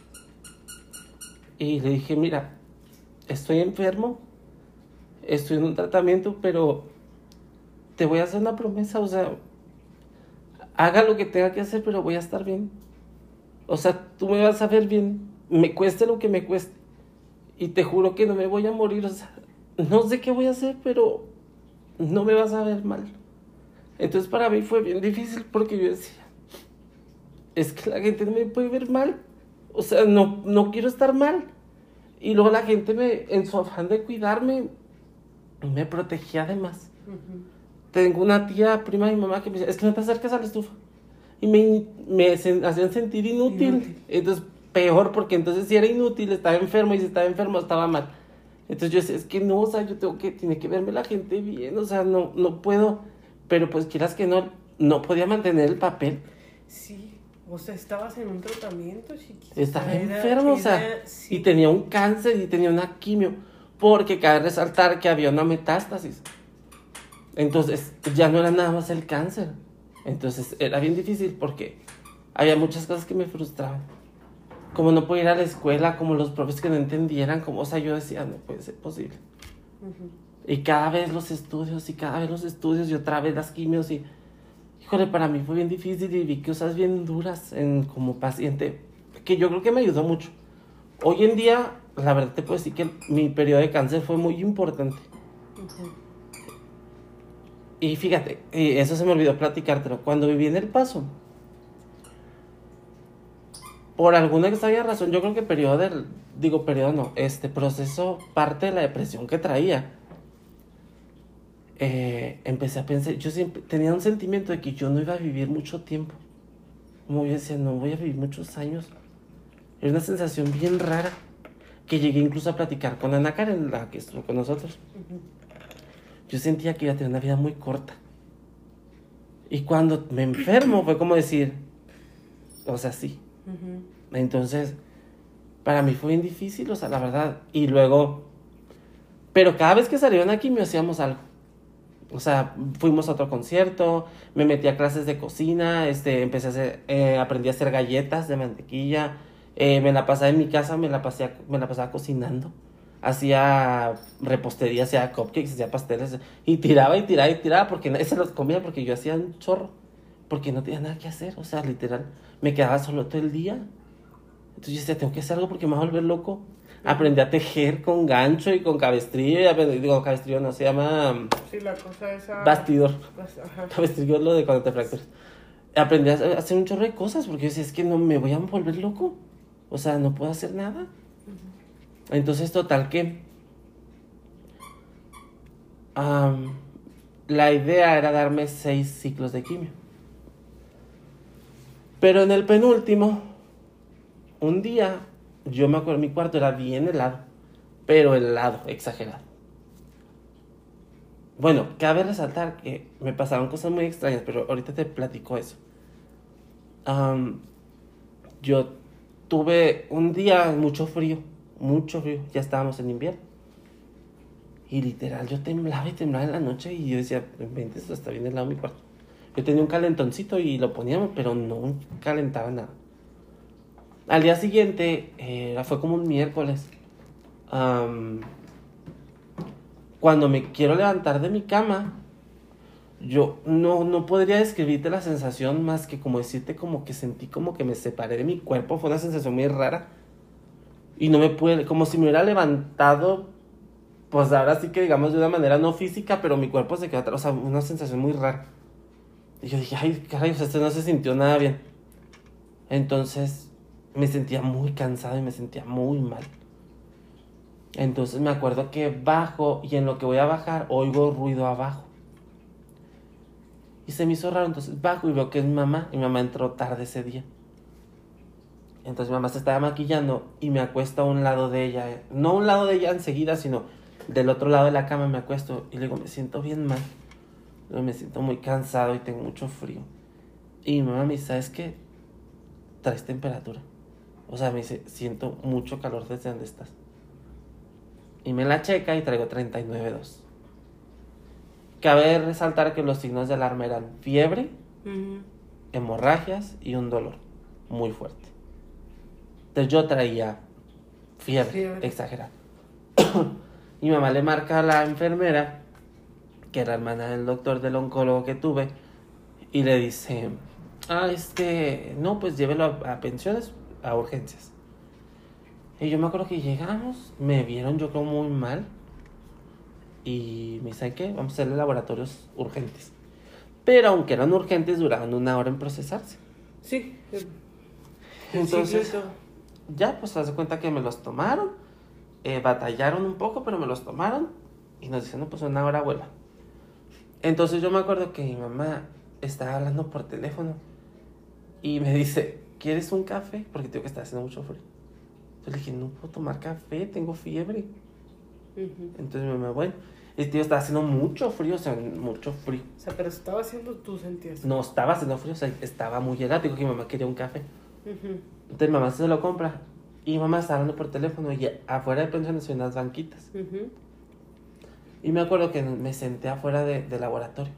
Y le dije, mira, estoy enfermo, estoy en un tratamiento, pero te voy a hacer una promesa, o sea, haga lo que tenga que hacer, pero voy a estar bien. O sea, tú me vas a ver bien, me cueste lo que me cueste. Y te juro que no me voy a morir, o sea, no sé qué voy a hacer, pero no me vas a ver mal. Entonces para mí fue bien difícil porque yo decía, es que la gente no me puede ver mal, o sea, no, no quiero estar mal. Y luego la gente me, en su afán de cuidarme, me protegía además. Uh-huh. Tengo una tía, prima de mi mamá, que me decía, es que no te acerques a la estufa. Y me, me sen, hacían sentir inútil. inútil. Entonces, peor, porque entonces si era inútil, estaba enfermo, y si estaba enfermo, estaba mal. Entonces yo decía, es que no, o sea, yo tengo que, tiene que verme la gente bien, o sea, no, no puedo. Pero pues quieras que no, no podía mantener el papel. Sí, o sea, estabas en un tratamiento, chiquita. Estaba era, enfermo, era, o sea, sí. Y tenía un cáncer y tenía una quimio, porque cabe resaltar que había una metástasis. Entonces, ya no era nada más el cáncer. Entonces, era bien difícil porque había muchas cosas que me frustraban. Como no podía ir a la escuela, como los profes que no entendieran, como, o sea, yo decía, no puede ser posible. Uh-huh. Y cada vez los estudios, y cada vez los estudios, y otra vez las quimios, y... Híjole, para mí fue bien difícil y vi cosas bien duras en, como paciente, que yo creo que me ayudó mucho. Hoy en día, la verdad te puedo decir que mi periodo de cáncer fue muy importante. Uh-huh. Y fíjate, eso se me olvidó platicártelo. Cuando viví en El Paso, por alguna extraña razón, yo creo que periodo del... Digo, periodo no, este proceso, parte de la depresión que traía. Eh, empecé a pensar, yo siempre tenía un sentimiento de que yo no iba a vivir mucho tiempo. Como yo decía, no voy a vivir muchos años. Era una sensación bien rara, que llegué incluso a platicar con Ana Karen, la que estuvo con nosotros. Uh-huh. Yo sentía que iba a tener una vida muy corta. Y cuando me enfermo fue como decir, o sea, sí. Uh-huh. Entonces, para mí fue bien difícil, o sea, la verdad. Y luego, pero cada vez que salieron aquí me hacíamos algo. O sea, fuimos a otro concierto, me metí a clases de cocina, este, empecé a hacer, eh, aprendí a hacer galletas de mantequilla, eh, me la pasaba en mi casa, me la, pasé, me la pasaba cocinando, hacía repostería, hacía cupcakes, hacía pasteles, y tiraba y tiraba y tiraba, porque nadie se los comía, porque yo hacía un chorro, porque no tenía nada que hacer, o sea, literal, me quedaba solo todo el día. Entonces yo decía, tengo que hacer algo porque me va a volver loco. Aprendí a tejer con gancho y con cabestrillo. Y aprendí, digo, cabestrillo no, se llama... Sí, la cosa esa... Bastidor. Ajá. Cabestrillo es lo de cuando te fracturas. Aprendí a hacer un chorro de cosas porque yo decía, es que no me voy a volver loco. O sea, no puedo hacer nada. Uh-huh. Entonces, total que... Um, la idea era darme seis ciclos de quimio. Pero en el penúltimo, un día... Yo me acuerdo, mi cuarto era bien helado, pero helado, exagerado. Bueno, cabe resaltar que me pasaron cosas muy extrañas, pero ahorita te platico eso. Um, yo tuve un día mucho frío, mucho frío, ya estábamos en invierno. Y literal, yo temblaba y temblaba en la noche y yo decía, vente, esto está bien helado mi cuarto. Yo tenía un calentoncito y lo poníamos, pero no calentaba nada. Al día siguiente, eh, fue como un miércoles, um, cuando me quiero levantar de mi cama, yo no, no podría describirte la sensación más que como decirte como que sentí como que me separé de mi cuerpo, fue una sensación muy rara, y no me pude, como si me hubiera levantado, pues ahora sí que digamos de una manera no física, pero mi cuerpo se quedó atrás, o sea, una sensación muy rara, y yo dije, ay, caray, o sea, esto no se sintió nada bien, entonces... me sentía muy cansado y me sentía muy mal. Entonces me acuerdo que bajo y en lo que voy a bajar oigo ruido abajo. Y se me hizo raro, entonces bajo y veo que es mi mamá. Y mi mamá entró tarde ese día. Entonces mi mamá se estaba maquillando y me acuesto a un lado de ella. No a un lado de ella enseguida, sino del otro lado de la cama me acuesto. Y le digo, me siento bien mal. Me siento muy cansado y tengo mucho frío. Y mi mamá me dice, ¿sabes qué? Traes temperatura. O sea, me dice, siento mucho calor desde donde estás. Y me la checa y traigo treinta y nueve punto dos. Cabe resaltar que los signos de alarma eran fiebre, uh-huh. hemorragias y un dolor muy fuerte. Entonces yo traía fiebre, fiebre. exagerada. Mi mamá le marca a la enfermera, que era hermana del doctor, del oncólogo que tuve, y le dice, ah, este, no, pues llévelo a, a pensiones, a urgencias. Y yo me acuerdo que llegamos, me vieron yo como muy mal, y me dicen, ¿qué? Vamos a hacerle laboratorios urgentes. Pero aunque eran urgentes, duraban una hora en procesarse. Sí. Entonces, sí, ya, pues, haz de cuenta que me los tomaron, eh, batallaron un poco, pero me los tomaron, y nos dicen, no, pues una hora vuelva. Entonces yo me acuerdo que mi mamá estaba hablando por teléfono, y me dice, ¿quieres un café? Porque tengo que estar haciendo mucho frío. Yo le dije, no puedo tomar café, tengo fiebre. Uh-huh. Entonces mi mamá, bueno, el tío estaba haciendo mucho frío, o sea, mucho frío. O sea, pero estaba haciendo, tú sentías. No, estaba haciendo frío, o sea, estaba muy helado. Digo que mi mamá quería un café. Uh-huh. Entonces mi mamá se lo compra. Y mi mamá estaba hablando por teléfono y afuera de pensiones hay unas banquitas. Uh-huh. Y me acuerdo que me senté afuera de, del laboratorio.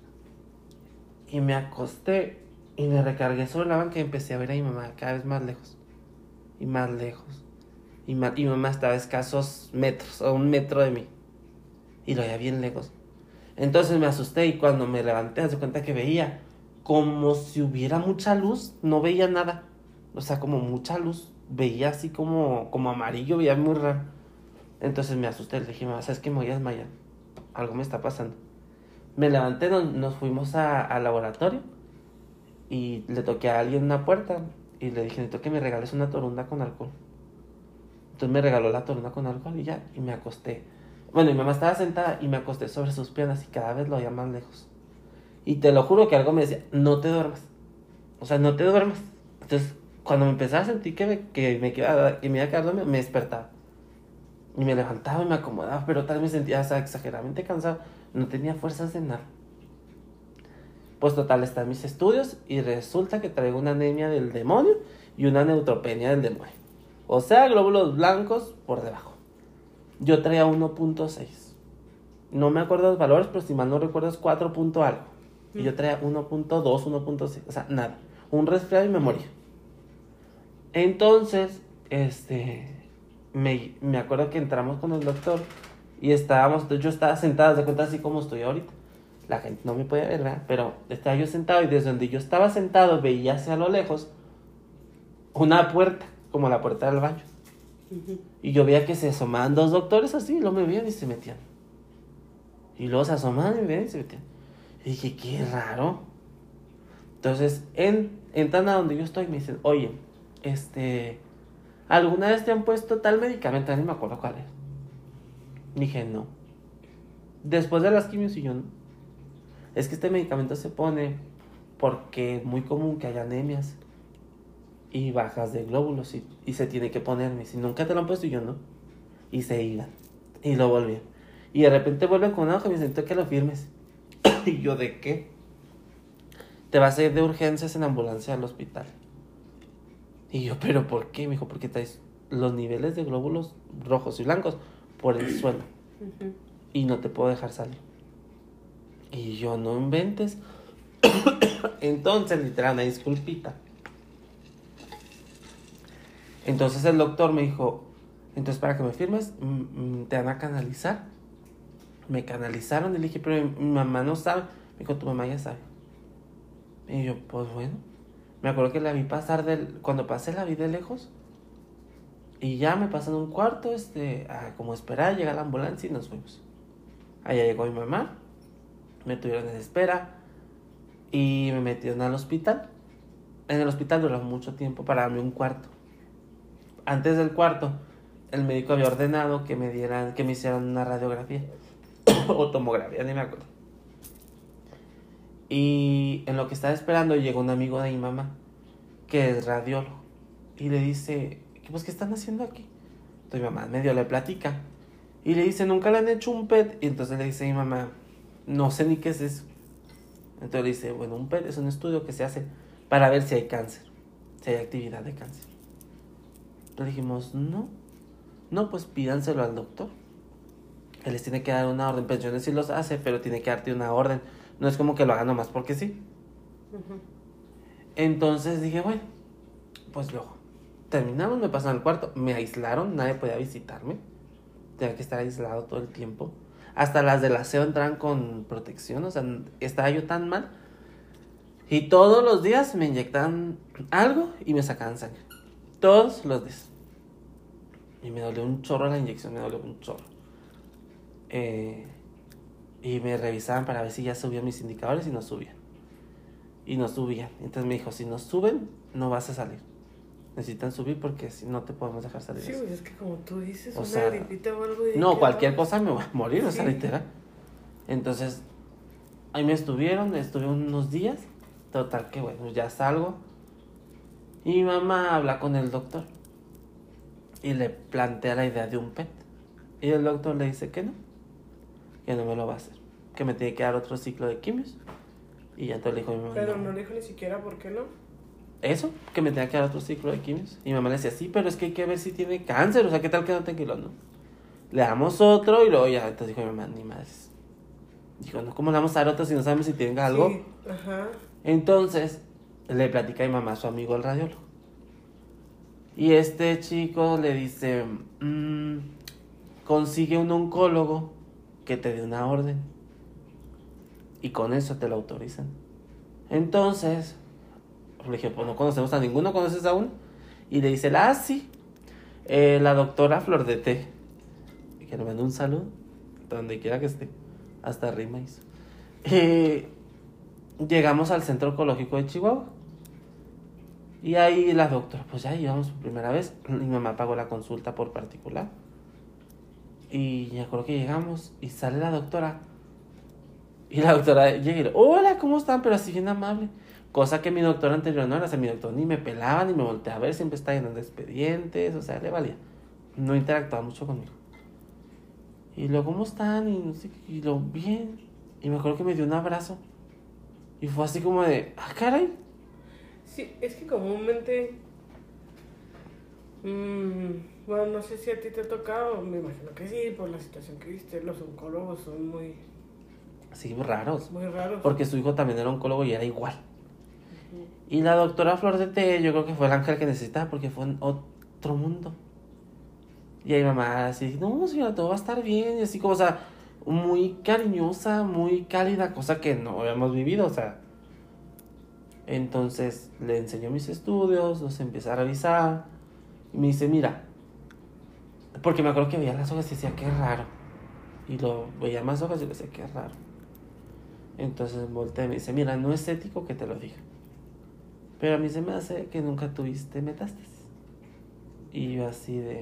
Y me acosté y me recargué sobre la banca y empecé a ver a mi mamá cada vez más lejos. Y más lejos. Y, ma- y mi mamá estaba a escasos metros, o un metro de mí. Y lo veía bien lejos. Entonces me asusté y cuando me levanté, me di cuenta que veía como si hubiera mucha luz, no veía nada. O sea, como mucha luz. Veía así como, como amarillo, veía muy raro. Entonces me asusté, le dije, mamá, ¿sabes qué? Me voy a desmayar. Algo me está pasando. Me levanté, nos, nos fuimos a- al laboratorio y le toqué a alguien una puerta y le dije, necesito que me regales una torunda con alcohol. Entonces me regaló la torunda con alcohol y ya, y me acosté. Bueno, mi mamá estaba sentada y me acosté sobre sus piernas y cada vez lo veía más lejos. Y te lo juro que algo me decía, no te duermas. O sea, no te duermas. Entonces, cuando me empezaba a sentir que me, que me, quedaba, que me iba a quedar dormido, me despertaba. Y me levantaba y me acomodaba, pero tal vez me sentía, o sea, exageradamente cansado. No tenía fuerzas de nada. Pues total, están mis estudios y resulta que traigo una anemia del demonio y una neutropenia del demonio. O sea, glóbulos blancos por debajo. Yo traía uno punto seis. No me acuerdo los valores, pero si mal no recuerdo es cuatro punto algo. Y yo traía uno punto dos, uno punto seis. O sea, nada. Un resfriado y me moría. Entonces, este... Me, me acuerdo que entramos con el doctor y estábamos... Yo estaba sentado, de cuenta así como estoy ahorita. La gente no me podía ver, ¿verdad? Pero estaba yo sentado y desde donde yo estaba sentado veía hacia lo lejos una puerta, como la puerta del baño. Uh-huh. Y yo veía que se asomaban dos doctores así, y luego me veían y se metían. Y luego se asomaban y me veían y se metían. Y dije, qué raro. Entonces, en, entran a donde yo estoy y me dicen, oye, este, ¿alguna vez te han puesto tal medicamento? No me acuerdo cuál es. Dije, no. Después de las quimios y yo, no. Es que este medicamento se pone porque es muy común que haya anemias y bajas de glóbulos y, y se tiene que ponerme. Si nunca te lo han puesto y yo no. Y se iban. Y lo volvían. Y de repente vuelven con una hoja y me dicen, que lo firmes. Y yo, ¿de qué? Te vas a ir de urgencias en ambulancia al hospital. Y yo, ¿pero por qué? Me dijo, porque traes los niveles de glóbulos rojos y blancos por el suelo. Uh-huh. Y no te puedo dejar salir. Y yo, no inventes. Entonces, literal, una disculpita. Entonces el doctor me dijo, entonces para que me firmes, m- te van a canalizar. Me canalizaron y le dije, pero mi mamá no sabe. Me dijo, tu mamá ya sabe. Y yo, pues bueno. Me acuerdo que la vi pasar del... Cuando pasé la vi de lejos. Y ya me pasan un cuarto, este, a como esperar, llega la ambulancia y nos fuimos. Allá llegó mi mamá. Me tuvieron en espera. Y me metieron al hospital. En el hospital duró mucho tiempo para darme un cuarto. Antes del cuarto, el médico había ordenado que me dieran, que me hicieran una radiografía o tomografía, ni me acuerdo. Y en lo que estaba esperando llegó un amigo de mi mamá, que es radiólogo, y le dice, pues, ¿qué están haciendo aquí? Entonces mi mamá medio le platica, y le dice, ¿nunca le han hecho un P E T? Y entonces le dice a mi mamá, no sé ni qué es eso. Entonces le dice, bueno, un P E T es un estudio que se hace para ver si hay cáncer, si hay actividad de cáncer. Le dijimos, no, no, pues pídanselo al doctor. Él les tiene que dar una orden, pensiones sí los hace, pero tiene que darte una orden. No es como que lo haga nomás porque sí. Uh-huh. Entonces dije, bueno, pues luego terminamos, me pasaron al cuarto, me aislaron, nadie podía visitarme. Tenía que estar aislado todo el tiempo. Hasta las del aseo entran con protección, o sea, estaba yo tan mal. Y todos los días me inyectaban algo y me sacaban sangre. Todos los días. Y me dolió un chorro la inyección, me dolió un chorro. Eh, y me revisaban para ver si ya subían mis indicadores y no subían. Y no subían. Entonces me dijo, si no suben, no vas a salir. Necesitan subir porque si no te podemos dejar salir. Sí, pues es que como tú dices, o una sea, gripita o algo. No, cualquier vamos? cosa me voy a morir, sí. O sea, literal. Entonces, ahí me estuvieron, estuve unos días. Total que bueno, ya salgo. Y mi mamá habla con el doctor. Y le plantea la idea de un P E T. Y el doctor le dice que no. Que no me lo va a hacer. Que me tiene que dar otro ciclo de quimios. Y ya entonces le dijo a mi mamá. Pero no, no le dijo ni siquiera por qué no. Eso, que me tenía que dar otro ciclo de quimios. Y mi mamá le decía, sí, pero es que hay que ver si tiene cáncer. O sea, ¿qué tal que no tenga kilo? No. Le damos otro y luego ya. Entonces dijo mi mamá, ni madres. Dijo, no, ¿cómo le vamos a dar otro si no sabemos si tiene algo? Sí, ajá. Entonces, le platica a mi mamá a su amigo el radiólogo. Y este chico le dice, mmm, consigue un oncólogo que te dé una orden. Y con eso te lo autorizan. Entonces, le dije, pues no conocemos a ninguno, ¿conoces a uno? Y le dice, ah, sí, eh, la doctora Flor de Té. Que le mando un saludo, donde quiera que esté. Hasta rima hizo. Eh, llegamos al Centro Oncológico de Chihuahua. Y ahí la doctora, pues ya íbamos por primera vez. Mi mamá pagó la consulta por particular. Y me acuerdo que llegamos y sale la doctora. Y la doctora llega y le, hola, ¿cómo están? Pero así bien amable. Cosa que mi doctora anterior no era. O sea, mi doctor ni me pelaba, ni me volteaba a ver. Siempre estaba llenando expedientes. O sea, le valía. No interactuaba mucho conmigo. Y luego, ¿cómo están? Y no sé qué. Y lo bien. Y me acuerdo que me dio un abrazo. Y fue así como de, ah, caray. Sí, es que comúnmente, mmm, bueno, no sé si a ti te ha tocado, me imagino que sí, por la situación que viste, los oncólogos son muy... Sí, raros. Muy raros. Porque su hijo también era oncólogo y era igual. Uh-huh. Y la doctora Flor de Té, yo creo que fue el ángel que necesitaba porque fue en otro mundo. Y ahí mamá así, no, señora, todo va a estar bien. Y así como, o sea, muy cariñosa, muy cálida, cosa que no habíamos vivido, o sea... Entonces le enseñó mis estudios, los empecé a revisar. Y me dice, mira, porque me acuerdo que veía las hojas y decía, qué raro. Y lo veía más hojas y le decía, qué raro. Entonces volteé y me dice, mira, no es ético que te lo diga, pero a mí se me hace que nunca tuviste metástasis. Y yo así de...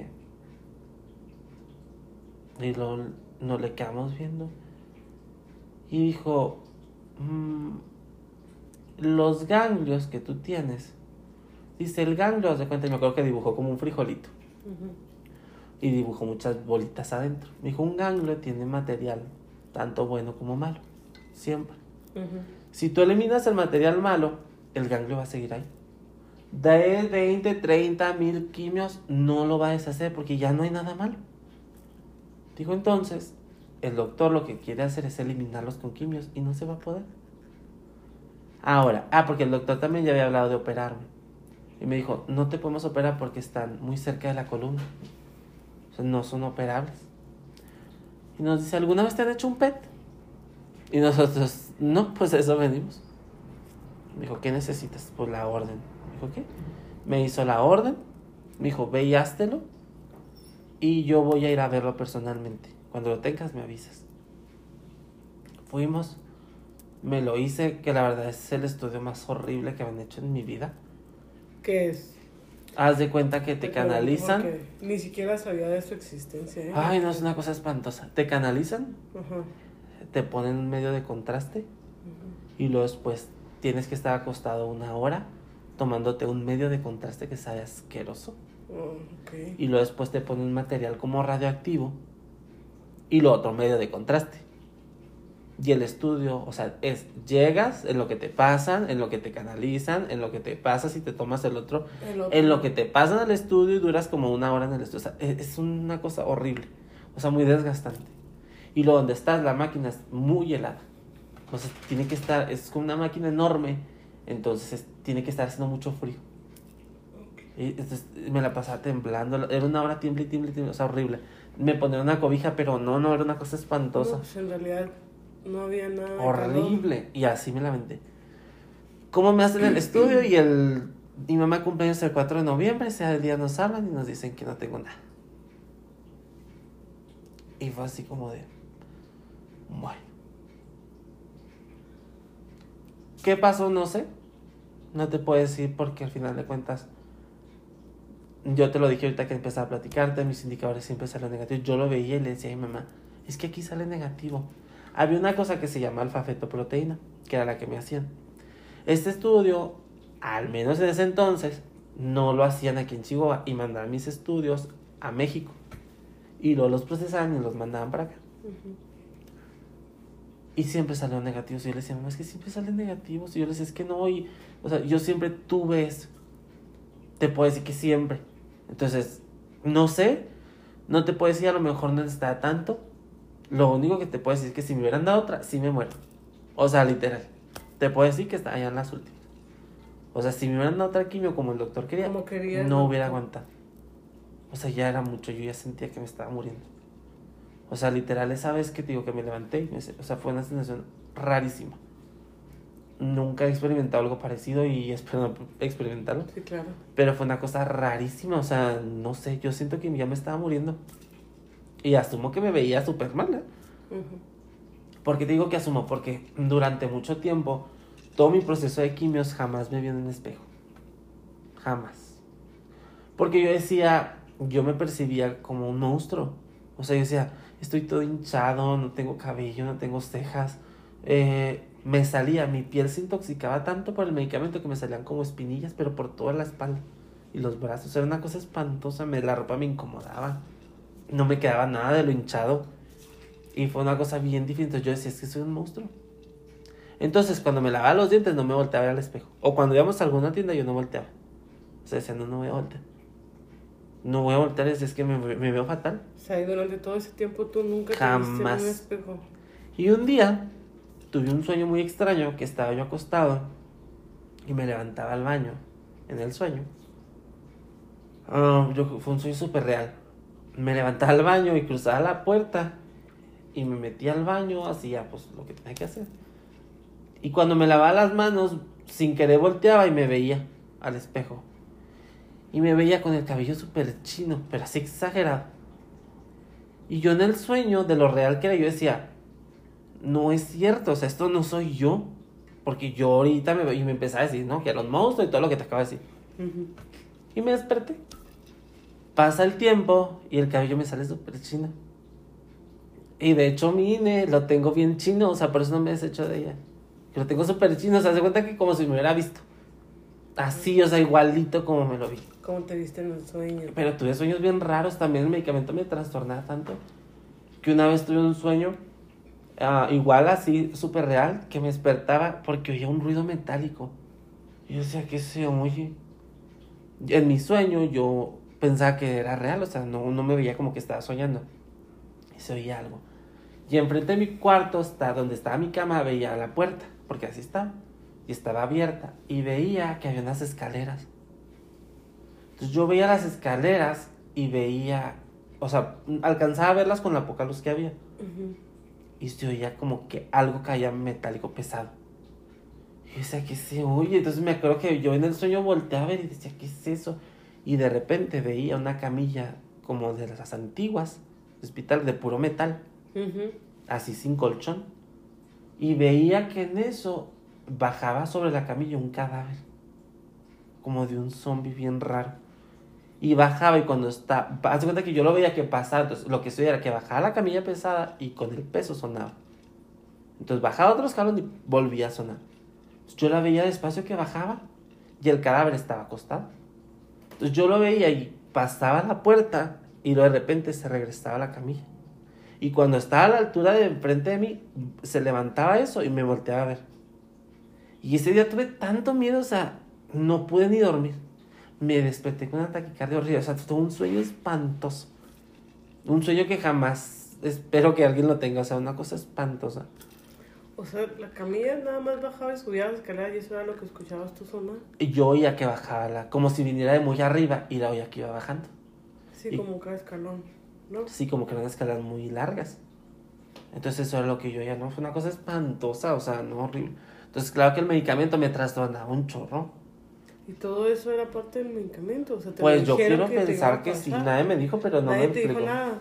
Y lo, nos le quedamos viendo. Y dijo... Mmm, los ganglios que tú tienes, dice el ganglio, haz de cuenta, y me acuerdo que dibujó como un frijolito. Uh-huh. Y dibujó muchas bolitas adentro. Me dijo, un ganglio tiene material tanto bueno como malo, siempre. Uh-huh. Si tú eliminas el material malo, el ganglio va a seguir ahí. De veinte, treinta mil quimios no lo va a deshacer porque ya no hay nada malo. Dijo, entonces, el doctor lo que quiere hacer es eliminarlos con quimios y no se va a poder. Ahora, ah, porque el doctor también ya había hablado de operarme. Y me dijo, no te podemos operar porque están muy cerca de la columna. O sea, no son operables. Y nos dice, ¿alguna vez te han hecho un P E T? Y nosotros, no, pues a eso venimos. Me dijo, ¿qué necesitas? Pues la orden. Me dijo, ¿qué? Me hizo la orden. Me dijo, ve y háztelo. Y yo voy a ir a verlo personalmente. Cuando lo tengas me avisas. Fuimos. Me lo hice, que la verdad es el estudio más horrible que me han hecho en mi vida. ¿Qué es? Haz de cuenta que te canalizan. Ni siquiera sabía de su existencia. ¿eh? Ay, no, es una cosa espantosa. Te canalizan, uh-huh. te ponen un medio de contraste uh-huh. y luego después tienes que estar acostado una hora tomándote un medio de contraste que sabe asqueroso. Oh, okay. Y luego después te ponen un material como radioactivo y lo otro medio de contraste. Y el estudio, o sea, es llegas en lo que te pasan, en lo que te canalizan, en lo que te pasas y te tomas el otro, el otro. en lo que te pasan al estudio y duras como una hora en el estudio. O sea, es, es una cosa horrible, o sea, muy desgastante. Y luego donde estás, la máquina es muy helada. O sea, tiene que estar, es como una máquina enorme, entonces es, tiene que estar haciendo mucho frío. Okay. Y entonces me la pasaba temblando, era una hora tiemble, tiemble, tiemble, o sea, horrible. Me ponía una cobija, pero no, no, era una cosa espantosa. No, pues en realidad... No había nada. Horrible. Y así me la aventé. ¿Cómo me hacen el estudio? Y el mi mamá cumpleaños el cuatro de noviembre, ese día nos hablan y nos dicen que no tengo nada. Y fue así como de... Bueno. ¿Qué pasó? No sé. No te puedo decir porque al final de cuentas... Yo te lo dije ahorita que empecé a platicarte, mis indicadores siempre salen negativos. Yo lo veía y le decía a mi mamá, es que aquí sale negativo. Había una cosa que se llama alfa-fetoproteína, que era la que me hacían. Este estudio, al menos en ese entonces, no lo hacían aquí en Chihuahua y mandaban mis estudios a México. Y luego los procesaban y los mandaban para acá. Uh-huh. Y siempre salieron negativos. Y yo le decía, mamá, es que siempre salen negativos. Y yo le decía, es que no. Y, o sea, yo siempre tuve eso. Te puedo decir que siempre. Entonces, no sé. No te puedo decir, a lo mejor no necesitaba tanto. Lo único que te puedo decir es que si me hubieran dado otra, sí me muero. O sea, literal. Te puedo decir que está allá en las últimas. O sea, si me hubieran dado otra quimio como el doctor quería, como quería no hubiera aguantado. O sea, ya era mucho. Yo ya sentía que me estaba muriendo. O sea, literal, esa vez que te digo que me levanté, y me, o sea, fue una sensación rarísima. Nunca he experimentado algo parecido y espero no experimentarlo. Sí, claro. Pero fue una cosa rarísima. O sea, no sé, yo siento que ya me estaba muriendo. Y asumo que me veía súper mal, ¿eh? Uh-huh. ¿Por qué te digo que asumo? Porque durante mucho tiempo, todo mi proceso de quimios jamás me vio en un espejo. Jamás. Porque yo decía, yo me percibía como un monstruo. O sea, yo decía, estoy todo hinchado, no tengo cabello, no tengo cejas. Eh, me salía, mi piel se intoxicaba tanto por el medicamento que me salían como espinillas, pero por toda la espalda y los brazos. Era una cosa espantosa, me, la ropa me incomodaba. No me quedaba nada de lo hinchado. Y fue una cosa bien difícil. Entonces yo decía, es que soy un monstruo. Entonces cuando me lavaba los dientes no me volteaba a ver al espejo. O cuando íbamos a alguna tienda yo no volteaba. O sea, decía, no, no voy a voltear. No voy a voltear, es, es que me, me veo fatal. O sea, y durante todo ese tiempo tú nunca Jamás. te viste en un espejo. Y un día tuve un sueño muy extraño, que estaba yo acostado y me levantaba al baño en el sueño. Uh, yo, fue un sueño súper real. Me levantaba al baño y cruzaba la puerta y me metía al baño, hacía pues lo que tenía que hacer. Y cuando me lavaba las manos, sin querer volteaba y me veía al espejo. Y me veía con el cabello súper chino, pero así exagerado. Y yo en el sueño, de lo real que era, yo decía, no es cierto, o sea, esto no soy yo. Porque yo ahorita me, y me empecé a decir, ¿no? Que era un monstruo y todo lo que te acabo de decir. Uh-huh. Y me desperté. Pasa el tiempo y el cabello me sale súper chino. Y de hecho mi I N E lo tengo bien chino, o sea, por eso no me he deshecho de ella. Que lo tengo súper chino, o sea, se cuenta que como si me hubiera visto. Así, o sea, igualito como me lo vi. Como te viste en el sueño. Pero tuve sueños bien raros, también el medicamento me trastornaba tanto. Que una vez tuve un sueño, uh, igual así, súper real, que me despertaba porque oía un ruido metálico. Y yo decía, ¿qué se oye? En mi sueño yo pensaba que era real, o sea, no, no me veía como que estaba soñando. Y se oía algo. Y enfrente de mi cuarto, hasta donde estaba mi cama, veía la puerta, porque así estaba. Y estaba abierta. Y veía que había unas escaleras. Entonces yo veía las escaleras y veía, o sea, alcanzaba a verlas con la poca luz que había. Uh-huh. Y se oía como que algo caía metálico pesado. Y decía, ¿qué se oye? Entonces me acuerdo que yo en el sueño volteaba a ver y decía, ¿qué es eso? Y de repente veía una camilla como de las antiguas, hospital de puro metal, uh-huh. así sin colchón. Y veía que en eso bajaba sobre la camilla un cadáver, como de un zombie bien raro. Y bajaba y cuando está, haz de cuenta que yo lo veía que pasaba, entonces lo que estoy era que bajaba la camilla pesada y con el peso sonaba. Entonces bajaba otro escalón y volvía a sonar. Entonces, yo la veía despacio que bajaba y el cadáver estaba acostado. Entonces yo lo veía y pasaba la puerta y luego de repente se regresaba a la camilla. Y cuando estaba a la altura de enfrente de mí, se levantaba eso y me volteaba a ver. Y ese día tuve tanto miedo, o sea, no pude ni dormir. Me desperté con una taquicardia horrible, o sea, tuve un sueño espantoso. Un sueño que jamás espero que alguien lo tenga, o sea, una cosa espantosa. O sea, la camilla nada más bajaba y subía las escaleras y eso era lo que escuchabas tú sonar. Y yo oía que bajaba, la, como si viniera de muy arriba y la oía que iba bajando. Sí, y, como cada escalón, ¿no? Sí, como que eran escaleras muy largas. Entonces eso era lo que yo oía, ¿no? Fue una cosa espantosa, o sea, no, horrible. Entonces claro que el medicamento me trastornaba un chorro. Y todo eso era parte del medicamento, o sea, te pues yo quiero que pensar que sí, nadie me dijo, pero no nadie me te explicó. dijo nada.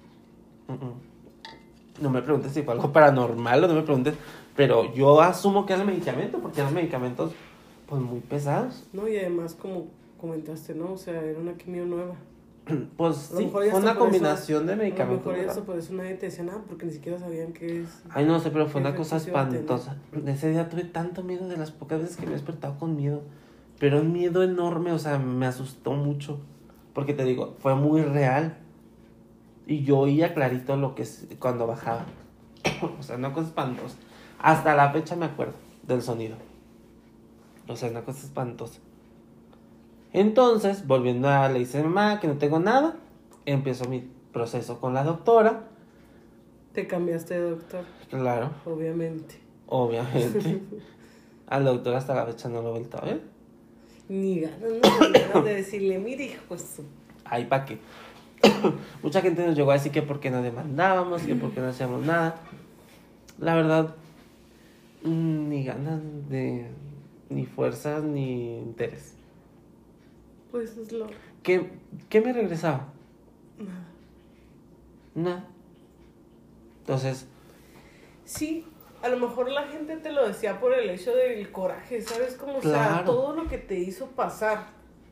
Uh-uh. No me preguntes si fue algo paranormal o no me preguntes, pero yo asumo que es el medicamento, porque eran medicamentos pues muy pesados. No, y además como comentaste, ¿no? O sea, era una quimio nueva. Pues sí, fue una combinación eso, de medicamentos. A lo mejor eso, por eso nadie te decía nada, porque ni siquiera sabían qué es. Ay, no sé, pero fue una cosa espantosa. Ese día tuve tanto miedo, de las pocas veces que me he despertado con miedo. Pero un miedo enorme, o sea, me asustó mucho. Porque te digo, fue muy real. Y yo oía clarito lo que es cuando bajaba. O sea, una cosa espantosa. Hasta la fecha me acuerdo del sonido. O sea, una cosa espantosa. Entonces, volviendo a le dice mamá que no tengo nada. Empezó mi proceso con la doctora. Te cambiaste de doctor. Claro. Obviamente. Obviamente. Al doctor hasta la fecha no lo he vuelto a ver. Ni ganas, no, ni ganas de decirle, mire, hijo eso. Ay, ¿pa' qué? Mucha gente nos llegó a decir que por qué no demandábamos, que por qué no hacíamos nada. La verdad, ni ganas de... ni fuerzas, ni interés. Pues es lo... ¿Qué, qué me regresaba? Nada. Nada. Entonces... Sí, a lo mejor la gente te lo decía por el hecho del coraje, ¿sabes? Como, claro. O sea, todo lo que te hizo pasar.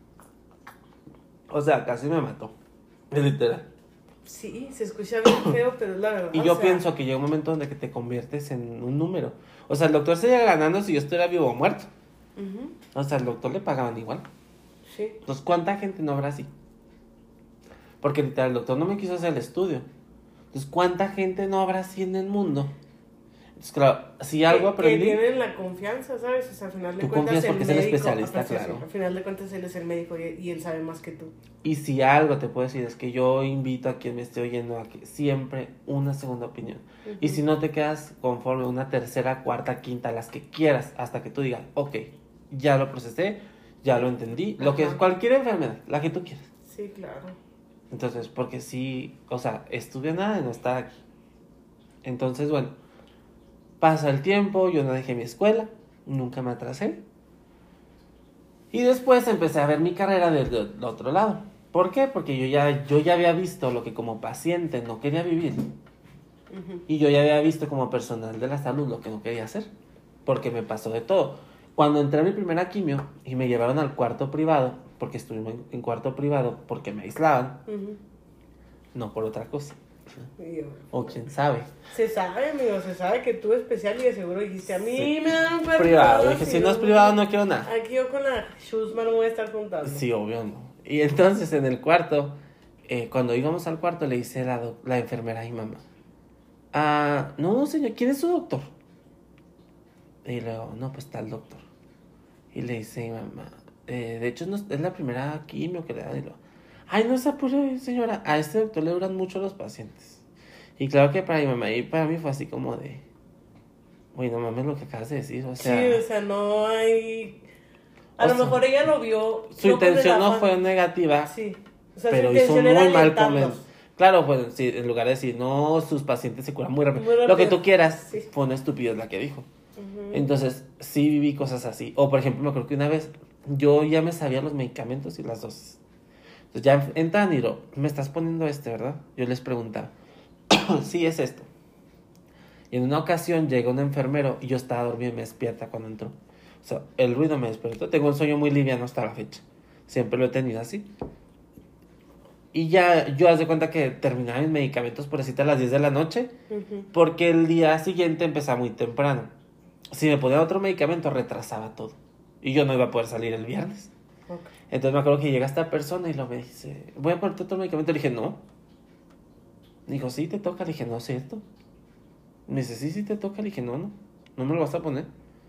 O sea, casi me mató. Literal. Sí, se escucha bien feo, pero es la verdad. Y yo o sea, pienso que llega un momento donde que te conviertes en un número. O sea, el doctor seguía ganando si yo estuviera vivo o muerto. Uh-huh. O sea, al doctor le pagaban igual. Sí. Entonces, ¿cuánta gente no habrá así? Porque literal, el doctor no me quiso hacer el estudio. Entonces, ¿cuánta gente no habrá así en el mundo? Entonces, claro, si algo aprendí... Que tienen la confianza, ¿sabes? O sea, al final de tú cuentas confías porque el es el médico, especialista, claro. Al final de cuentas él es el médico y, y él sabe más que tú. Y si algo te puedo decir es que yo invito a quien me esté oyendo a que siempre una segunda opinión. Uh-huh. Y si no te quedas conforme, una tercera, cuarta, quinta, las que quieras, hasta que tú digas, ok, ya lo procesé, ya lo entendí, uh-huh. Lo que es cualquier enfermedad, la que tú quieras. Sí, claro. Entonces, porque sí, o sea, estudié nada de no estar aquí. Entonces, bueno, pasa el tiempo, yo no dejé mi escuela, nunca me atrasé. Y después empecé a ver mi carrera desde el otro lado. ¿Por qué? Porque yo ya, yo ya había visto lo que como paciente no quería vivir. Uh-huh. Y yo ya había visto como personal de la salud lo que no quería hacer. Porque me pasó de todo. Cuando entré a mi primera quimio y me llevaron al cuarto privado, porque estuvimos en, en cuarto privado porque me aislaban, uh-huh. No por otra cosa. O quién sabe. Se sabe, amigo, se sabe que tú especial y de seguro dijiste, a mí sí. Me dan un cuarto privado. Dije, si no es privado no quiero nada. Aquí yo con la Shuzman no voy a estar juntando. Sí, obvio no. Y entonces en el cuarto, eh, cuando íbamos al cuarto, le dice la, do- la enfermera a mi mamá, ah, no señor, ¿quién es su doctor? Y luego, no, pues está el doctor. Y le dice mi mamá, eh, de hecho no, es la primera quimio que le dan. Y luego, ay, no se apure, señora, a este doctor le duran mucho los pacientes. Y claro que para mi mamá y para mí fue así como de, güey, no mames lo que acabas de decir, o sea... Sí, o sea, no hay... A lo sea, mejor ella lo vio... Su intención no fue negativa, sí. O sea, pero su hizo muy era mal comentario. Claro, pues sí, en lugar de decir, no, sus pacientes se curan muy rápido, muy rápido. Lo que tú quieras, sí. Fue una estupidez la que dijo. Uh-huh. Entonces, sí viví cosas así. O, por ejemplo, me acuerdo que una vez yo ya me sabía los medicamentos y las dosis. Entonces ya entran y lo, me estás poniendo este, ¿verdad? Yo les preguntaba, sí, es esto. Y en una ocasión llega un enfermero y yo estaba dormido y me despierta cuando entró. O sea, el ruido me despertó. Tengo un sueño muy liviano hasta la fecha. Siempre lo he tenido así. Y ya yo haz de cuenta que terminaba mis medicamentos por decirte a las diez de la noche, uh-huh. porque el día siguiente empezaba muy temprano. Si me ponía otro medicamento, retrasaba todo. Y yo no iba a poder salir el viernes. Okay. Entonces me acuerdo que llega esta persona y lo me dice, voy a ponerte otro medicamento. Le dije, no. Me dijo, sí, te toca. Le dije, no, ¿cierto? Me dice, sí, sí, te toca. Le dije, no, no, no me lo vas a poner.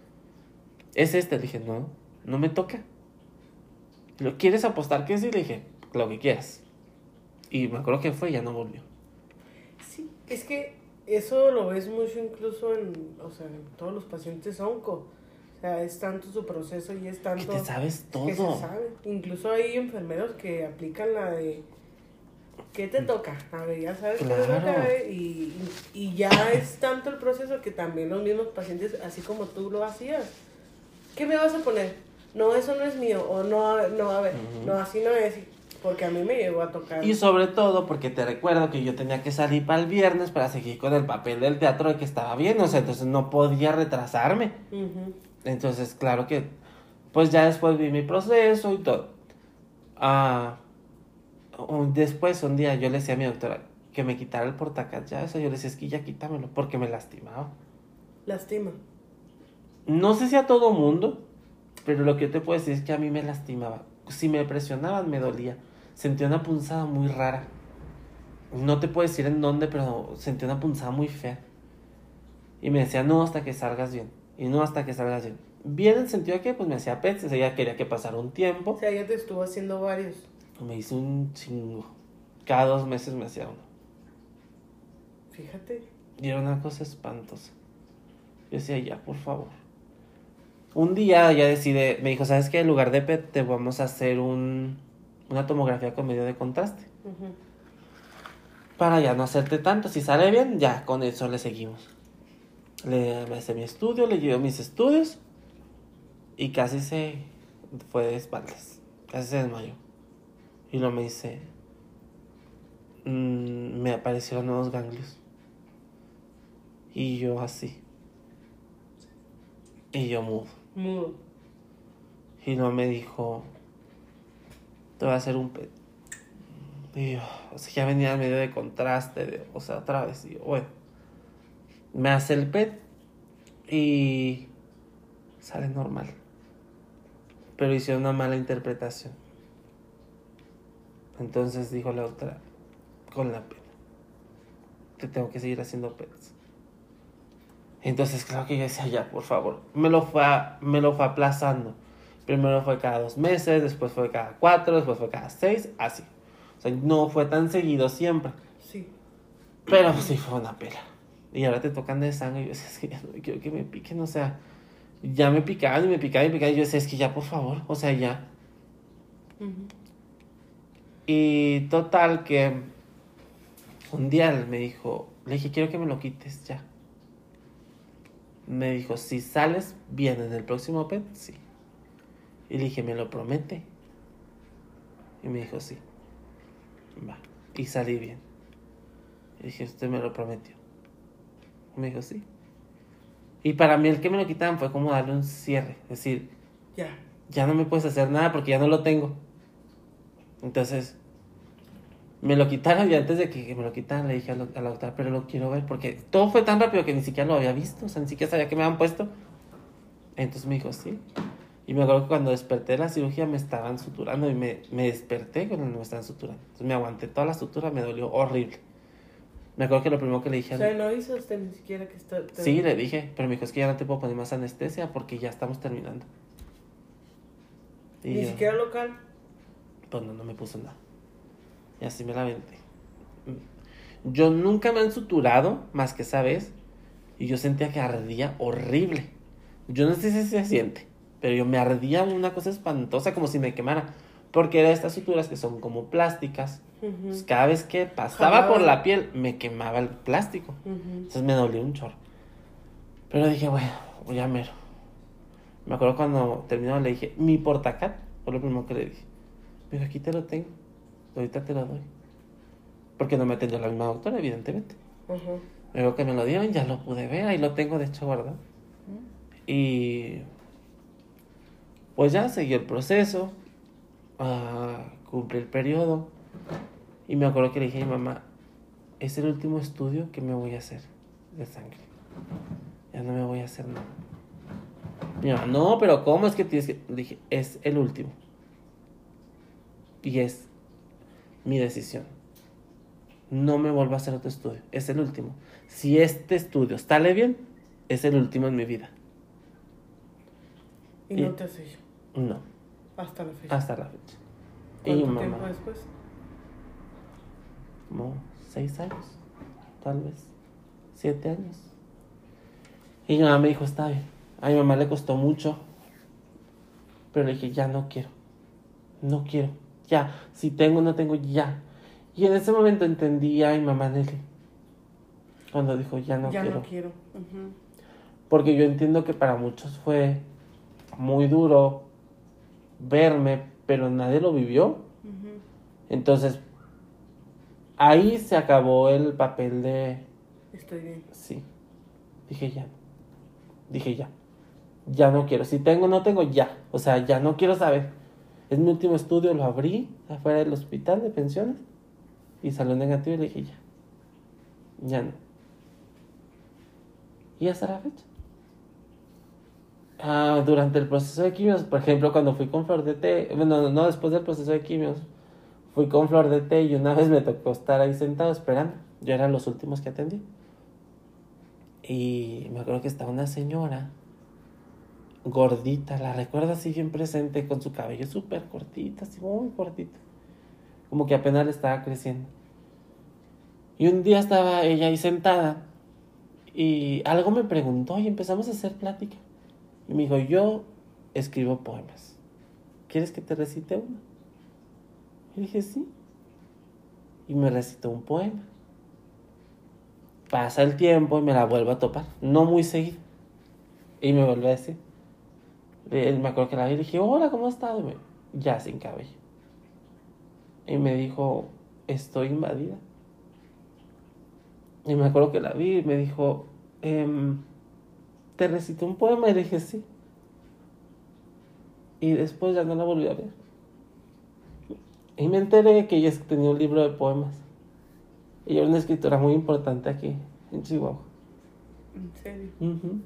Es este. Le dije, no, no me toca. ¿Lo quieres apostar que sí? Le dije, lo que quieras. Y me acuerdo que fue y ya no volvió. Sí, es que eso lo ves mucho incluso en, o sea, en todos los pacientes onco. O sea, es tanto su proceso y es tanto... Que te sabes todo. Que se sabe. Incluso hay enfermeros que aplican la de... ¿Qué te toca? A ver, ya sabes claro. qué te toca. ¿eh? Y, y ya es tanto el proceso que también los mismos pacientes, así como tú lo hacías. ¿Qué me vas a poner? No, eso no es mío. O no, no a ver, uh-huh. no, así no es. Porque a mí me llegó a tocar. Y sobre todo porque te recuerdo que yo tenía que salir para el viernes para seguir con el papel del teatro de que estaba bien. O sea, entonces no podía retrasarme. Uh-huh. Entonces, claro que... Pues ya después vi mi proceso y todo. Ah... Uh, después, un día, yo le decía a mi doctora que me quitara el portacat. Ya, eso yo le decía, es que ya quítamelo, porque me lastimaba. ¿Lastima? No sé si a todo mundo, pero lo que yo te puedo decir es que a mí me lastimaba. Si me presionaban, me dolía. Sentía una punzada muy rara. No te puedo decir en dónde, pero sentía una punzada muy fea. Y me decía, no, hasta que salgas bien. Y no, hasta que salgas bien. Bien en el sentido de que, pues, me hacía pets. O sea, ella quería que pasara un tiempo. O sea, ella te estuvo haciendo varios. Me hizo un chingo. Cada dos meses me hacía uno. Fíjate. Y era una cosa espantosa. Yo decía, ya, por favor. Un día ya decidí, me dijo, ¿sabes qué? En lugar de P E T te vamos a hacer un, una tomografía con medio de contraste. Uh-huh. Para ya no hacerte tanto. Si sale bien, ya con eso le seguimos. Le me hice mi estudio, le llevé mis estudios. Y casi se fue de espaldas. Casi se desmayó. Y luego me dice, mmm, me aparecieron nuevos ganglios. Y yo así. Y yo mudo. Mudo. Y luego me dijo, te voy a hacer un P E T. Y yo, o sea, ya venía al medio de contraste, de, o sea, otra vez. Y yo, bueno, me hace el P E T y sale normal. Pero hicieron una mala interpretación. Entonces dijo la otra, con la pena, que tengo que seguir haciendo P E Ts. Entonces, claro que yo decía, ya, por favor. Me lo fue, a, me lo fue aplazando. Primero fue cada dos meses, después fue cada cuatro, después fue cada seis, así. O sea, no fue tan seguido siempre. Sí. Pero sí fue una pela. Y ahora te tocan de sangre y yo decía, es que ya no quiero que me piquen, o sea, ya me picaban y me picaban y me picaban. Y yo decía, es que ya, por favor, o sea, ya. Uh-huh. Y total que un día me dijo, le dije, quiero que me lo quites ya. Me dijo, si sales bien en el próximo P E T, sí. Y le dije, ¿me lo promete? Y me dijo, sí. Va. Y salí bien. Y dije, usted me lo prometió. Y me dijo, sí. Y para mí el que me lo quitaban fue como darle un cierre. Es decir, ya, ya no me puedes hacer nada porque ya no lo tengo. Entonces, me lo quitaron y antes de que me lo quitaran le dije a, lo, a la doctora, pero lo quiero ver porque todo fue tan rápido que ni siquiera lo había visto, o sea, ni siquiera sabía que me habían puesto. Entonces me dijo, sí. Y me acuerdo que cuando desperté de la cirugía me estaban suturando y me, me desperté cuando me estaban suturando. Entonces me aguanté toda la sutura, me dolió horrible. Me acuerdo que lo primero que le dije... O sea, no hizo usted ni siquiera que está... Sí, le dije, pero me dijo, es que ya no te puedo poner más anestesia porque ya estamos terminando. Y ¿Ni yo, siquiera local? Pues no, no me puso nada. Y así me la aventé. Yo nunca me han suturado, más que esa vez, y yo sentía que ardía horrible. Yo no sé si se siente, pero yo me ardía una cosa espantosa, como si me quemara. Porque era estas suturas que son como plásticas. Uh-huh. Pues cada vez que pasaba Jalaba. por la piel, me quemaba el plástico. Uh-huh. Entonces me dolió un chorro. Pero dije, bueno, ya mero. Me acuerdo cuando terminó, le dije, mi portacat, fue lo primero que le dije. Me dijo, aquí te lo tengo. Ahorita te lo doy. Porque no me atendió la misma doctora, evidentemente. Uh-huh. Luego que me lo dieron, ya lo pude ver. Ahí lo tengo, de hecho, guardado. Uh-huh. Y pues ya seguí el proceso. Uh, cumplí el periodo. Y me acuerdo que le dije a mi mamá, es el último estudio que me voy a hacer de sangre. Ya no me voy a hacer nada. Mi mamá, no, pero ¿cómo es que tienes que...? Le dije, es el último. Y es mi decisión. No me vuelvo a hacer otro estudio. Es el último. Si este estudio sale bien, es el último en mi vida. ¿Y, y no te has hecho? No. Hasta la fecha. Hasta la fecha. ¿Cuánto y tiempo mamá, después? Como seis años, tal vez. Siete años. Y mi mamá me dijo, está bien. A mi mamá le costó mucho. Pero le dije, ya no quiero. No quiero. Ya. Si tengo, no tengo, ya. Y en ese momento entendí a mi mamá Nelly. Cuando dijo, ya no ya quiero. Ya no quiero. Uh-huh. Porque yo entiendo que para muchos fue muy duro verme, pero nadie lo vivió. Uh-huh. Entonces, ahí se acabó el papel de... Estoy bien. Sí. Dije ya. Dije ya. Ya no quiero. Si tengo, no tengo, ya. O sea, ya no quiero saber. Es mi último estudio, lo abrí afuera del hospital de pensiones y salió negativo y le dije ya. Ya no. Y hasta la fecha. Ah, durante el proceso de quimios, por ejemplo, cuando fui con Flor de Té, bueno, no después del proceso de quimios, fui con Flor de Té y una vez me tocó estar ahí sentado esperando. Yo era los últimos que atendí. Y me acuerdo que estaba una señora gordita, la recuerdo así bien presente, con su cabello súper cortito, así muy cortito. Como que apenas le estaba creciendo. Y un día estaba ella ahí sentada y algo me preguntó y empezamos a hacer plática. Y me dijo, yo escribo poemas. ¿Quieres que te recite uno? Y dije, sí. Y me recitó un poema. Pasa el tiempo y me la vuelvo a topar. No muy seguido. Y me vuelve a decir. Me acuerdo que la vi y le dije, hola, ¿cómo estás? Ya sin cabello. Y me dijo, estoy invadida. Y me acuerdo que la vi y me dijo, ehm, ¿te recité un poema? Y le dije, sí. Y después ya no la volví a ver. Y me enteré que ella tenía un libro de poemas. Ella era una escritora muy importante aquí, en Chihuahua. ¿En serio? Uh-huh.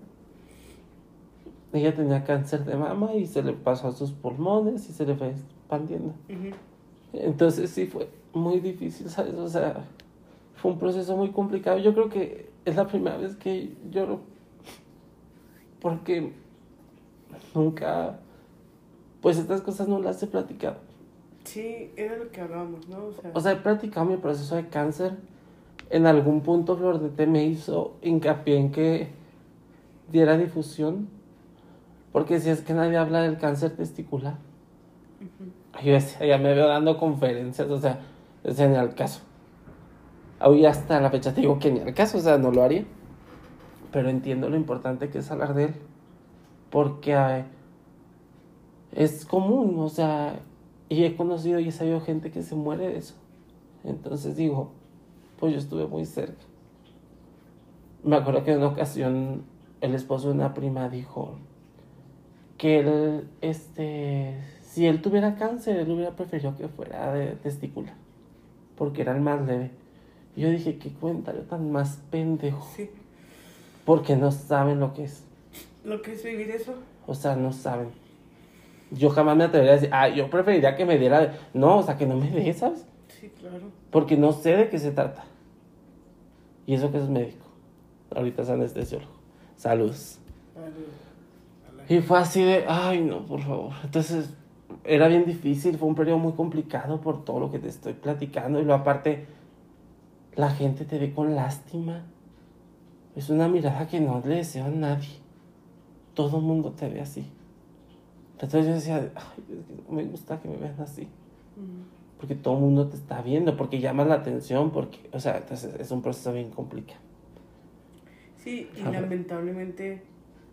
Ella tenía cáncer de mama y se le pasó a sus pulmones y se le fue expandiendo. Uh-huh. Entonces sí fue muy difícil, ¿sabes? O sea, fue un proceso muy complicado. Yo creo que es la primera vez que lloro porque nunca, pues estas cosas no las he platicado. Sí, era lo que hablábamos, ¿no? O sea, o sea, he platicado mi proceso de cáncer. En algún punto Flor de Té me hizo hincapié en que diera difusión, porque si es que nadie habla del cáncer testicular. Uh-huh. Yo decía, ya me veo dando conferencias, o sea, decía, ni al caso. Hoy hasta la fecha te digo que ni al caso, o sea, no lo haría. Pero entiendo lo importante que es hablar de él, porque ay, es común, o sea, y he conocido y he sabido gente que se muere de eso. Entonces digo, pues yo estuve muy cerca. Me acuerdo que en una ocasión el esposo de una prima dijo que él, este, si él tuviera cáncer, él hubiera preferido que fuera de testícula, porque era el más leve. Y yo dije, qué comentario tan más pendejo. Sí. Porque no saben lo que es. ¿Lo que es vivir eso? O sea, no saben. Yo jamás me atrevería a decir, ah, yo preferiría que me diera... De... No, o sea, que no me dé, ¿sabes? Sí, claro. Porque no sé de qué se trata. Y eso que es médico. Ahorita es anestesiólogo. Saludos. Salud. Y fue así de, ay, no, por favor. Entonces, era bien difícil. Fue un periodo muy complicado por todo lo que te estoy platicando. Y luego, aparte, la gente te ve con lástima. Es una mirada que no le deseo a nadie. Todo el mundo te ve así. Entonces yo decía, ay, no me gusta que me vean así. Uh-huh. Porque todo el mundo te está viendo, porque llamas la atención, porque, o sea, entonces es un proceso bien complicado. Sí, y ¿sabes? Lamentablemente,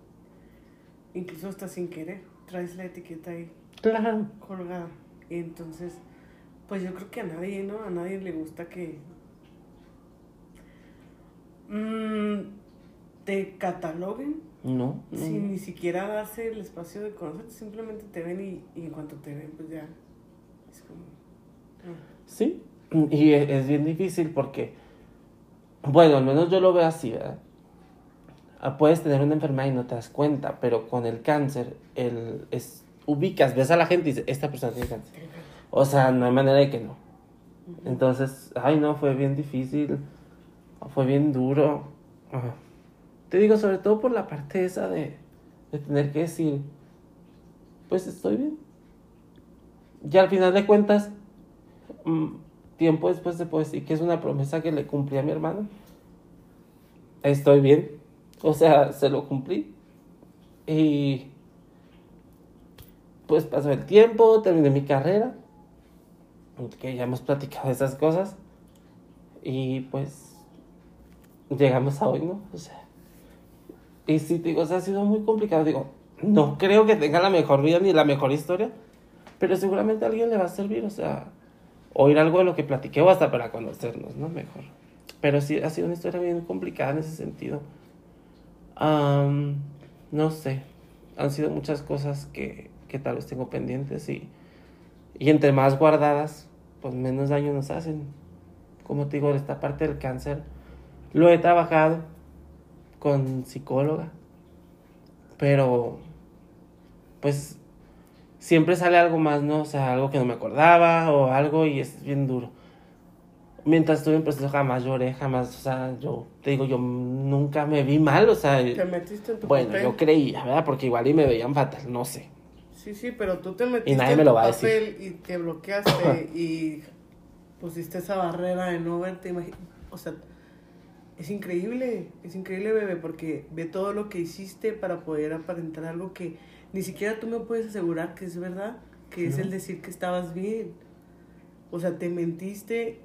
incluso hasta sin querer, traes la etiqueta ahí. Claro. Colgada. Y entonces, pues yo creo que a nadie, ¿no? A nadie le gusta que mmm, te cataloguen. No, no. Sin ni siquiera darse el espacio de conocerte, simplemente te ven y, y en cuanto te ven, pues ya es como... Sí, Y es, es bien difícil porque, bueno, al menos yo lo veo así, ¿verdad? Puedes tener una enfermedad y no te das cuenta, pero con el cáncer, el, es, ubicas, ves a la gente y dices, esta persona tiene cáncer. O sea, no hay manera de que no. Entonces, ay no, fue bien difícil, fue bien duro. Ajá. Te digo, sobre todo por la parte esa de, de tener que decir, pues estoy bien. Y al final de cuentas, mmm, tiempo después te puedo decir que es una promesa que le cumplí a mi hermano. Estoy bien. O sea, se lo cumplí. Y pues pasó el tiempo, terminé mi carrera. Que ya hemos platicado de esas cosas. Y pues llegamos a hoy, ¿no? O sea, y sí, digo, o sea, ha sido muy complicado. Digo, no creo que tenga la mejor vida ni la mejor historia, pero seguramente a alguien le va a servir, o sea, oír algo de lo que platiqué o hasta para conocernos, ¿no? Mejor. Pero sí, ha sido una historia bien complicada en ese sentido. Um, no sé, han sido muchas cosas que, que tal vez tengo pendientes y, y entre más guardadas, pues menos daño nos hacen. Como te digo, esta parte del cáncer lo he trabajado con psicóloga, pero pues siempre sale algo más, ¿no? O sea, algo que no me acordaba o algo y es bien duro. Mientras estuve en proceso jamás lloré, jamás, o sea, yo te digo, yo nunca me vi mal, o sea, te metiste en tu bueno, papel. Yo creía, ¿verdad? Porque igual y me veían fatal, no sé. Sí, sí, pero tú te metiste y nadie en me tu lo va a papel decir. Y te bloqueaste y pusiste esa barrera de no verte, imagi- o sea, es increíble, es increíble, bebé, porque ve todo lo que hiciste para poder aparentar algo que ni siquiera tú me puedes asegurar que es verdad, que es No. el decir que estabas bien. O sea, te mentiste,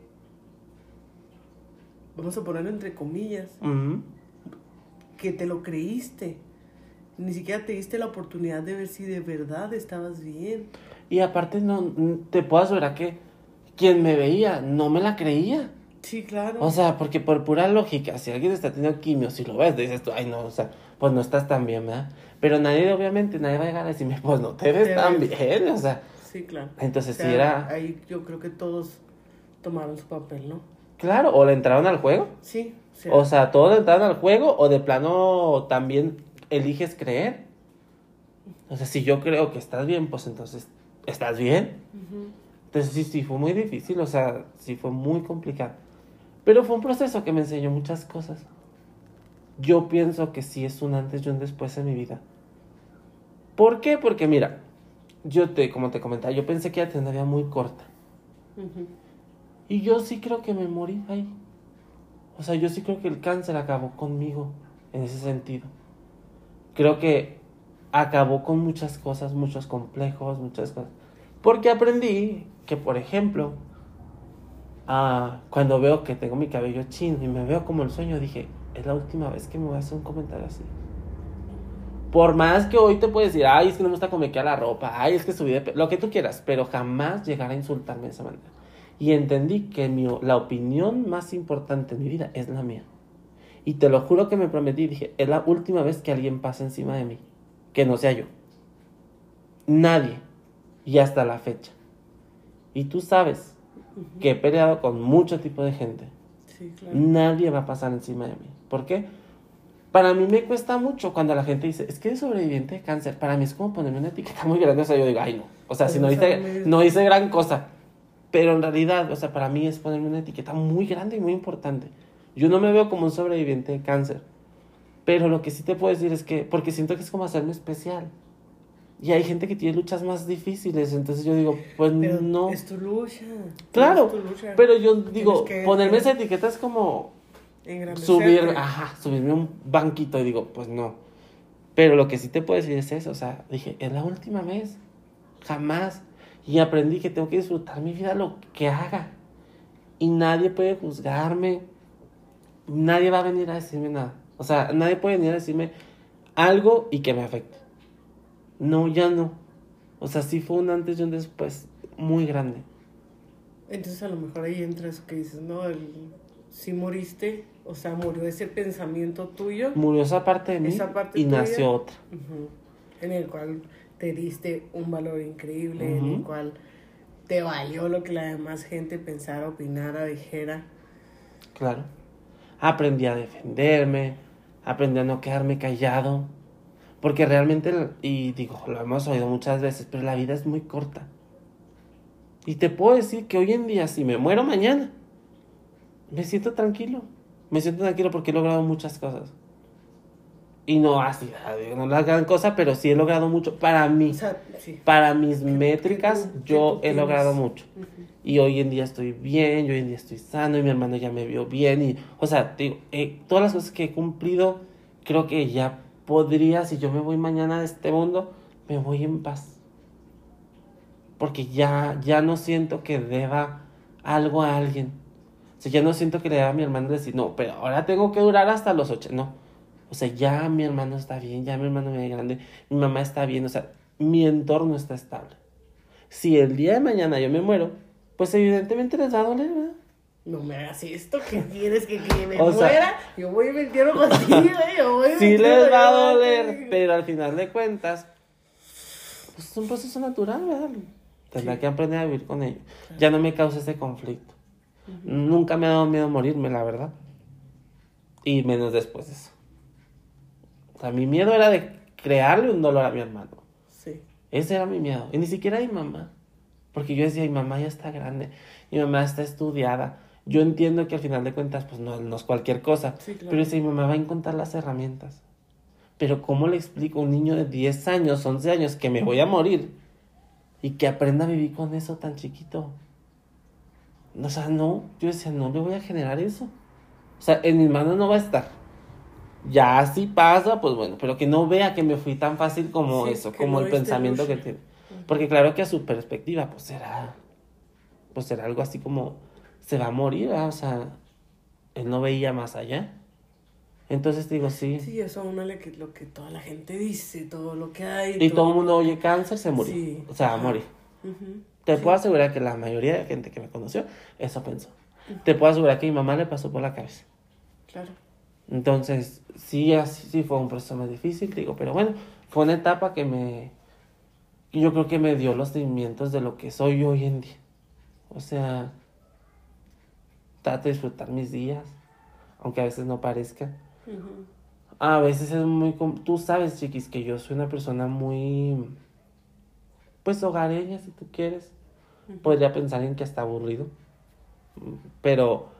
vamos a ponerlo entre comillas, Uh-huh. que te lo creíste. Ni siquiera te diste la oportunidad de ver si de verdad estabas bien. Y aparte, no, te puedo asegurar que quien me veía no me la creía. Sí, claro. O sea, porque por pura lógica, si alguien está teniendo quimio, si lo ves, dices tú, ay no, o sea, pues no estás tan bien, ¿verdad? Pero nadie, obviamente, nadie va a llegar a decirme, pues no te ves Te tan ves. bien, o sea. Sí, claro. Entonces O sea, sí era, ahí yo creo que todos tomaron su papel, ¿no? claro, o le entraron al juego. Sí. O sea, O sea, todos le entraron al juego, o de plano también eliges creer. O sea, si yo creo que estás bien, pues entonces, ¿estás bien? ujú. Entonces sí, sí, fue muy difícil, o sea, sí fue muy complicado. Pero fue un proceso que me enseñó muchas cosas. Yo pienso que sí es un antes y un después en mi vida. ¿Por qué? Porque mira, yo te, como te comentaba, yo pensé que iba a tener una vida muy corta. Ujú. Y yo sí creo que me morí ahí. O sea, yo sí creo que el cáncer acabó conmigo en ese sentido. Creo que acabó con muchas cosas, muchos complejos, muchas cosas. Porque aprendí que, por ejemplo, ah, cuando veo que tengo mi cabello chino y me veo como el sueño, dije, es la última vez que me voy a hacer un comentario así. Por más que hoy te puedes decir, ay, es que no me gusta cómo me queda la ropa, ay, es que subí de pe-", lo que tú quieras, pero jamás llegar a insultarme de esa manera. Y entendí que mi, la opinión más importante en mi vida es la mía. Y te lo juro que me prometí, dije, es la última vez que alguien pasa encima de mí, que no sea yo. Nadie. Y hasta la fecha. Y tú sabes Ujú. que he peleado con mucho tipo de gente. Sí, claro. Nadie va a pasar encima de mí. ¿Por qué? Para mí me cuesta mucho cuando la gente dice, es que eres sobreviviente de cáncer. Para mí es como ponerme una etiqueta muy grande. O sea, yo digo, ay no. O sea, Pues si no no hice, sabes. no hice gran cosa. Pero en realidad, o sea, para mí es ponerme una etiqueta muy grande y muy importante. Yo no me veo como un sobreviviente de cáncer. Pero lo que sí te puedo decir es que, porque siento que es como hacerme especial. Y hay gente que tiene luchas más difíciles. Entonces yo digo, pues Pero no. es tu lucha. Claro, Es tu lucha. pero yo Tienes digo, que- ponerme esa etiqueta es como Engrandecerte. subir, ajá, subirme a un banquito y digo, pues no. Pero lo que sí te puedo decir es eso, o sea, dije, es la última vez, jamás. Y aprendí que tengo que disfrutar mi vida lo que haga. Y nadie puede juzgarme, nadie va a venir a decirme nada. O sea, nadie puede venir a decirme algo y que me afecte. No, ya no. O sea, sí fue un antes y un después muy grande. Entonces a lo mejor ahí entra eso que dices, ¿no? El, si moriste, o sea, murió ese pensamiento tuyo. Murió esa parte de mí Esa parte y tuya. nació otra. Ujú. En el cual te diste un valor increíble, Ujú. en el cual te valió lo que la demás gente pensara, opinara, dijera. Claro. Aprendí a defenderme, aprendí a no quedarme callado, porque realmente, y digo, lo hemos oído muchas veces, pero la vida es muy corta. Y te puedo decir que hoy en día, si me muero mañana, me siento tranquilo. Me siento tranquilo porque he logrado muchas cosas. Y no así, no la gran cosa, pero sí he logrado mucho para mí. O sea, sí. Para mis ¿Qué, métricas, qué tú, yo he logrado mucho. Uh-huh. Y hoy en día estoy bien, yo hoy en día estoy sano, y mi hermano ya me vio bien. Y, o sea, digo, eh, todas las cosas que he cumplido, creo que ya podría, si yo me voy mañana de este mundo, me voy en paz. Porque ya, ya no siento que deba algo a alguien. O sea, ya no siento que le deba a mi hermano decir, no, pero ahora tengo que durar hasta los ocho. No. O sea, ya mi hermano está bien, ya mi hermano me ve grande, mi mamá está bien, o sea, mi entorno está estable. Si el día de mañana yo me muero, pues evidentemente les va a doler, ¿verdad? No me hagas esto, ¿qué quieres que, que me o muera? Sea, yo voy y me entierro contigo, yo voy y me sí les va a doler, pero al final de cuentas, pues es un proceso natural, ¿verdad? Tendrá sí. que aprender a vivir con ello. Claro. Ya no me causa ese conflicto. Uh-huh. Nunca me ha dado miedo morirme, la verdad. Y menos después de eso. O sea, mi miedo era de crearle un dolor a mi hermano. Sí. Ese era mi miedo. Y ni siquiera a mi mamá. Porque yo decía, mi mamá ya está grande. Mi mamá está estudiada. Yo entiendo que al final de cuentas, pues no, no es cualquier cosa. Sí, claro. Pero decía, mi mamá va a encontrar las herramientas. Pero ¿cómo le explico a un niño de diez años, once años, que me voy a morir? Y que aprenda a vivir con eso tan chiquito. O sea, no. Yo decía, no le voy a generar eso. O sea, en mis manos no va a estar. Ya si pasa, pues bueno, pero que no vea que me fui tan fácil como sí, eso, como no el pensamiento lucha. Que tiene. Porque claro que a su perspectiva, pues será, pues será algo así como, se va a morir, ¿verdad? O sea, él no veía más allá. Entonces digo, sí. Sí, eso a uno le que lo que toda la gente dice, todo lo que hay. Y todo, todo el mundo oye cáncer, se murió. Sí. O sea, va a morir. Uh-huh. Te sí. puedo asegurar que la mayoría de la gente que me conoció, eso pensó. Uh-huh. Te puedo asegurar que mi mamá le pasó por la cabeza. Claro. Entonces, sí, así sí fue un proceso más difícil, digo, pero bueno, fue una etapa que me, yo creo que me dio los cimientos de lo que soy hoy en día. O sea, trato de disfrutar mis días, aunque a veces no parezca. Uh-huh. A veces es muy, tú sabes, chiquis, que yo soy una persona muy, pues hogareña, si tú quieres. Uh-huh. Podría pensar en que está aburrido, pero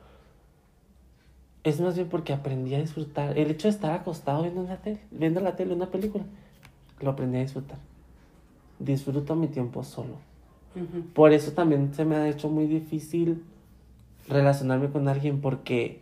es más bien porque aprendí a disfrutar. El hecho de estar acostado viendo la tele, viendo la tele, una película, lo aprendí a disfrutar. Disfruto mi tiempo solo. Uh-huh. Por eso también se me ha hecho muy difícil relacionarme con alguien, porque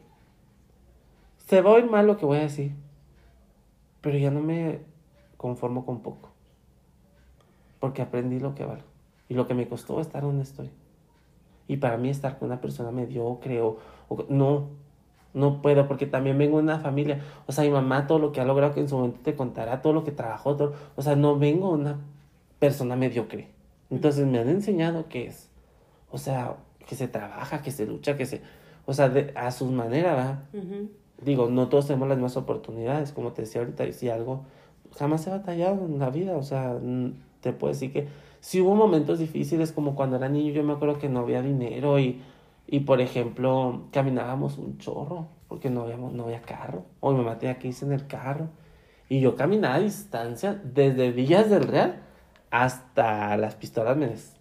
se va a oír mal lo que voy a decir, pero ya no me conformo con poco. Porque aprendí lo que valgo y lo que me costó estar donde estoy. Y para mí estar con una persona mediocre o, o no... No puedo, porque también vengo de una familia. O sea, mi mamá, todo lo que ha logrado, que en su momento te contará, todo lo que trabajó, todo. O sea, no vengo de una persona mediocre. Entonces me han enseñado que es, o sea, que se trabaja, que se lucha, que se, o sea, de, a sus maneras, ¿verdad? Uh-huh. Digo, no todos tenemos las mismas oportunidades, como te decía ahorita, y si algo, jamás he batallado en la vida. O sea, te puedo decir que sí hubo momentos difíciles, como cuando era niño, yo me acuerdo que no había dinero y... Y, por ejemplo, caminábamos un chorro porque no, habíamos, no había carro. O mi mamá tenía que irse en el carro. Y yo caminaba a distancia desde Villas del Real hasta las Pistolas Menes.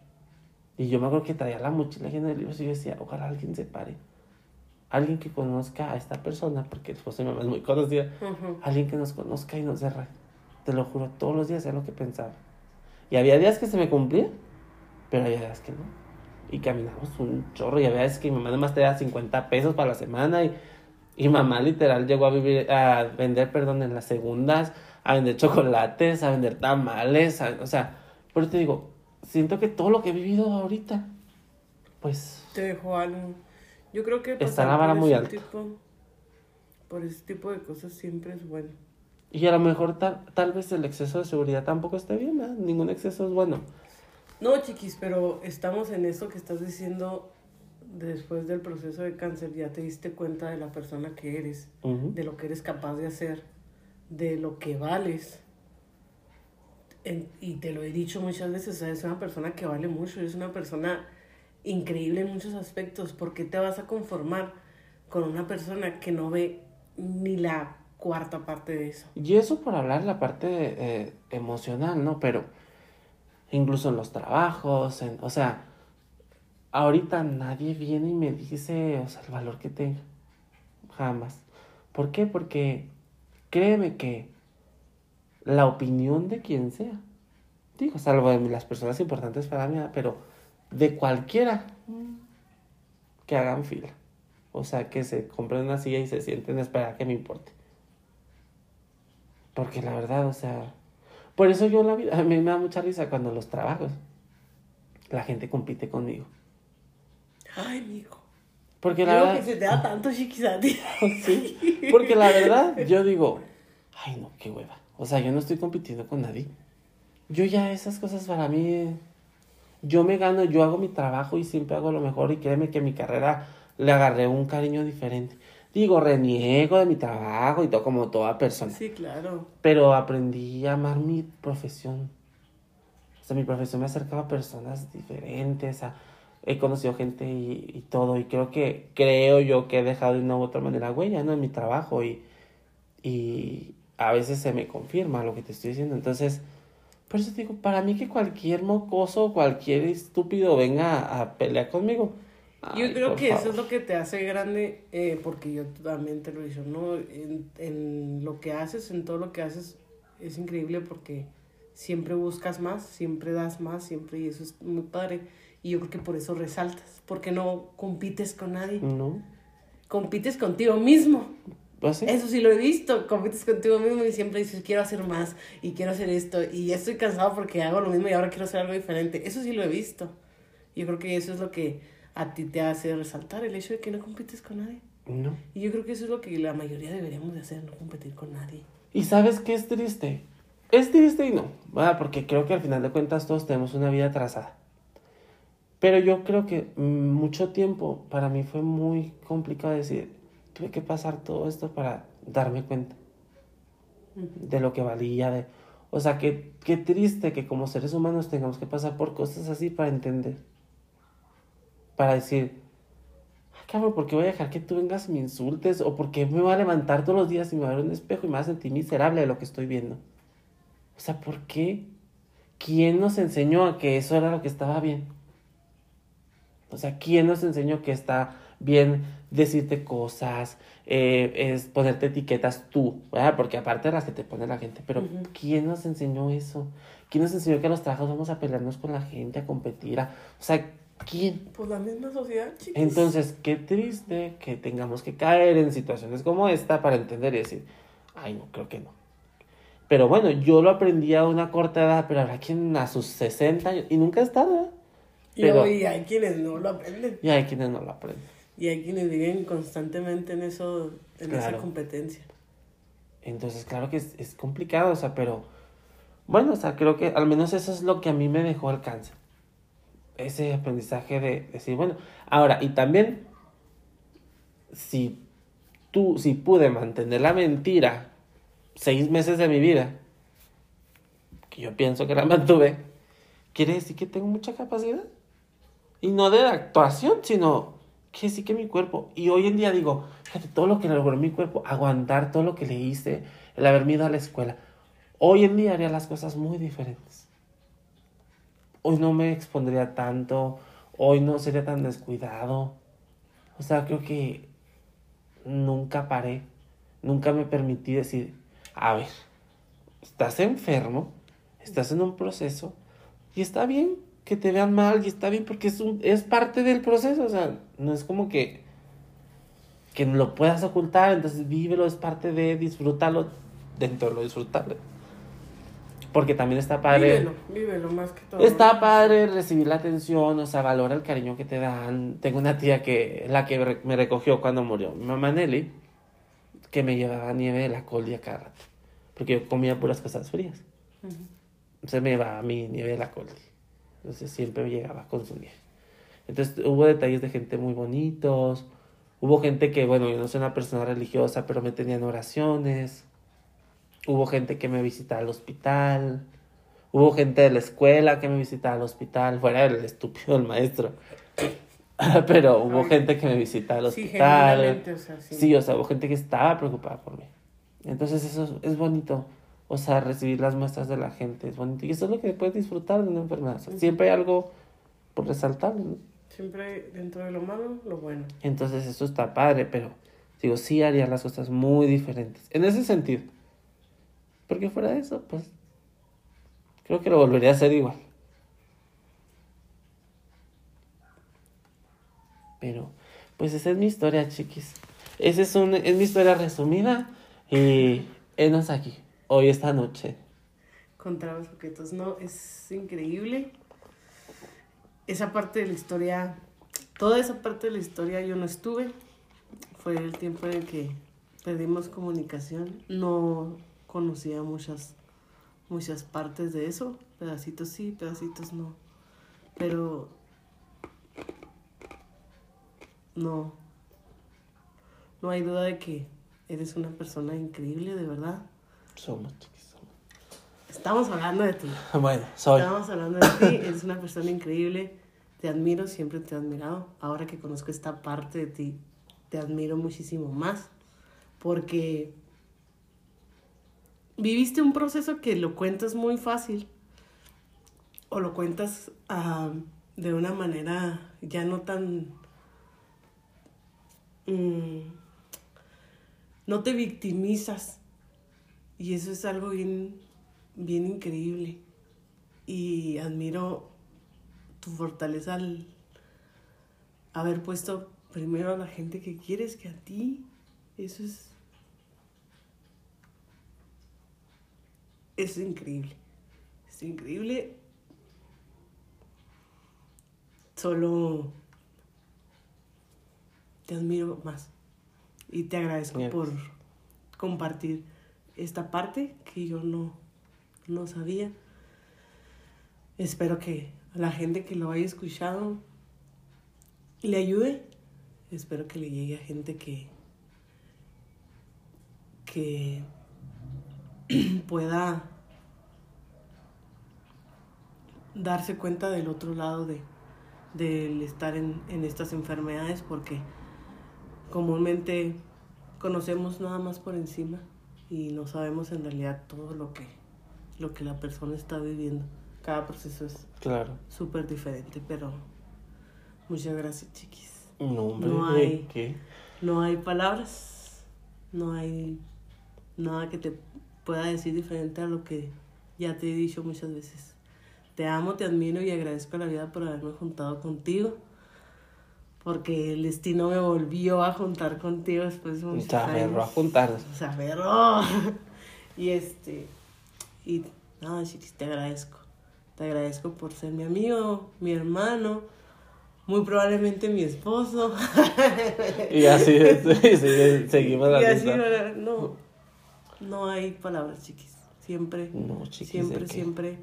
Y yo me acuerdo que traía la mochila llena de libros y yo decía, ojalá alguien se pare. Alguien que conozca a esta persona, porque después mi mamá es muy conocida. Uh-huh. Alguien que nos conozca y nos dé rayo. Te lo juro, todos los días era lo que pensaba. Y había días que se me cumplía, pero había días que no. Y caminamos un chorro y había veces que mi mamá además te da cincuenta pesos para la semana y, y mamá literal llegó a vivir, a vender, perdón, en las segundas, a vender chocolates, a vender tamales, a, o sea, por eso te digo, siento que todo lo que he vivido ahorita, pues... Te dejó algo. Yo creo que... Está la vara muy alta. Tipo, por ese tipo de cosas siempre es bueno. Y a lo mejor tal, tal vez el exceso de seguridad tampoco esté bien, ¿verdad? Ningún exceso es bueno. No, chiquis, pero estamos en eso que estás diciendo. Después del proceso de cáncer ya te diste cuenta de la persona que eres, uh-huh. de lo que eres capaz de hacer, de lo que vales. en, y te lo he dicho muchas veces, o sea, es una persona que vale mucho, es una persona increíble en muchos aspectos. ¿Por qué te vas a conformar con una persona que no ve ni la cuarta parte de eso? Y eso por hablar la parte eh, emocional, ¿no? Pero incluso en los trabajos, en, o sea, ahorita nadie viene y me dice, o sea, el valor que tenga. Jamás. ¿Por qué? Porque créeme que la opinión de quien sea, digo, salvo de las personas importantes para mí, pero de cualquiera que hagan fila. O sea, que se compren una silla y se sienten a esperar que me importe. Porque la verdad, o sea, por eso yo en la vida, a mí me da mucha risa cuando los trabajos, la gente compite conmigo. Ay, mijo. Porque la Creo verdad, que se te da tanto chiquis a ti. sí, porque la verdad, yo digo, ay no, qué hueva. O sea, yo no estoy compitiendo con nadie. Yo ya esas cosas para mí, yo me gano, yo hago mi trabajo y siempre hago lo mejor y créeme que mi carrera le agarré un cariño diferente. Digo, reniego de mi trabajo y todo como toda persona. Sí, claro. Pero aprendí a amar mi profesión. O sea, mi profesión me acercaba a personas diferentes, a, he conocido gente y, y todo. Y creo que, creo yo que he dejado de una u otra manera huella, ¿no? En mi trabajo y, y a veces se me confirma lo que te estoy diciendo. Entonces, por eso digo, para mí que cualquier mocoso, cualquier estúpido venga a, a pelear conmigo. Yo Ay, creo por que favor. eso es lo que te hace grande, eh, porque yo también te lo he dicho, ¿no? En, en lo que haces, en todo lo que haces, es increíble porque siempre buscas más, siempre das más, siempre, y eso es muy padre. Y yo creo que por eso resaltas, porque no compites con nadie, No, compites contigo mismo. pues sí. Eso sí lo he visto, compites contigo mismo y siempre dices, quiero hacer más y quiero hacer esto y ya estoy cansado porque hago lo mismo y ahora quiero hacer algo diferente. Eso sí lo he visto. Yo creo que eso es lo que a ti te hace resaltar, el hecho de que no compites con nadie. No. Y yo creo que eso es lo que la mayoría deberíamos de hacer, no competir con nadie. ¿Y sabes qué es triste? Es triste y no, ¿verdad? Porque creo que al final de cuentas todos tenemos una vida trazada. Pero yo creo que mm, mucho tiempo para mí fue muy complicado decir, tuve que pasar todo esto para darme cuenta Ujú. de lo que valía, de... O sea, que qué triste que como seres humanos tengamos que pasar por cosas así para entender. Para decir, ah, cabrón, ¿por qué voy a dejar que tú vengas y me insultes? ¿O por qué me voy a levantar todos los días y me voy a ver un espejo y me voy a sentir miserable de lo que estoy viendo? O sea, ¿por qué? ¿Quién nos enseñó a que eso era lo que estaba bien? O sea, ¿quién nos enseñó que está bien decirte cosas, eh, es ponerte etiquetas tú, ¿verdad? Porque aparte de las que te pone la gente, pero Ujú. ¿quién nos enseñó eso? ¿Quién nos enseñó que a los trabajos vamos a pelearnos con la gente, a competir? A... O sea, ¿quién? Pues la misma sociedad, chicos. Entonces, qué triste que tengamos que caer en situaciones como esta para entender y decir, ay, no, creo que no. Pero bueno, yo lo aprendí a una corta edad, pero habrá quien a sus sesenta años, y nunca es tarde, ¿eh? Pero... Y hay quienes no lo aprenden. Y hay quienes no lo aprenden. Y hay quienes viven constantemente en eso, en Claro. esa competencia. Entonces, claro que es, es complicado, o sea, pero... Bueno, o sea, creo que al menos eso es lo que a mí me dejó el cáncer. Ese aprendizaje de decir, bueno, ahora, y también, si tú, si pude mantener la mentira seis meses de mi vida, que yo pienso que la mantuve, quiere decir que tengo mucha capacidad. Y no de actuación, sino que sí que mi cuerpo. Y hoy en día digo, fíjate, todo lo que logró mi cuerpo, aguantar todo lo que le hice, el haberme ido a la escuela. Hoy en día haría las cosas muy diferentes. Hoy no me expondría tanto, hoy no sería tan descuidado. O sea, creo que nunca paré, nunca me permití decir, a ver, estás enfermo, estás en un proceso y está bien que te vean mal y está bien porque es, un, es parte del proceso, o sea, no es como que, que lo puedas ocultar, entonces vívelo, es parte de disfrútalo dentro de lo disfrutable. Porque también está padre. Vívelo, vívelo más que todo. Está padre recibir la atención, o sea, valora el cariño que te dan. Tengo una tía que, la que re- me recogió cuando murió mi mamá Nelly, que me llevaba nieve de la Coldi a cada rato. Porque yo comía puras cosas frías. Uh-huh. Entonces me llevaba mi nieve de la Coldi. Entonces siempre me llegaba con su nieve. Entonces hubo detalles de gente muy bonitos. Hubo gente que, bueno, yo no soy una persona religiosa, pero me tenían oraciones. Hubo gente que me visitaba al hospital. Hubo gente de la escuela que me visitaba al hospital, fuera el estúpido del maestro. Pero hubo Ay, gente que me visitaba al hospital. Sí, o sea, sí. sí, o sea, hubo gente que estaba preocupada por mí. Entonces eso es, es bonito. O sea, recibir las muestras de la gente es bonito. Y eso es lo que puedes disfrutar de una enfermedad. O sea, siempre hay algo por resaltar, ¿no? Siempre dentro de lo malo, lo bueno. Entonces eso está padre, pero digo, sí haría las cosas muy diferentes. En ese sentido. Porque fuera de eso, pues, creo que lo volvería a hacer igual. Pero, pues esa es mi historia, chiquis. Esa es, un, es mi historia resumida. Y enos aquí, hoy, esta noche. Con trabajos objetos, no, es increíble. Esa parte de la historia, toda esa parte de la historia yo no estuve. Fue el tiempo en el que perdimos comunicación. No conocía muchas, muchas partes de eso. Pedacitos sí, pedacitos no. Pero no, no hay duda de que eres una persona increíble, de verdad. Somos, chiquis, somos. Estamos hablando de ti. Bueno, soy. Estamos hablando de ti, eres una persona increíble. Te admiro, siempre te he admirado. Ahora que conozco esta parte de ti, te admiro muchísimo más. Porque viviste un proceso que lo cuentas muy fácil. O lo cuentas uh, de una manera ya no tan... Um, no te victimizas. Y eso es algo bien, bien increíble. Y admiro tu fortaleza al haber puesto primero a la gente que quieres que a ti. Eso es... Es increíble. Es increíble. Solo te admiro más. Y te agradezco yes. por compartir esta parte que yo no, no sabía. Espero que a la gente que lo haya escuchado le ayude. Espero que le llegue a gente que, que pueda darse cuenta del otro lado de, del estar en, en estas enfermedades, porque comúnmente conocemos nada más por encima y no sabemos en realidad todo lo que, lo que la persona está viviendo. Cada proceso es claro. súper diferente, pero muchas gracias, chiquis. No, hombre, no hay, ¿qué? No hay palabras, no hay nada que te pueda decir diferente a lo que ya te he dicho muchas veces. Te amo, te admiro y agradezco a la vida por haberme juntado contigo, porque el destino me volvió a juntar contigo después de muchos años. Se aferró a juntarnos. Se aferró. Y este, y nada, chiquis, te agradezco. Te agradezco por ser mi amigo, mi hermano, muy probablemente mi esposo. Y así es, sí, seguimos la y así, no, no hay palabras, chiquis. Siempre, no, chiquis, siempre, siempre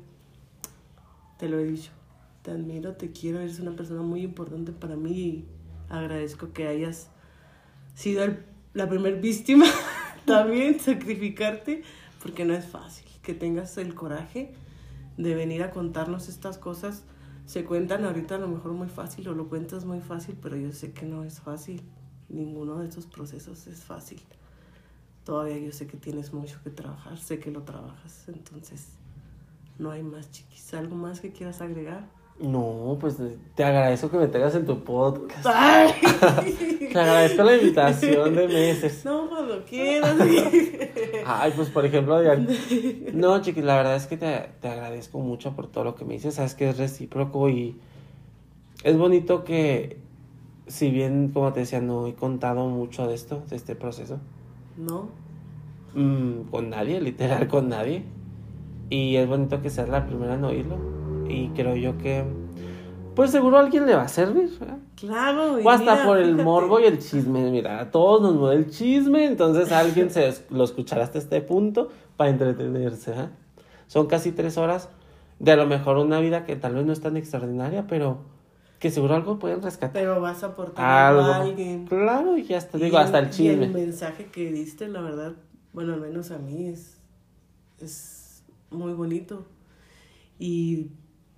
te lo he dicho. Te admiro, te quiero, eres una persona muy importante para mí y agradezco que hayas sido el, la primer víctima también, sacrificarte, porque no es fácil. Que tengas el coraje de venir a contarnos estas cosas. Se cuentan ahorita a lo mejor muy fácil o lo cuentas muy fácil, pero yo sé que no es fácil. Ninguno de estos procesos es fácil. Todavía yo sé que tienes mucho que trabajar, sé que lo trabajas, entonces no hay más, chiquis. ¿Algo más que quieras agregar? No, pues te agradezco que me tengas en tu podcast. Ay. Te agradezco la invitación de meses. No, cuando quieras. Ay, pues por ejemplo, Diana. No, chiquis, la verdad es que te, te agradezco mucho por todo lo que me dices. Sabes que es recíproco y es bonito que, si bien, como te decía, no he contado mucho de esto, de este proceso. No. Mm, con nadie, literal, con nadie. Y es bonito que seas la primera en oírlo. Y creo yo que, pues seguro a alguien le va a servir, ¿verdad? Claro. O hasta mira, por el fíjate. morbo y el chisme. Mira, a todos nos mueve el chisme. Entonces alguien se lo escuchará hasta este punto para entretenerse, ¿eh? Son casi tres horas de a lo mejor una vida que tal vez no es tan extraordinaria, pero que seguro algo pueden rescatar. Pero vas a aportar algo a alguien. Claro, y hasta, y digo, hasta el chisme. Y el mensaje que diste, la verdad, bueno, al menos a mí es, es muy bonito. Y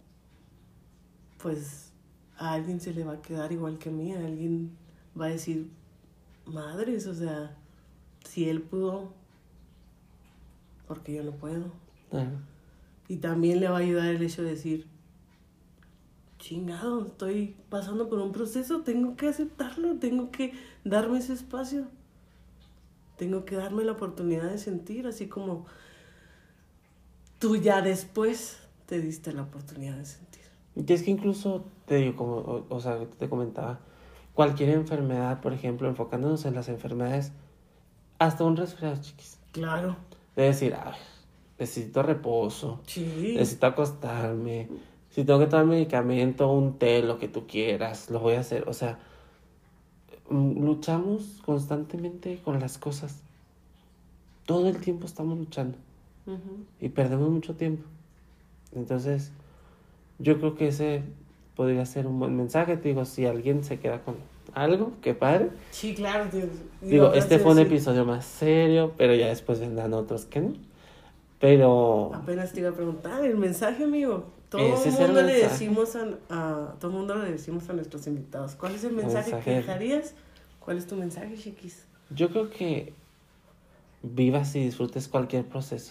pues a alguien se le va a quedar igual que a mí, a alguien va a decir, madres, o sea, si él pudo, porque yo no puedo. Uh-huh. Y también le va a ayudar el hecho de decir, chingado, estoy pasando por un proceso, tengo que aceptarlo, tengo que darme ese espacio, tengo que darme la oportunidad de sentir, así como tú ya después te diste la oportunidad de sentir. Y es que incluso, te digo, como, o, o sea, te comentaba, cualquier enfermedad, por ejemplo, enfocándonos en las enfermedades, hasta un resfriado, chiquis. Claro. De decir, ay, necesito reposo, sí. necesito acostarme, si tengo que tomar medicamento, un té, lo que tú quieras, lo voy a hacer. O sea, luchamos constantemente con las cosas. Todo el tiempo estamos luchando. Uh-huh. Y perdemos mucho tiempo. Entonces, yo creo que ese podría ser un buen mensaje. Te digo, si alguien se queda con algo, qué padre. Sí, claro. Tío. Digo, este fue un episodio más serio, pero ya después vendrán otros que no. Pero... Apenas te iba a preguntar, el mensaje, amigo. Todo el mundo le decimos a, a todo el mundo le decimos a nuestros invitados. ¿Cuál es el mensaje, mensaje que dejarías? ¿Cuál es tu mensaje, chiquis? Yo creo que vivas y disfrutes cualquier proceso.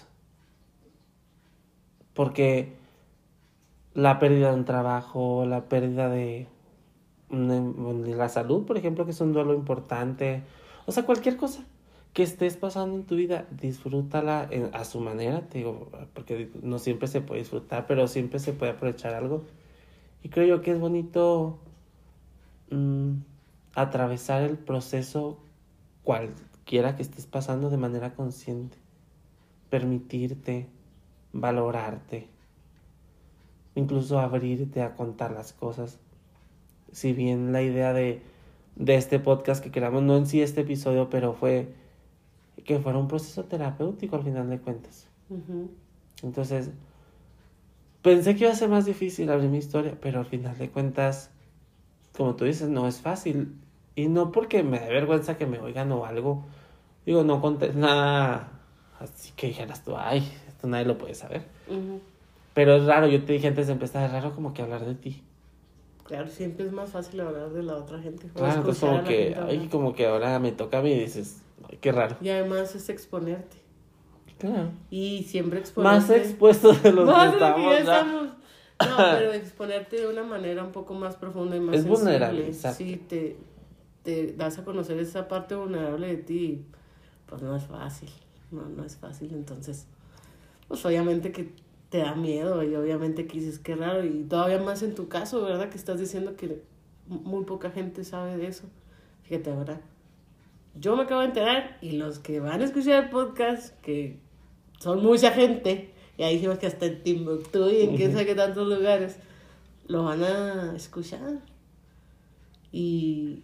Porque la pérdida de un trabajo, la pérdida de, de la salud, por ejemplo, que es un duelo importante, o sea, cualquier cosa que estés pasando en tu vida, disfrútala en, a su manera, te digo, porque no siempre se puede disfrutar, pero siempre se puede aprovechar algo. Y creo yo que es bonito mmm, atravesar el proceso cualquiera que estés pasando de manera consciente, permitirte, valorarte, incluso abrirte a contar las cosas. Si bien la idea de, de este podcast que creamos, no en sí este episodio, pero fue que fuera un proceso terapéutico al final de cuentas. Uh-huh. Entonces, pensé que iba a ser más difícil abrir mi historia, pero al final de cuentas, como tú dices, no es fácil. Y no porque me dé vergüenza que me oigan o algo. Digo, no conté nada así que dijeras tú, ay, esto nadie lo puede saber. Uh-huh. Pero es raro, yo te dije antes de empezar, es raro como que hablar de ti. Claro, siempre es más fácil hablar de la otra gente. Claro, entonces como que, ay, como que ahora me toca a mí y dices, ay, qué raro. Y además es exponerte. Claro. Y siempre exponerte. Más expuestos de los más que estamos. Que ya estamos. No, pero exponerte de una manera un poco más profunda y más es sensible. Vulnerable, exacto. Sí, te, te das a conocer esa parte vulnerable de ti. Pues no es fácil. No, no es fácil. Entonces, pues obviamente que te da miedo y obviamente que dices, qué raro. Y todavía más en tu caso, ¿verdad? Que estás diciendo que muy poca gente sabe de eso. Fíjate, ¿verdad? Yo me acabo de enterar y los que van a escuchar el podcast, que son mucha gente, y ahí dijimos que hasta en Timbuktu y en uh-huh. quién sabe qué tantos lugares, lo van a escuchar. Y...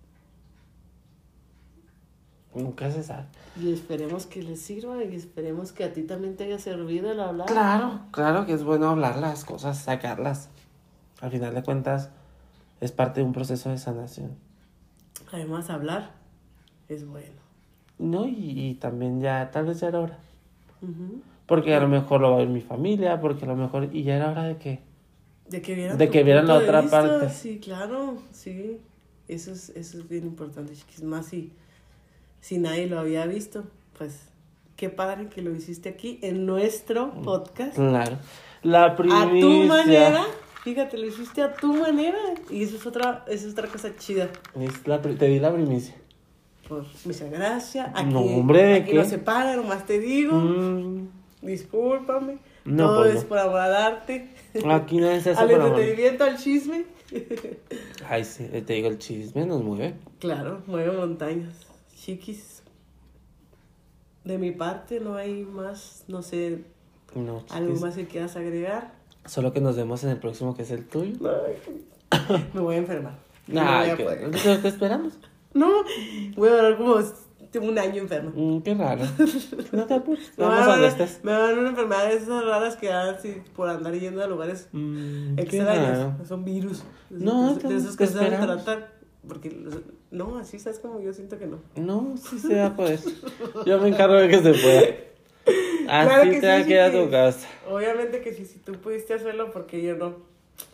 nunca se sabe. Y esperemos que les sirva y esperemos que a ti también te haya servido el hablar. Claro, claro que es bueno hablar las cosas, sacarlas. Al final de cuentas, es parte de un proceso de sanación. Además, hablar es bueno. No, y, y también ya, tal vez ya era hora. Uh-huh. Porque a lo mejor lo va a ver mi familia, porque a lo mejor, y ya era hora de que... De que vieran, de que vieran la otra vista. parte. Sí, claro, sí. Eso es, eso es bien importante, chiquis. Más si, si nadie lo había visto, pues qué padre que lo hiciste aquí en nuestro podcast. Claro. La primicia. A tu manera. Fíjate, lo hiciste a tu manera. Y eso es otra, eso es otra cosa chida. Es la, te di la primicia. Pues, muchas gracias. Aquí, no, hombre, ¿de aquí qué? no se para, nomás te digo. Mm. Discúlpame. No, Todo pues es no. por agradarte. Aquí no es eso. Al entretenimiento, al chisme. Ay, sí, te digo, el chisme nos mueve. Claro, mueve montañas. Chiquis. De mi parte no hay más, no sé, no, chiquis. ¿Algo más que quieras agregar? Solo que nos vemos en el próximo, que es el tuyo. Ay, me voy a enfermar. Nah, no que, ¿te esperamos? No, voy a durar como un año enferma. Mm, qué raro. No te apures. Me van a dar una enfermedad de esas raras que dan así, por andar yendo a lugares mm, extraños. Son virus. No, de, de esos que se deben tratar. Porque, no, así sabes como yo siento que no. No, sí se va a poder. Yo me encargo de que se pueda. Así claro que te sí, queda sí, tu casa. Obviamente que sí, si tú pudiste hacerlo, porque yo no.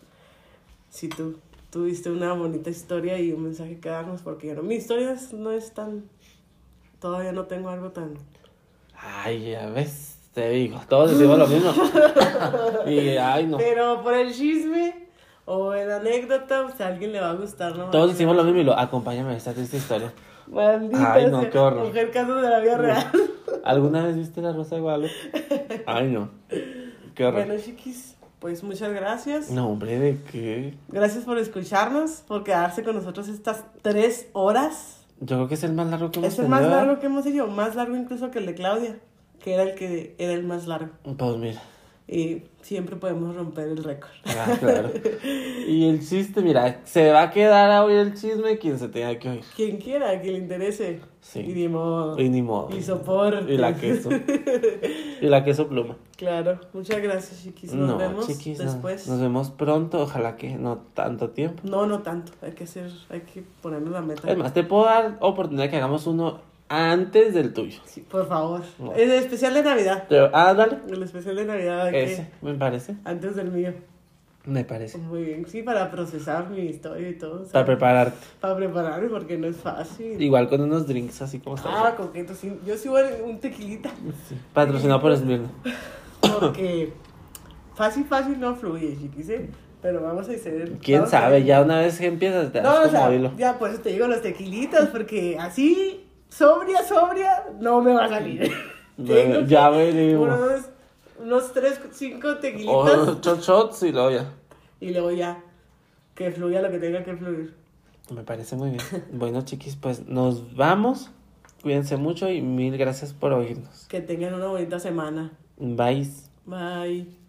Si tú tuviste una bonita historia y un mensaje que darnos, porque yo no. Mi historia no es tan... Todavía no tengo algo tan... Ay, ya ves, te digo, todos decimos lo mismo. Y, ay, no. Pero por el chisme o en anécdota, o sea, a alguien le va a gustar, ¿no? Todos decimos lo mismo y lo, acompáñame a esta triste historia. Maldita ay, no, qué horror. Mujer casos de la vida real. ¿Alguna vez viste La Rosa de Guadalupe? Ay, no. Qué horror. Bueno, chiquis, pues muchas gracias. No, hombre, ¿de qué? Gracias por escucharnos, por quedarse con nosotros estas tres horas. Yo creo que es el más largo que hemos tenido. Es el más largo que hemos hecho, más largo incluso que el de Claudia, que era el que era el más largo. Pues mira. Y siempre podemos romper el récord. Ah, claro. Y el chiste, mira, se va a quedar a oír el chisme quien se tenga que oír. Quien quiera, quien le interese. Sí. Y ni modo. Y ni modo. Y soporte. Y la queso. Y la queso pluma. Claro. Muchas gracias, chiquis. Nos no, vemos chiquis, después. No. Nos vemos pronto. Ojalá que no tanto tiempo. No, no tanto. Hay que hacer, hay que ponernos la meta. Es más, te puedo dar oportunidad de que hagamos uno antes del tuyo. Sí, por favor. No. El especial de Navidad. Pero, ah, dale. El especial de Navidad. Ese, que... me parece. Antes del mío. Me parece. Muy bien, sí, para procesar mi historia y todo. ¿sabes? Para prepararte. Para prepararme, porque no es fácil. Igual con unos drinks así como estás. Ah, coqueto, sí. Yo sí voy a un tequilita. Sí. Patrocinado por Esmirna. Porque fácil, fácil no fluye, chiquis, ¿eh? Pero vamos a hacer... ¿Quién sabe? A... Ya una vez que empiezas te das no, como o sea, hilo. Ya, por eso te digo los tequilitas, porque así, sobria, sobria, no me va a salir. Bueno, ya veremos. Unos, unos tres, cinco tequilitas. O shot shots y luego ya. Y luego ya, que fluya lo que tenga que fluir. Me parece muy bien. Bueno, chiquis, pues nos vamos. Cuídense mucho y mil gracias por oírnos. Que tengan una bonita semana. Bye. Bye.